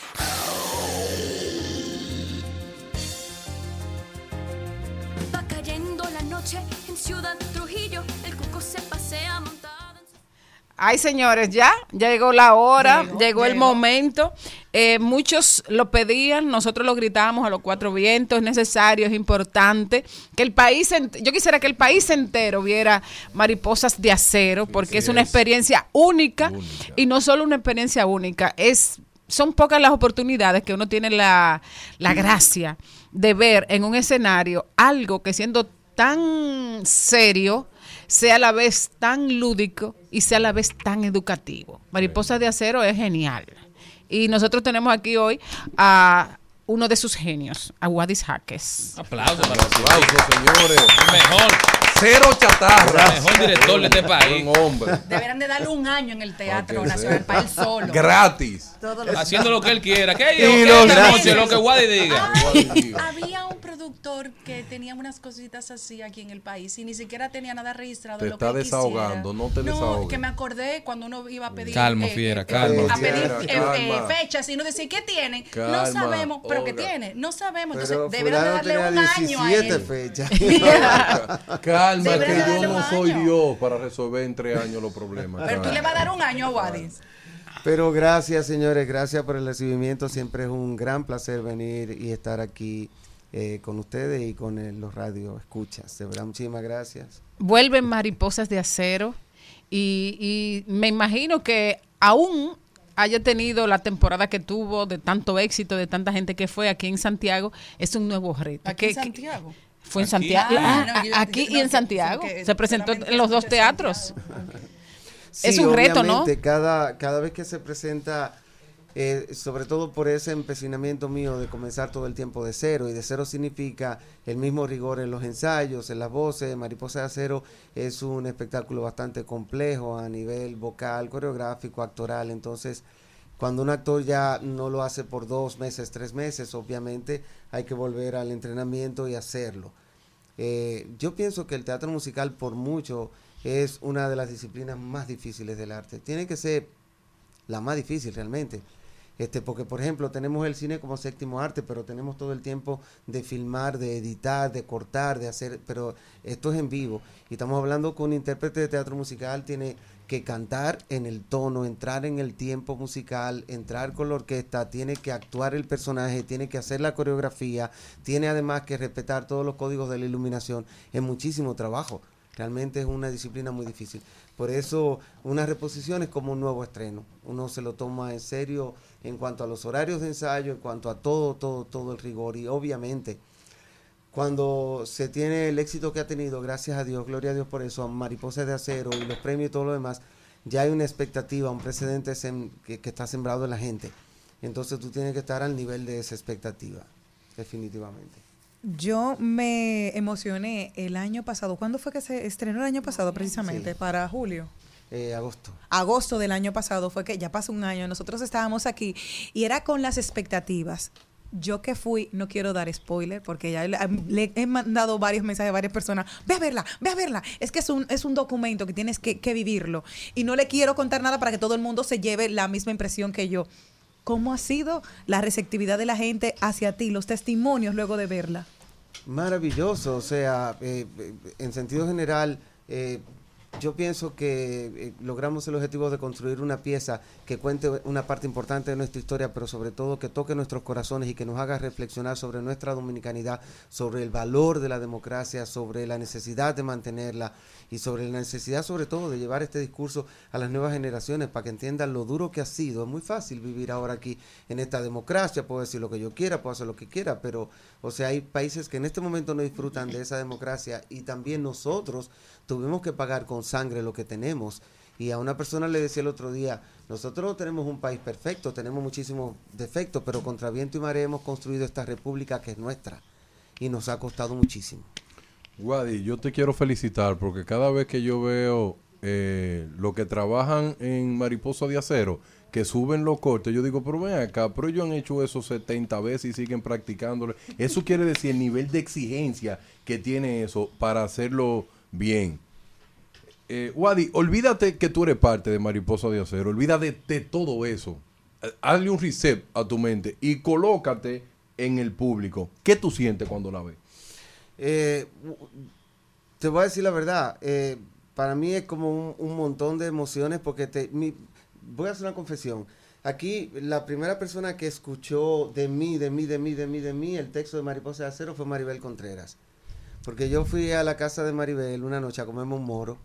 Va cayendo la noche en Ciudad Trujillo, el cuco se pasea montado. Ay, señores, ya, ya llegó la hora, Llegó, llegó, el llegó. momento. Eh, muchos lo pedían, nosotros lo gritamos a los cuatro vientos, es necesario, es importante que el país, ent- yo quisiera que el país entero viera Mariposas de Acero, porque es una es. experiencia única, y no solo una experiencia única, es son pocas las oportunidades que uno tiene la, la gracia de ver en un escenario algo que siendo tan serio, sea a la vez tan lúdico y sea a la vez tan educativo. Mariposas de Acero es genial. Y nosotros tenemos aquí hoy a uno de sus genios, a Wadis Jaques. Aplausos para los Aplausos, señores. El mejor, Cero chatarra. el mejor director de este país. Buen hombre. Deberán de darle un año en el Teatro Para que Nacional sepa. para él solo. Gratis. Todos los- Haciendo lo que él quiera. ¿Qué Y ¿Qué los esta grandes. noche? Lo que Wadi diga. Había un productor actor que tenía unas cositas así aquí en el país y ni siquiera tenía nada registrado. Te lo está que desahogando, quisiera. no te desahogues. No, que me acordé cuando uno iba a pedir. Calma, eh, fiera, eh, calma. A pedir Fiera, eh, calma. eh, fechas y no decir, ¿qué tienen? Calma, no sabemos, pero ¿qué Olga. tiene? No sabemos. Pero Entonces, deberán de fulano darle tenía un año a diecisiete él. fechas. Calma, Debería que yo darle no un soy año. Dios para resolver en tres años los problemas. Pero tú le vas a dar un año a Wadis. Pero gracias, señores, gracias por el recibimiento. Siempre es un gran placer venir y estar aquí eh, con ustedes y con el, los radio escuchas. De verdad, muchísimas gracias. Vuelven Mariposas de Acero y, y me imagino que aún haya tenido la temporada que tuvo de tanto éxito, de tanta gente que fue aquí en Santiago, es un nuevo reto. Aquí en Que- que- Santiago. Fue en Aquí. Santiago, Ah, ah, no, yo- aquí no, y en que- Santiago. que Se presentó solamente en los dos escuché teatros. Sí, Es un reto, ¿no? obviamente, Cada, cada vez que se presenta, eh, sobre todo por ese empecinamiento mío de comenzar todo el tiempo de cero, y de cero significa el mismo rigor en los ensayos, en las voces. Mariposa de Acero es un espectáculo bastante complejo a nivel vocal, coreográfico, actoral. Entonces, cuando un actor ya no lo hace por dos meses, tres meses, obviamente hay que volver al entrenamiento y hacerlo. Eh, yo pienso que el teatro musical por mucho es una de las disciplinas más difíciles del arte. Tiene que ser la más difícil realmente. Este, porque por ejemplo tenemos el cine como séptimo arte, pero tenemos todo el tiempo de filmar, de editar, de cortar, de hacer, pero esto es en vivo. Y estamos hablando con un intérprete de teatro musical, tiene que cantar en el tono, entrar en el tiempo musical, entrar con la orquesta, tiene que actuar el personaje, tiene que hacer la coreografía, tiene además que respetar todos los códigos de la iluminación. Es muchísimo trabajo. Realmente es una disciplina muy difícil. Por eso una reposición es como un nuevo estreno. Uno se lo toma en serio en cuanto a los horarios de ensayo, en cuanto a todo, todo, todo el rigor. Y obviamente, cuando se tiene el éxito que ha tenido, gracias a Dios, gloria a Dios por eso, a Mariposas de Acero y los premios y todo lo demás, ya hay una expectativa, un precedente sem- que, que está sembrado en la gente. Entonces tú tienes que estar al nivel de esa expectativa, definitivamente. Yo me emocioné el año pasado. ¿Cuándo fue que se estrenó el año pasado precisamente? Sí. Para julio. Eh, agosto. Agosto del año pasado fue que ya pasó un año. Nosotros estábamos aquí y era con las expectativas. Yo que fui, no quiero dar spoiler porque ya le, le he mandado varios mensajes a varias personas. Ve a verla, ve a verla. Es que es un, es un documento que tienes que, que vivirlo. Y no le quiero contar nada para que todo el mundo se lleve la misma impresión que yo. ¿Cómo ha sido la receptividad de la gente hacia ti, los testimonios luego de verla? Maravilloso, o sea, eh, eh, en sentido general, eh, yo pienso que eh, logramos el objetivo de construir una pieza que cuente una parte importante de nuestra historia, pero sobre todo que toque nuestros corazones y que nos haga reflexionar sobre nuestra dominicanidad, sobre el valor de la democracia, sobre la necesidad de mantenerla y sobre la necesidad sobre todo de llevar este discurso a las nuevas generaciones para que entiendan lo duro que ha sido. Es muy fácil vivir ahora aquí en esta democracia, puedo decir lo que yo quiera, puedo hacer lo que quiera, pero o sea, hay países que en este momento no disfrutan de esa democracia y también nosotros tuvimos que pagar con sangre lo que tenemos. Y a una persona le decía el otro día, nosotros no tenemos un país perfecto, tenemos muchísimos defectos, pero contra viento y marea hemos construido esta república que es nuestra y nos ha costado muchísimo. Wadi, yo te quiero felicitar porque cada vez que yo veo eh, lo que trabajan en Mariposa de Acero, que suben los cortes, yo digo, pero ven acá, pero ellos han hecho eso setenta veces y siguen practicándolo. Eso quiere decir el nivel de exigencia que tiene eso para hacerlo bien. Eh, Wadi, olvídate que tú eres parte de Mariposa de Acero, olvídate de, de todo eso. Eh, hazle un reset a tu mente y colócate en el público. ¿Qué tú sientes cuando la ves? Eh, te voy a decir la verdad, eh, para mí es como un, un montón de emociones porque te, mi, voy a hacer una confesión. Aquí la primera persona que escuchó de mí, de mí, de mí, de mí, de mí, el texto de Mariposa de Acero fue Maribel Contreras. Porque yo fui a la casa de Maribel una noche a comerme un moro.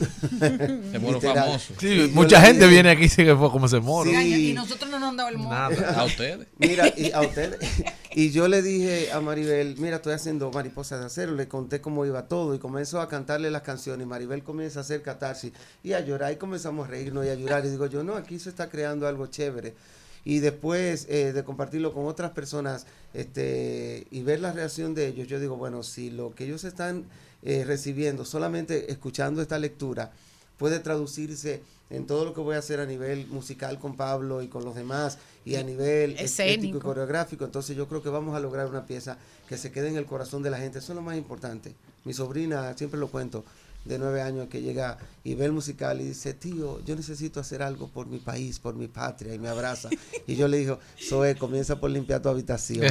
El moro famoso. Sí, mucha gente dije, viene aquí y sigue como ese moro. Sí. Y nosotros no nos han dado el moro. Nada. ¿A ustedes? Mira, y a ustedes. Y yo le dije a Maribel, mira, estoy haciendo Mariposas de Acero. Le conté cómo iba todo y comenzó a cantarle las canciones. Y Maribel comienza a hacer catarsis y a llorar. Y comenzamos a reírnos y a llorar. Y digo yo, no, aquí se está creando algo chévere. Y después eh, de compartirlo con otras personas este, y ver la reacción de ellos, yo digo, bueno, si lo que ellos están eh, recibiendo, solamente escuchando esta lectura, puede traducirse en todo lo que voy a hacer a nivel musical con Pablo y con los demás, y a nivel escénico y coreográfico. Entonces yo creo que vamos a lograr una pieza que se quede en el corazón de la gente. Eso es lo más importante. Mi sobrina, siempre lo cuento, de nueve años, que llega y ve el musical y dice, tío, yo necesito hacer algo por mi país, por mi patria, y me abraza. Y yo le digo, Zoe, comienza por limpiar tu habitación.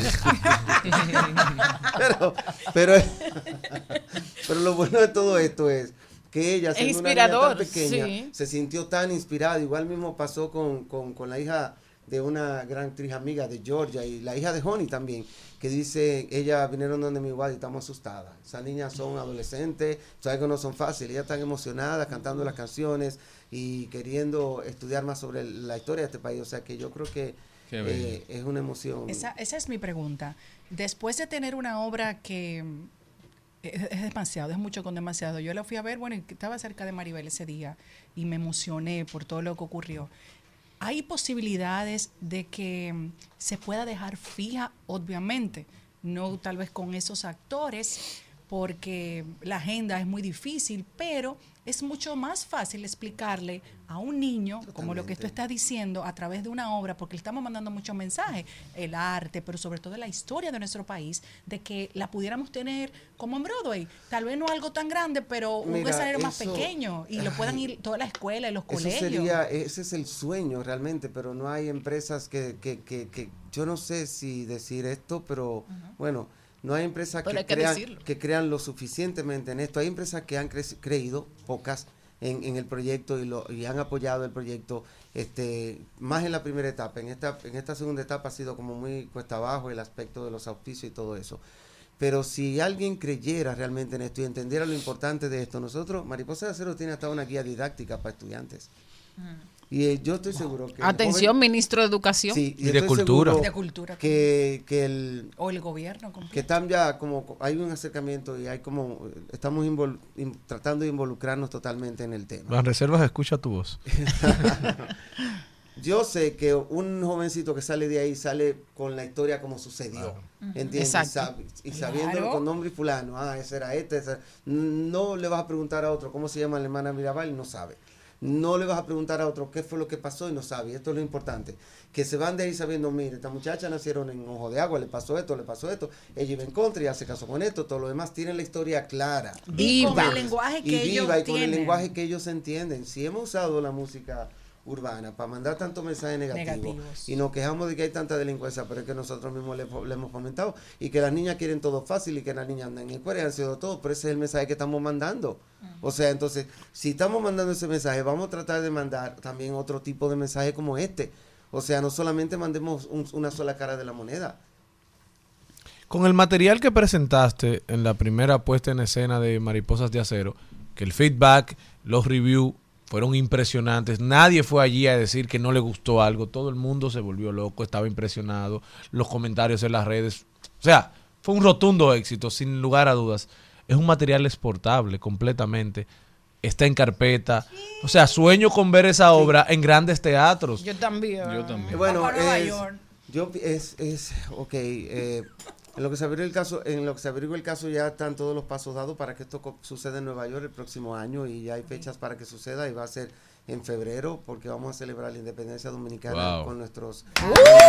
pero, pero, pero lo bueno de todo esto es que ella, siendo una niña tan pequeña, sí, se sintió tan inspirada. Igual mismo pasó con, con, con la hija de una gran actriz amiga de Georgia, y la hija de Honey también, que dice, ella vinieron donde mi igual y estamos asustadas. Esas niñas son adolescentes, sabes que no son fáciles, ellas están emocionadas cantando las canciones y queriendo estudiar más sobre la historia de este país. O sea que yo creo que eh, es una emoción. Esa, esa es mi pregunta. Después de tener una obra que es, es demasiado, es mucho con demasiado. Yo la fui a ver, bueno, estaba cerca de Maribel ese día y me emocioné por todo lo que ocurrió. ¿Hay posibilidades de que se pueda dejar fija, obviamente, no tal vez con esos actores, porque la agenda es muy difícil, pero es mucho más fácil explicarle a un niño, totalmente, como lo que tú estás diciendo, a través de una obra, porque le estamos mandando muchos mensajes, el arte, pero sobre todo la historia de nuestro país, de que la pudiéramos tener como en Broadway, tal vez no algo tan grande, pero un Mira, escenario eso, más pequeño, y lo puedan ir toda la escuela y los eso colegios. Sería, ese es el sueño realmente, pero no hay empresas que, que, que, que yo no sé si decir esto, pero uh-huh. bueno, no hay empresas que, que, crean, que crean lo suficientemente en esto. Hay empresas que han cre- creído, pocas, en, en el proyecto y, lo, y han apoyado el proyecto, este, más en la primera etapa. En esta, en esta segunda etapa ha sido como muy cuesta abajo el aspecto de los auspicios y todo eso. Pero si alguien creyera realmente en esto y entendiera lo importante de esto, nosotros, Mariposa de Acero tiene hasta una guía didáctica para estudiantes. Uh-huh. Y eh, yo estoy seguro que... Atención, joven, ministro de Educación. Sí, y, y de Cultura. De Cultura. Que, que el... O el gobierno. Completo. Que están ya como... Hay un acercamiento y hay como... Estamos invol, in, tratando de involucrarnos totalmente en el tema. Las reservas, escucha tu voz. Yo sé que un jovencito que sale de ahí sale con la historia como sucedió. Claro. ¿Entiendes? Exacto. Y, sab, y sabiéndolo claro. con nombre y fulano. Ah, ese era este. Ese. No le vas a preguntar a otro cómo se llama la hermana Mirabal y no sabe. No le vas a preguntar a otro qué fue lo que pasó y no sabe. Esto es lo importante. Que se van de ahí sabiendo, mire, esta muchacha nacieron en Ojo de Agua, le pasó esto, le pasó esto, ella iba en contra y ya se casó con esto, todo lo demás. Tienen la historia clara. Y con el lenguaje que y ellos viva, y tienen. con el lenguaje que ellos entienden. Si hemos usado la música urbana para mandar tantos mensajes negativos, negativos y nos quejamos de que hay tanta delincuencia, pero es que nosotros mismos le, le hemos comentado, y que las niñas quieren todo fácil y que las niñas andan en escuela y han sido todo, pero ese es el mensaje que estamos mandando. Uh-huh. O sea, entonces, si estamos mandando ese mensaje, vamos a tratar de mandar también otro tipo de mensaje como este. O sea, no solamente mandemos un, una sola cara de la moneda. Con el material que presentaste en la primera puesta en escena de Mariposas de Acero, que el feedback, los reviews fueron impresionantes. Nadie fue allí a decir que no le gustó algo. Todo el mundo se volvió loco, estaba impresionado. Los comentarios en las redes. O sea, fue un rotundo éxito, sin lugar a dudas. Es un material exportable completamente. Está en carpeta. O sea, sueño con ver esa obra en grandes teatros. Yo también. Yo también. Bueno, es, yo, es, es, ok, eh, en lo que se abrió el caso, en lo que se abrió el caso ya están todos los pasos dados para que esto co- suceda en Nueva York el próximo año, y ya hay fechas para que suceda, y va a ser en febrero, porque vamos a celebrar la independencia dominicana wow. con nuestros uh.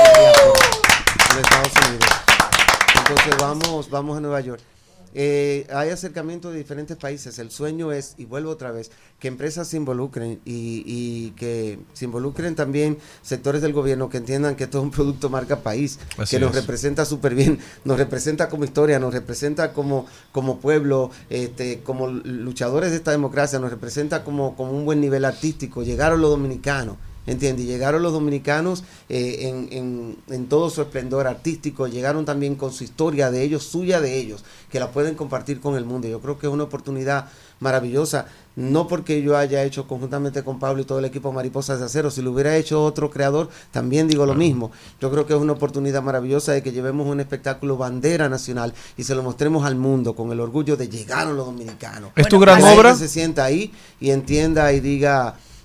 en Estados Unidos. Entonces vamos, vamos a Nueva York. Eh, hay acercamiento de diferentes países. El sueño es, y vuelvo otra vez, que empresas se involucren y, y que se involucren también sectores del gobierno que entiendan que esto es un producto marca país, Así que nos es. representa súper bien, nos representa como historia, nos representa como, como pueblo, este, como luchadores de esta democracia, nos representa como, como un buen nivel artístico. Llegaron los dominicanos, ¿entiendes? Llegaron los dominicanos eh, en, en, en todo su esplendor artístico, llegaron también con su historia de ellos, suya de ellos, que la pueden compartir con el mundo. Yo creo que es una oportunidad maravillosa, no porque yo haya hecho conjuntamente con Pablo y todo el equipo Mariposas de Acero, si lo hubiera hecho otro creador, también digo lo mismo. Yo creo que es una oportunidad maravillosa de que llevemos un espectáculo bandera nacional y se lo mostremos al mundo con el orgullo de llegaron los dominicanos. ¿Es tu gran obra? Que se sienta ahí y entienda y diga...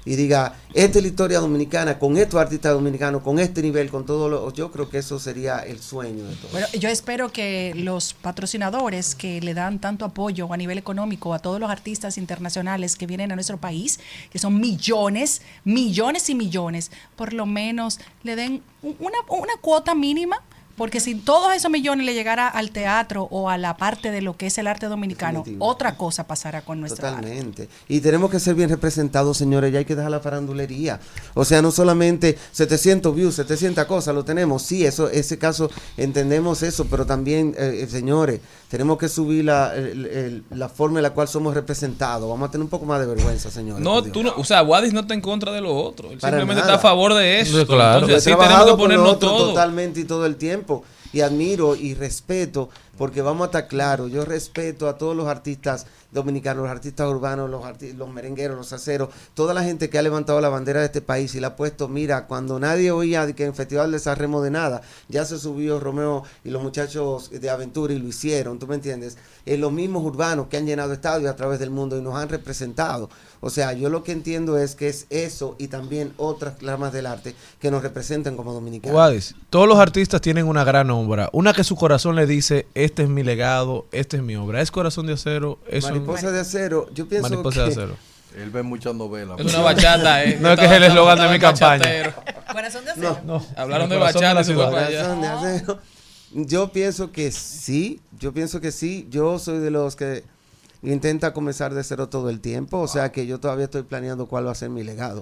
y diga, esta es la historia dominicana, con estos artistas dominicanos, con este nivel, con todo lo... Yo creo que eso sería el sueño de todo. Bueno, yo espero que los patrocinadores que le dan tanto apoyo a nivel económico a todos los artistas internacionales que vienen a nuestro país, que son millones, millones y millones, por lo menos le den una, una cuota mínima. Porque si todos esos millones le llegara al teatro o a la parte de lo que es el arte dominicano, Definitivo. otra cosa pasará con nuestra arte. Totalmente. Y tenemos que ser bien representados, señores, ya hay que dejar la farandulería. O sea, no solamente setecientos views, setecientas cosas, lo tenemos. Sí, eso, ese caso, entendemos eso, pero también, eh, señores, tenemos que subir la, el, el, la forma en la cual somos representados. Vamos a tener un poco más de vergüenza, señores. No, tú no, o sea, Wadis no está en contra de lo otro. Él Para simplemente nada. está a favor de eso. Sí, claro. Entonces, He así tenemos trabajado que con lo ponernos otro todo. totalmente y todo el tiempo. Y admiro y respeto, porque vamos a estar claros, yo respeto a todos los artistas dominicanos, los artistas urbanos, los, arti los merengueros, los aceros, toda la gente que ha levantado la bandera de este país y la ha puesto, mira, cuando nadie oía que en Festival de San Remo de nada, ya se subió Romeo y los muchachos de Aventura y lo hicieron, ¿tú me entiendes? Eh, los mismos urbanos que han llenado estadios a través del mundo y nos han representado. O sea, yo lo que entiendo es que es eso y también otras ramas del arte que nos representan como dominicanos. Wadis, todos los artistas tienen una gran obra, una que su corazón le dice, este es mi legado, esta es mi obra. ¿Es Corazón de Acero? ¿Es un- Mariposa de Acero, yo pienso Mariposa que... de Acero. Él ve muchas novelas. Es una bachata, ¿eh? No, es que es el eslogan de mi campaña. Corazón de No, no. Hablaron de El corazón de bachata la y se fue ciudad. para allá. Corazón de Acero. Yo pienso que sí, yo pienso que sí. Yo soy de los que intenta comenzar de cero todo el tiempo, o sea que yo todavía estoy planeando cuál va a ser mi legado.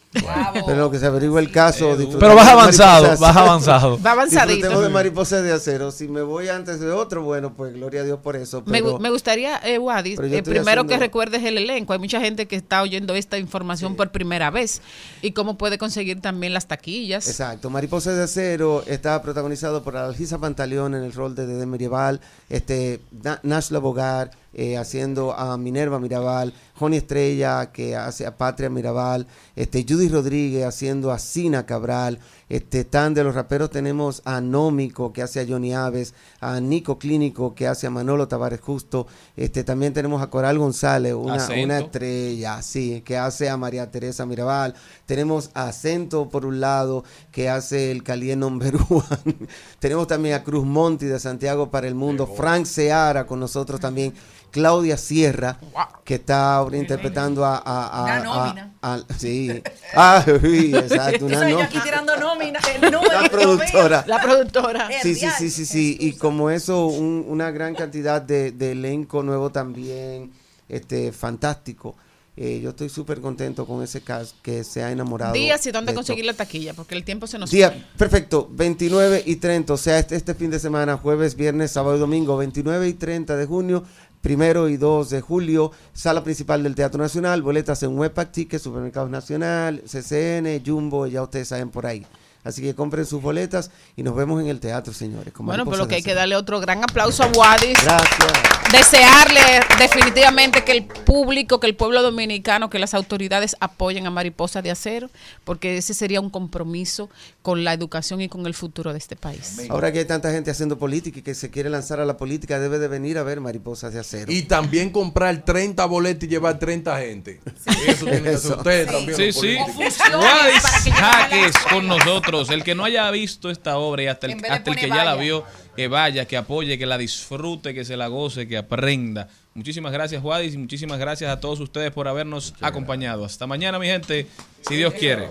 Pero lo que se averigua el caso. Pero vas avanzado, vas avanzado. Va avanzadito. Disfrutemos de Mariposa de Acero. Si me voy antes de otro, bueno, pues gloria a Dios por eso. Me, Pero, gu- me gustaría, eh, Wadis, pero yo eh, estoy primero haciendo- que recuerdes el elenco. Hay mucha gente que está oyendo esta información por primera vez. Y cómo puede conseguir también las taquillas. Exacto, Mariposa de Acero está protagonizado por Algisa Pantaleón en el rol de Dede Medieval, este, Na- Nashla Bogar eh, haciendo a Minerva Mirabal, Joni Estrella que hace a Patria Mirabal, este, Judy Rodríguez haciendo a Sina Cabral, este, tan de los raperos tenemos a Nómico que hace a Johnny Aves, a Nico Clínico que hace a Manolo Tavares Justo, este, también tenemos a Coral González, una, Acento. una estrella, sí, que hace a María Teresa Mirabal, tenemos a Acento por un lado, que hace el Calié Number One, tenemos también a Cruz Monti de Santiago para el Mundo, Frank Seara con nosotros también, Claudia Sierra, que está ahora interpretando a... a, a Una a- nómina. a- sí, ah, sí, exacto, una Esa yo nómina. aquí tirando nómina, el número, La productora. La productora. Sí, sí, sí, sí, sí. Y como eso, un- una gran cantidad de, de elenco nuevo también, este, fantástico. Eh, yo estoy súper contento con ese cast que se ha enamorado. Días y dónde de conseguir esto. la taquilla, porque el tiempo se nos Día, fue. perfecto, veintinueve y treinta, o sea, este, este fin de semana, jueves, viernes, sábado y domingo, veintinueve y treinta de junio, primero y dos de julio, sala principal del Teatro Nacional, boletas en Webpack Tickets, Supermercados Nacional, C C N, Jumbo, ya ustedes saben por ahí. Así que compren sus boletas y nos vemos en el teatro, señores. con Bueno, por Mariposa lo que de hay que Acero. darle otro gran aplauso a Wadis. Gracias. Desearle definitivamente que el público, que el pueblo dominicano, que las autoridades apoyen a Mariposa de Acero, porque ese sería un compromiso con la educación y con el futuro de este país. Ahora que hay tanta gente haciendo política y que se quiere lanzar a la política, debe de venir a ver Mariposas de Acero. Y también comprar treinta boletas y llevar treinta gente. Eso tiene que hacer Eso. ustedes Sí. también. Sí, los sí. políticos. Wadis para que llegue a la Jaques escuela. con nosotros. El que no haya visto esta obra y hasta el, En vez de hasta el que poner ya la vaya. vio, que vaya, que apoye, que la disfrute, que se la goce, que aprenda. Muchísimas gracias, Wadis, y muchísimas gracias a todos ustedes por habernos acompañado. Hasta mañana, mi gente, si Dios quiere.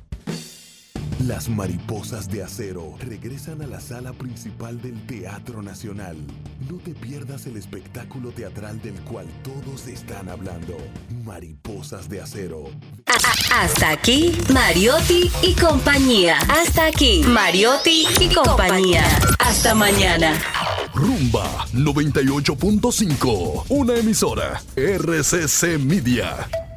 Las Mariposas de Acero regresan a la sala principal del Teatro Nacional. No te pierdas el espectáculo teatral del cual todos están hablando. Mariposas de Acero. Hasta aquí, Mariotti y compañía. Hasta aquí, Mariotti y compañía. Hasta mañana. Rumba noventa y ocho punto cinco, una emisora R C C Media.